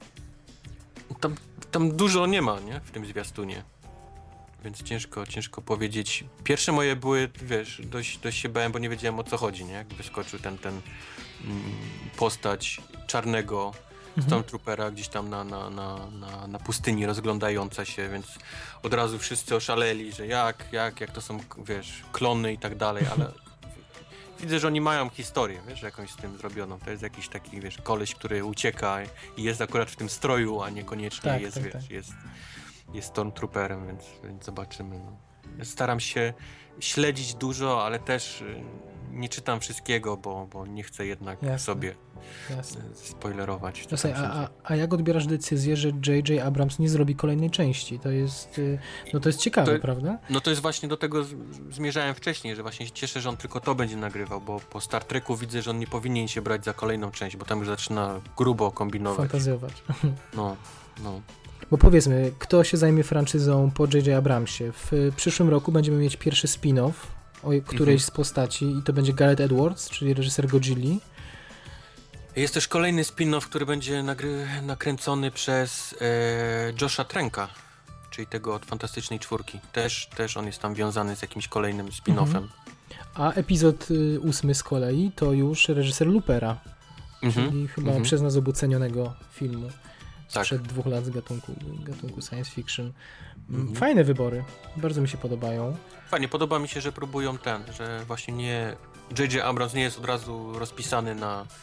Tam dużo nie ma, nie? W tym zwiastunie. Więc ciężko powiedzieć. Pierwsze moje były, wiesz, dość się bałem, bo nie wiedziałem, o co chodzi, nie? Jak wyskoczył ten postać czarnego Stormtroopera gdzieś tam na pustyni rozglądająca się, więc od razu wszyscy oszaleli, że jak to są, wiesz, klony i tak dalej, ale widzę, że oni mają historię, wiesz, jakąś z tym zrobioną. To jest jakiś taki, wiesz, koleś, który ucieka i jest akurat w tym stroju, a niekoniecznie jest Stormtrooperem, więc zobaczymy. No. Ja staram się śledzić dużo, ale też nie czytam wszystkiego, bo nie chcę jednak sobie spoilerować. A jak odbierasz decyzję, że J.J. Abrams nie zrobi kolejnej części? To jest ciekawe, prawda? No to jest właśnie do tego zmierzałem wcześniej, że właśnie się cieszę, że on tylko to będzie nagrywał, bo po Star Treku widzę, że on nie powinien się brać za kolejną część, bo tam już zaczyna grubo kombinować. Fantazjować. No. Bo powiedzmy, kto się zajmie franczyzą po J.J. Abramsie? W przyszłym roku będziemy mieć pierwszy spin-off o którejś z postaci i to będzie Gareth Edwards, czyli reżyser Godzilli. Jest też kolejny spin-off, który będzie nakręcony przez Josha Tranka, czyli tego od Fantastycznej Czwórki. Też on jest tam wiązany z jakimś kolejnym spin-offem. A epizod 8 z kolei to już reżyser Loopera, czyli chyba przez nas ocenionego filmu sprzed 2 lat z gatunku science fiction. Fajne wybory, bardzo mi się podobają. Fajnie, podoba mi się, że próbują że właśnie J.J. Abrams nie jest od razu rozpisany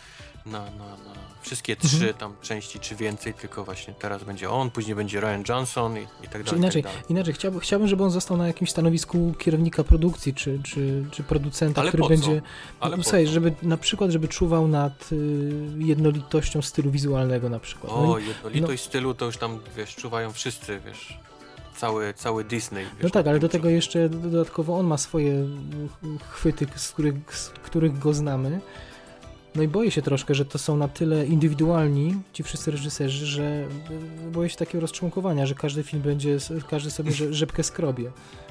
na wszystkie 3 tam części, czy więcej, tylko właśnie teraz będzie on, później będzie Rian Johnson i tak dalej. Inaczej chciałbym, żeby on został na jakimś stanowisku kierownika produkcji, czy producenta, ale który będzie... Słuchaj, żeby czuwał nad jednolitością stylu wizualnego na przykład. Jednolitość stylu to już tam, wiesz, czuwają wszyscy, wiesz, cały Disney. Wiesz, no tak, ale do tego jeszcze dodatkowo on ma swoje chwyty, z których go znamy. No i boję się troszkę, że to są na tyle indywidualni ci wszyscy reżyserzy, że boję się takiego rozczłonkowania, że każdy film każdy sobie rzepkę skrobie.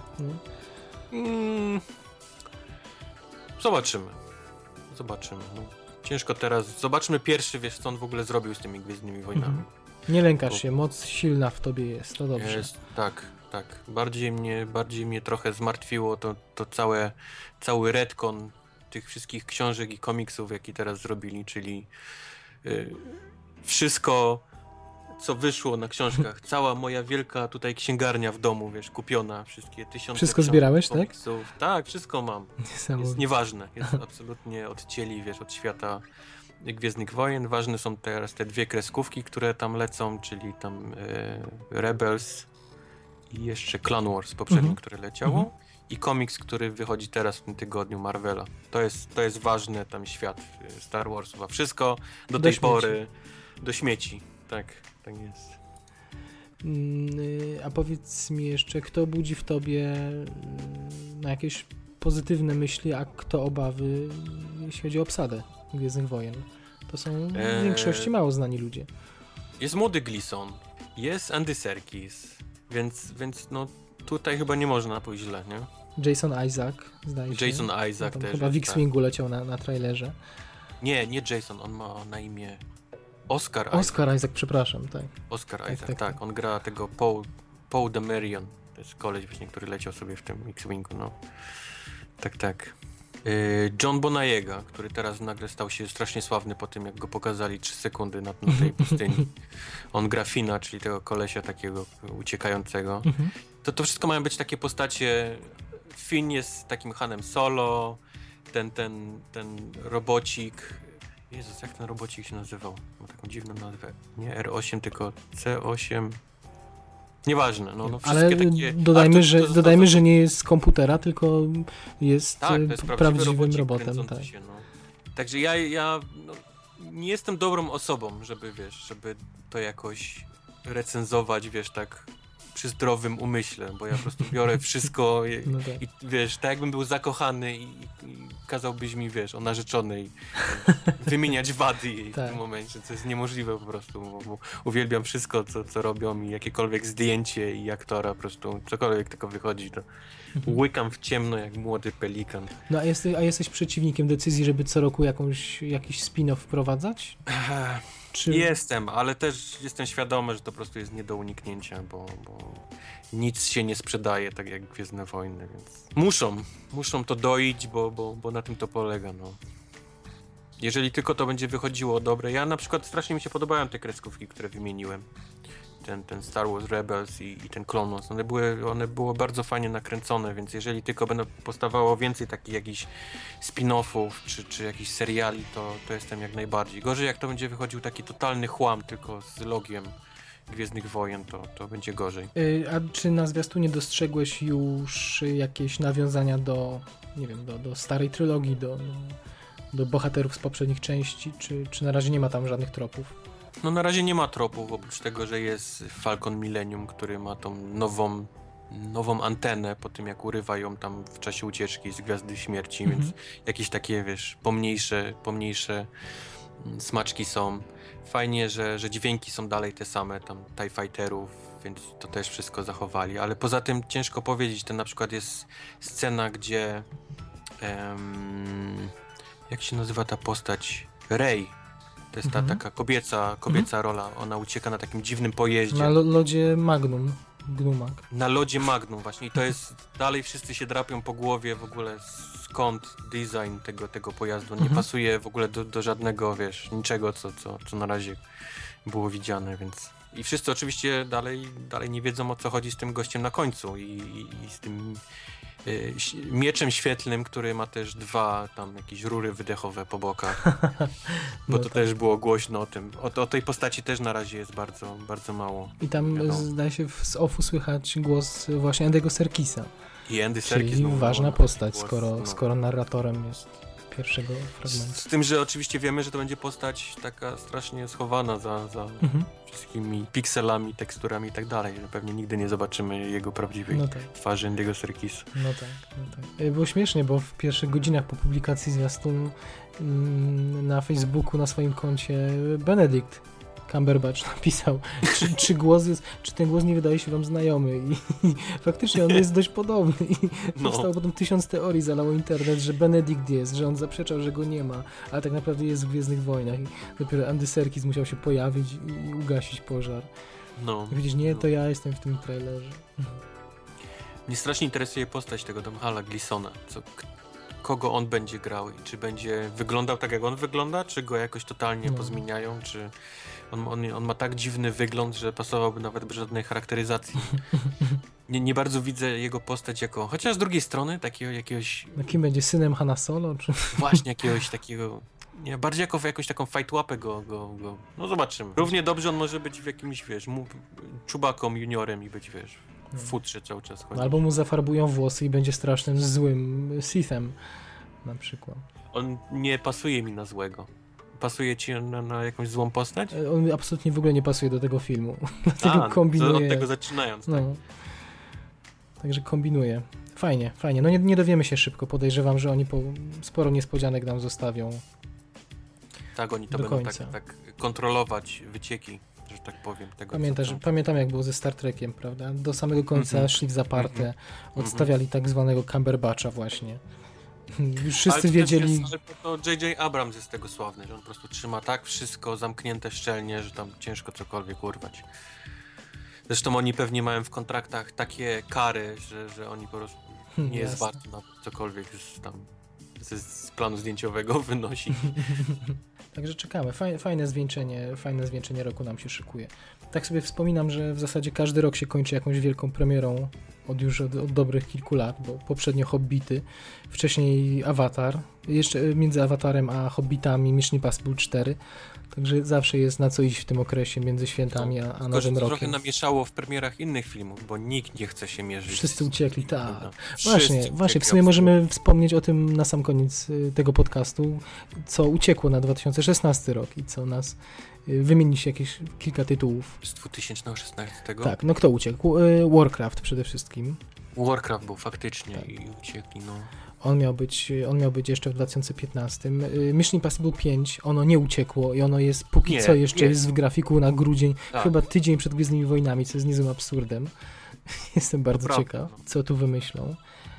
Zobaczymy. No. Ciężko teraz. Zobaczmy pierwszy, wiesz, co on w ogóle zrobił z tymi Gwiezdnymi Wojnami. Nie lękasz się, moc silna w tobie jest, to dobrze. Jest, tak. Bardziej mnie trochę zmartwiło to cały retcon tych wszystkich książek i komiksów, jakie teraz zrobili, czyli wszystko, co wyszło na książkach, cała moja wielka tutaj księgarnia w domu, wiesz, kupiona, wszystkie Wszystko zbierałeś, komiksów. Tak? Tak, wszystko mam. Jest nieważne, jest absolutnie odcięli, wiesz, od świata Gwiezdnych Wojen. Ważne są teraz te 2 kreskówki, które tam lecą, czyli tam Rebels i jeszcze Clone Wars poprzednim, które leciało. I komiks, który wychodzi teraz w tym tygodniu, Marvela. To jest ważny tam świat Star Warsów, a wszystko do tej pory do śmieci. Tak jest. A powiedz mi jeszcze, kto budzi w tobie na jakieś pozytywne myśli, a kto obawy, jeśli chodzi o obsadę Gwiezdnych Wojen? To są w większości mało znani ludzie. Jest młody Gleeson, jest Andy Serkis, więc no tutaj chyba nie można pójść źle, nie? Jason Isaac, zdaje się. Jason Isaac też. Chyba w X-Wingu leciał na trailerze. Nie Jason, on ma na imię Oscar Isaac, przepraszam, tak. Oscar Isaac, tak. On gra tego Paul Dameron. To jest koleś właśnie, który leciał sobie w tym X-Wingu, no. Tak. John Boyega, który teraz nagle stał się strasznie sławny po tym, jak go pokazali 3 sekundy na tej pustyni. On gra Fina, czyli tego kolesia takiego uciekającego. To wszystko mają być takie postacie. Finn jest takim Hanem Solo, ten robocik. Jezus, jak ten robocik się nazywał? Ma taką dziwną nazwę. Nie R8, tylko C8. Nieważne. No ale takie... dodajmy, że nie jest z komputera, tylko jest, prawdziwym robotem. Tak. Się, no. Także ja nie jestem dobrą osobą, żeby to jakoś recenzować, tak przy zdrowym umyśle, bo ja po prostu biorę wszystko i wiesz, tak jakbym był zakochany i kazałbyś mi, o narzeczonej wymieniać wady jej w tym momencie, co jest niemożliwe po prostu, bo uwielbiam wszystko, co robią i jakiekolwiek zdjęcie i aktora, po prostu cokolwiek tylko wychodzi, to łykam w ciemno jak młody pelikan. No a jesteś przeciwnikiem decyzji, żeby co roku jakiś spin-off wprowadzać? Jestem, ale też jestem świadomy, że to po prostu jest nie do uniknięcia, bo nic się nie sprzedaje tak jak Gwiezdne Wojny, więc muszą to doić, bo na tym to polega, no. Jeżeli tylko to będzie wychodziło dobre. Ja na przykład strasznie mi się podobają te kreskówki, które wymieniłem. Ten Star Wars Rebels i ten Clone Wars. One były bardzo fajnie nakręcone, więc jeżeli tylko będą powstawało więcej takich jakichś spin-offów czy jakichś seriali, to jestem jak najbardziej. Gorzej jak to będzie wychodził taki totalny chłam tylko z logiem Gwiezdnych Wojen, to będzie gorzej. A czy na zwiastunie dostrzegłeś już jakieś nawiązania do starej trylogii, do bohaterów z poprzednich części, czy na razie nie ma tam żadnych tropów? No na razie nie ma tropów, oprócz tego, że jest Falcon Millennium, który ma tą nową antenę po tym, jak urywa ją tam w czasie ucieczki z Gwiazdy Śmierci, więc jakieś takie, pomniejsze smaczki są. Fajnie, że dźwięki są dalej te same, tam TIE Fighterów, więc to też wszystko zachowali, ale poza tym ciężko powiedzieć, na przykład jest scena, gdzie jak się nazywa ta postać? Rey. To jest ta taka kobieca rola. Ona ucieka na takim dziwnym pojeździe. Na lodzie Magnum. Gnumak. Na lodzie Magnum właśnie. I to jest... Dalej wszyscy się drapią po głowie w ogóle skąd design tego pojazdu. Nie pasuje w ogóle do żadnego, niczego, co na razie było widziane, więc... I wszyscy oczywiście dalej nie wiedzą, o co chodzi z tym gościem na końcu i z tym mieczem świetlnym, który ma też 2 tam jakieś rury wydechowe po bokach. Bo to też było głośno o tym. O tej postaci też na razie jest bardzo, bardzo mało. I tam zdaje się z offu słychać głos właśnie Andy'ego Serkisa. I Andy Serkis. Czyli ważna postać, skoro narratorem jest pierwszego fragmentu. Z tym, że oczywiście wiemy, że to będzie postać taka strasznie schowana za wszystkimi pikselami, teksturami i tak dalej, że pewnie nigdy nie zobaczymy jego prawdziwej twarzy Andy'ego Serkisa. No tak. Było śmiesznie, bo w pierwszych godzinach po publikacji zwiastunu na Facebooku, na swoim koncie Benedict Cumberbatch napisał, czy ten głos nie wydaje się wam znajomy i faktycznie on jest dość podobny i powstało potem 1000 teorii, zalało internet, że Benedict jest, że on zaprzeczał, że go nie ma, ale tak naprawdę jest w Gwiezdnych Wojnach i dopiero Andy Serkis musiał się pojawić i ugasić pożar. I widzisz, to ja jestem w tym trailerze. Mnie strasznie interesuje postać tego Domhnalla Gleesona, kogo on będzie grał i czy będzie wyglądał tak, jak on wygląda, czy go jakoś totalnie pozmieniają, czy on ma tak dziwny wygląd, że pasowałby nawet bez żadnej charakteryzacji. Nie bardzo widzę jego postać jako, chociaż z drugiej strony takiego jakiegoś... Kim będzie, synem Hanna Solo? Czy... Właśnie, jakiegoś takiego... Nie, bardziej jako w jakąś taką fajtłapę go... No zobaczymy. Równie dobrze on może być w jakimś, Chewbacką juniorem i być, w futrze cały czas chodzi. Albo mu zafarbują włosy i będzie strasznym, złym Sithem na przykład. On nie pasuje mi na złego. Pasuje ci na jakąś złą postać? On absolutnie w ogóle nie pasuje do tego filmu. Dlatego kombinuje. Od tego zaczynając, tak? Także kombinuje. Fajnie. No nie dowiemy się szybko. Podejrzewam, że oni sporo niespodzianek nam zostawią. Tak, oni to będą tak kontrolować wycieki, że tak powiem. Pamiętam jak było ze Star Trekiem, prawda? Do samego końca szli w zaparte. Odstawiali tak zwanego Cumberbatcha właśnie. Już wszyscy wiedzieli... Jest, to J.J. Abrams jest z tego sławny, że on po prostu trzyma tak wszystko zamknięte szczelnie, że tam ciężko cokolwiek urwać. Zresztą oni pewnie mają w kontraktach takie kary, że oni po prostu nie jest warto na cokolwiek z planu zdjęciowego wynosić. Także czekamy. Fajne zwieńczenie roku nam się szykuje. Tak sobie wspominam, że w zasadzie każdy rok się kończy jakąś wielką premierą od dobrych kilku lat, bo poprzednio Hobbity, wcześniej Avatar, jeszcze między Avatarem a Hobbitami Mission Impossible 4, także zawsze jest na co iść w tym okresie między świętami a nowym rokiem. Trochę namieszało w premierach innych filmów, bo nikt nie chce się mierzyć. Wszyscy uciekli, tak. Właśnie, w sumie możemy wspomnieć o tym na sam koniec tego podcastu, co uciekło na 2016 rok i co nas wymienić jakieś kilka tytułów. Z 2016? Tak, no kto uciekł? Warcraft przede wszystkim. Warcraft był faktycznie i uciekli, On miał być jeszcze w 2015. Mission Impossible 5, ono nie uciekło i ono jest póki co jeszcze jest w grafiku na grudzień, chyba tydzień przed Gwiezdnymi Wojnami, co jest niezłym absurdem. Jestem bardzo ciekaw, co tu wymyślą.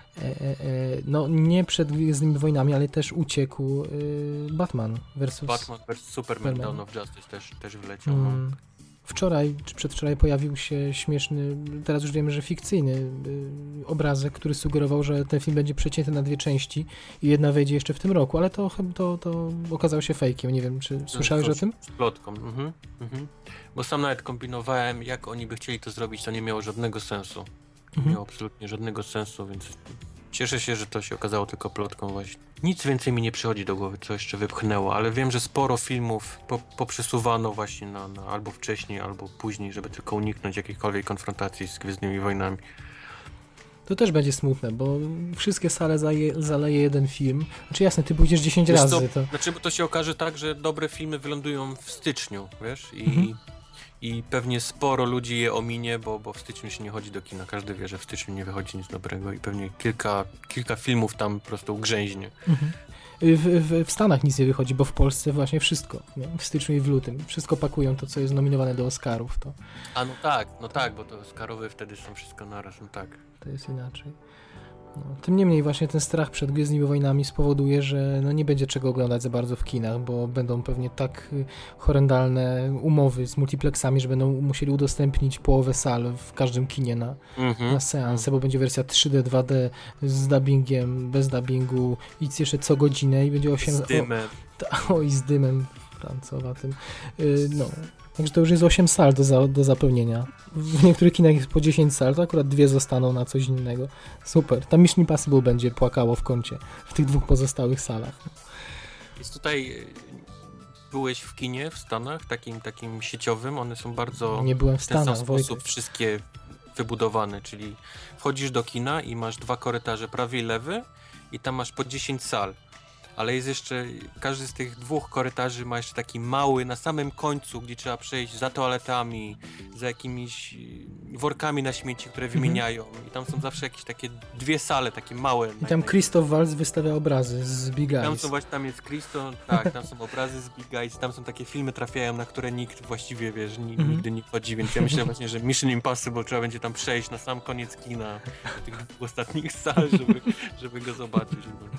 Nie przed Gwiezdnymi Wojnami, ale też uciekł Batman vs Superman Dawn of Justice też wyleciał. Wczoraj czy przedwczoraj pojawił się śmieszny, teraz już wiemy, że fikcyjny obrazek, który sugerował, że ten film będzie przecięty na 2 części i jedna wejdzie jeszcze w tym roku, ale to okazało się fejkiem. Nie wiem, czy słyszałeś o tym? Z plotką. Bo sam nawet kombinowałem, jak oni by chcieli to zrobić, to nie miało żadnego sensu. Nie miało absolutnie żadnego sensu, więc cieszę się, że to się okazało tylko plotką właśnie. Nic więcej mi nie przychodzi do głowy, co jeszcze wypchnęło, ale wiem, że sporo filmów poprzesuwano właśnie na albo wcześniej, albo później, żeby tylko uniknąć jakiejkolwiek konfrontacji z Gwiezdnymi Wojnami. To też będzie smutne, bo wszystkie sale zaleje jeden film. Znaczy jasne, ty pójdziesz 10 razy. Znaczy, bo to się okaże tak, że dobre filmy wylądują w styczniu, wiesz? I pewnie sporo ludzi je ominie, bo w styczniu się nie chodzi do kina. Każdy wie, że w styczniu nie wychodzi nic dobrego i pewnie kilka filmów tam po prostu ugrzęźnie. W Stanach nic nie wychodzi, bo w Polsce właśnie wszystko. Nie? W styczniu i w lutym. Wszystko pakują to, co jest nominowane do Oscarów. To... A no tak, bo to Oscarowe wtedy są wszystko naraz, To jest inaczej. Tym niemniej właśnie ten strach przed Gwiezdnymi Wojnami spowoduje, że nie będzie czego oglądać za bardzo w kinach, bo będą pewnie tak horrendalne umowy z multiplexami, że będą musieli udostępnić połowę sal w każdym kinie na seanse, bo będzie wersja 3D, 2D z dubbingiem, bez dubbingu i jeszcze co godzinę i będzie 8... Z dymem. I z dymem. tancowatym. No, także to już jest 8 sal do zapełnienia. W niektórych kinach jest po 10 sal, to akurat 2 zostaną na coś innego. Super. Tam Mission Impossible będzie płakało w kącie w tych 2 pozostałych salach. Jest tutaj... Byłeś w kinie w Stanach, takim sieciowym, one są bardzo Nie byłem w Stanach, ten sam sposób wszystkie wybudowane, czyli wchodzisz do kina i masz 2 korytarze, prawy i lewy i tam masz po 10 sal, ale jest jeszcze, każdy z tych 2 korytarzy ma jeszcze taki mały na samym końcu, gdzie trzeba przejść za toaletami, za jakimiś workami na śmieci, które wymieniają i tam są zawsze jakieś takie 2 sale, takie małe. I tam Christoph Waltz wystawia obrazy z Big Eyes. Tam są właśnie, tam jest Christoph, tak, tam są obrazy z Big Eyes, tam są takie filmy trafiają, na które nikt właściwie, wiesz, nigdy nie chodzi, więc ja myślę właśnie, że Mission Impossible trzeba będzie tam przejść na sam koniec kina, do tych 2 ostatnich sal, żeby go zobaczyć.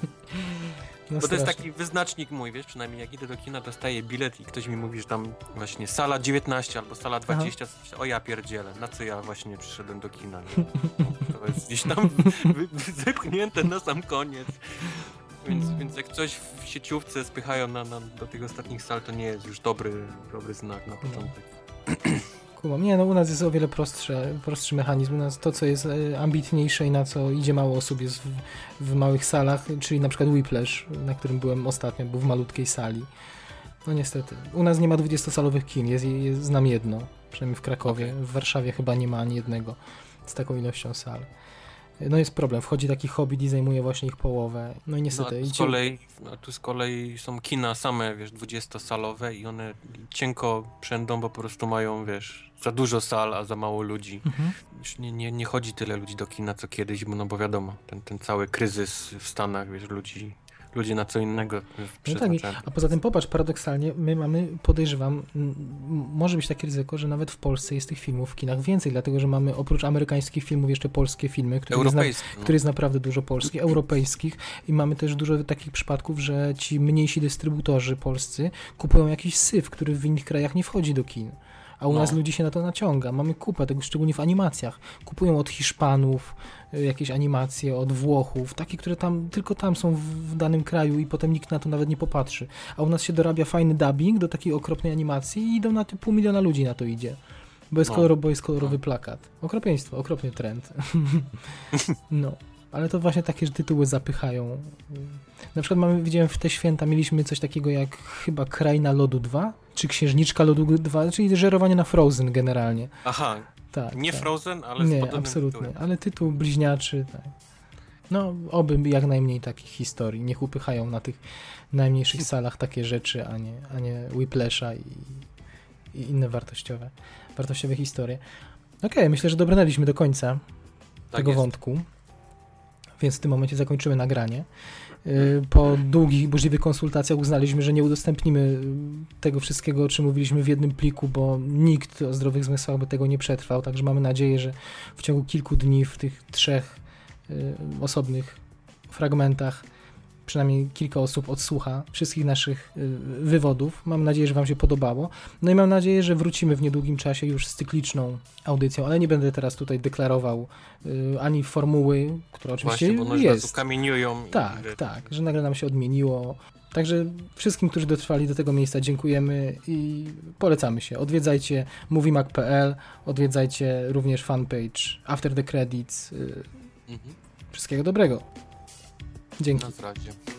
No bo to jest taki wyznacznik mój, wiesz, przynajmniej jak idę do kina, dostaję bilet i ktoś mi mówi, że tam właśnie sala 19 albo sala 20, o ja pierdzielę, na co ja właśnie przyszedłem do kina, nie? To jest gdzieś tam zepchnięte na sam koniec. Więc jak coś w sieciówce spychają do tych ostatnich sal, to nie jest już dobry znak na początek. Nie, no u nas jest o wiele prostszy mechanizm. U nas to, co jest ambitniejsze i na co idzie mało osób, jest w małych salach, czyli na przykład Whiplash, na którym byłem ostatnio, był w malutkiej sali. No niestety. U nas nie ma 20-salowych kin, znam jedno, przynajmniej w Krakowie. W Warszawie chyba nie ma ani jednego z taką ilością sal. No jest problem, wchodzi taki Hobbit i zajmuje właśnie ich połowę. No i niestety. A tu z kolei są kina same, wiesz, 20-salowe i one cienko przędą, bo po prostu mają, wiesz, za dużo sal, a za mało ludzi. Już nie chodzi tyle ludzi do kina, co kiedyś, no bo wiadomo, ten cały kryzys w Stanach, wiesz, ludzie na co innego przeznaczają. A poza tym popatrz, paradoksalnie my mamy, podejrzewam, może być takie ryzyko, że nawet w Polsce jest tych filmów w kinach więcej, dlatego że mamy oprócz amerykańskich filmów jeszcze polskie filmy, których jest naprawdę dużo polskich, europejskich i mamy też dużo takich przypadków, że ci mniejsi dystrybutorzy polscy kupują jakiś syf, który w innych krajach nie wchodzi do kin. A u nas ludzi się na to naciąga. Mamy kupę tego, szczególnie w animacjach. Kupują od Hiszpanów jakieś animacje, od Włochów, takie, które tylko tam są w danym kraju i potem nikt na to nawet nie popatrzy. A u nas się dorabia fajny dubbing do takiej okropnej animacji i idą na 500 000 ludzi na to idzie. Bo jest kolorowy plakat. Okropieństwo, okropny trend. No. Ale to właśnie takie tytuły zapychają. Na przykład widziałem w te święta, mieliśmy coś takiego jak chyba Kraina Lodu 2, czy Księżniczka Lodu 2, czyli żerowanie na Frozen generalnie. Aha, tak, nie tak. Frozen, ale nie, absolutnie, tytułem. Ale tytuł bliźniaczy. Tak. No, oby jak najmniej takich historii. Niech upychają na tych najmniejszych salach takie rzeczy, a nie Whiplasha i inne wartościowe historie. Okej, myślę, że dobrnęliśmy do końca tego wątku. Więc w tym momencie zakończymy nagranie. Po długich i burzliwych konsultacjach uznaliśmy, że nie udostępnimy tego wszystkiego, o czym mówiliśmy w jednym pliku, bo nikt o zdrowych zmysłach by tego nie przetrwał, także mamy nadzieję, że w ciągu kilku dni w tych 3 osobnych fragmentach przynajmniej kilka osób odsłucha wszystkich naszych wywodów. Mam nadzieję, że wam się podobało. No i mam nadzieję, że wrócimy w niedługim czasie już z cykliczną audycją, ale nie będę teraz tutaj deklarował ani formuły, która oczywiście właśnie, bo jest. Ukamieniują. Tak, że nagle nam się odmieniło. Także wszystkim, którzy dotrwali do tego miejsca, dziękujemy i polecamy się. Odwiedzajcie moviemac.pl, odwiedzajcie również fanpage After the Credits. Wszystkiego dobrego. Dzięki. Na zdrowie.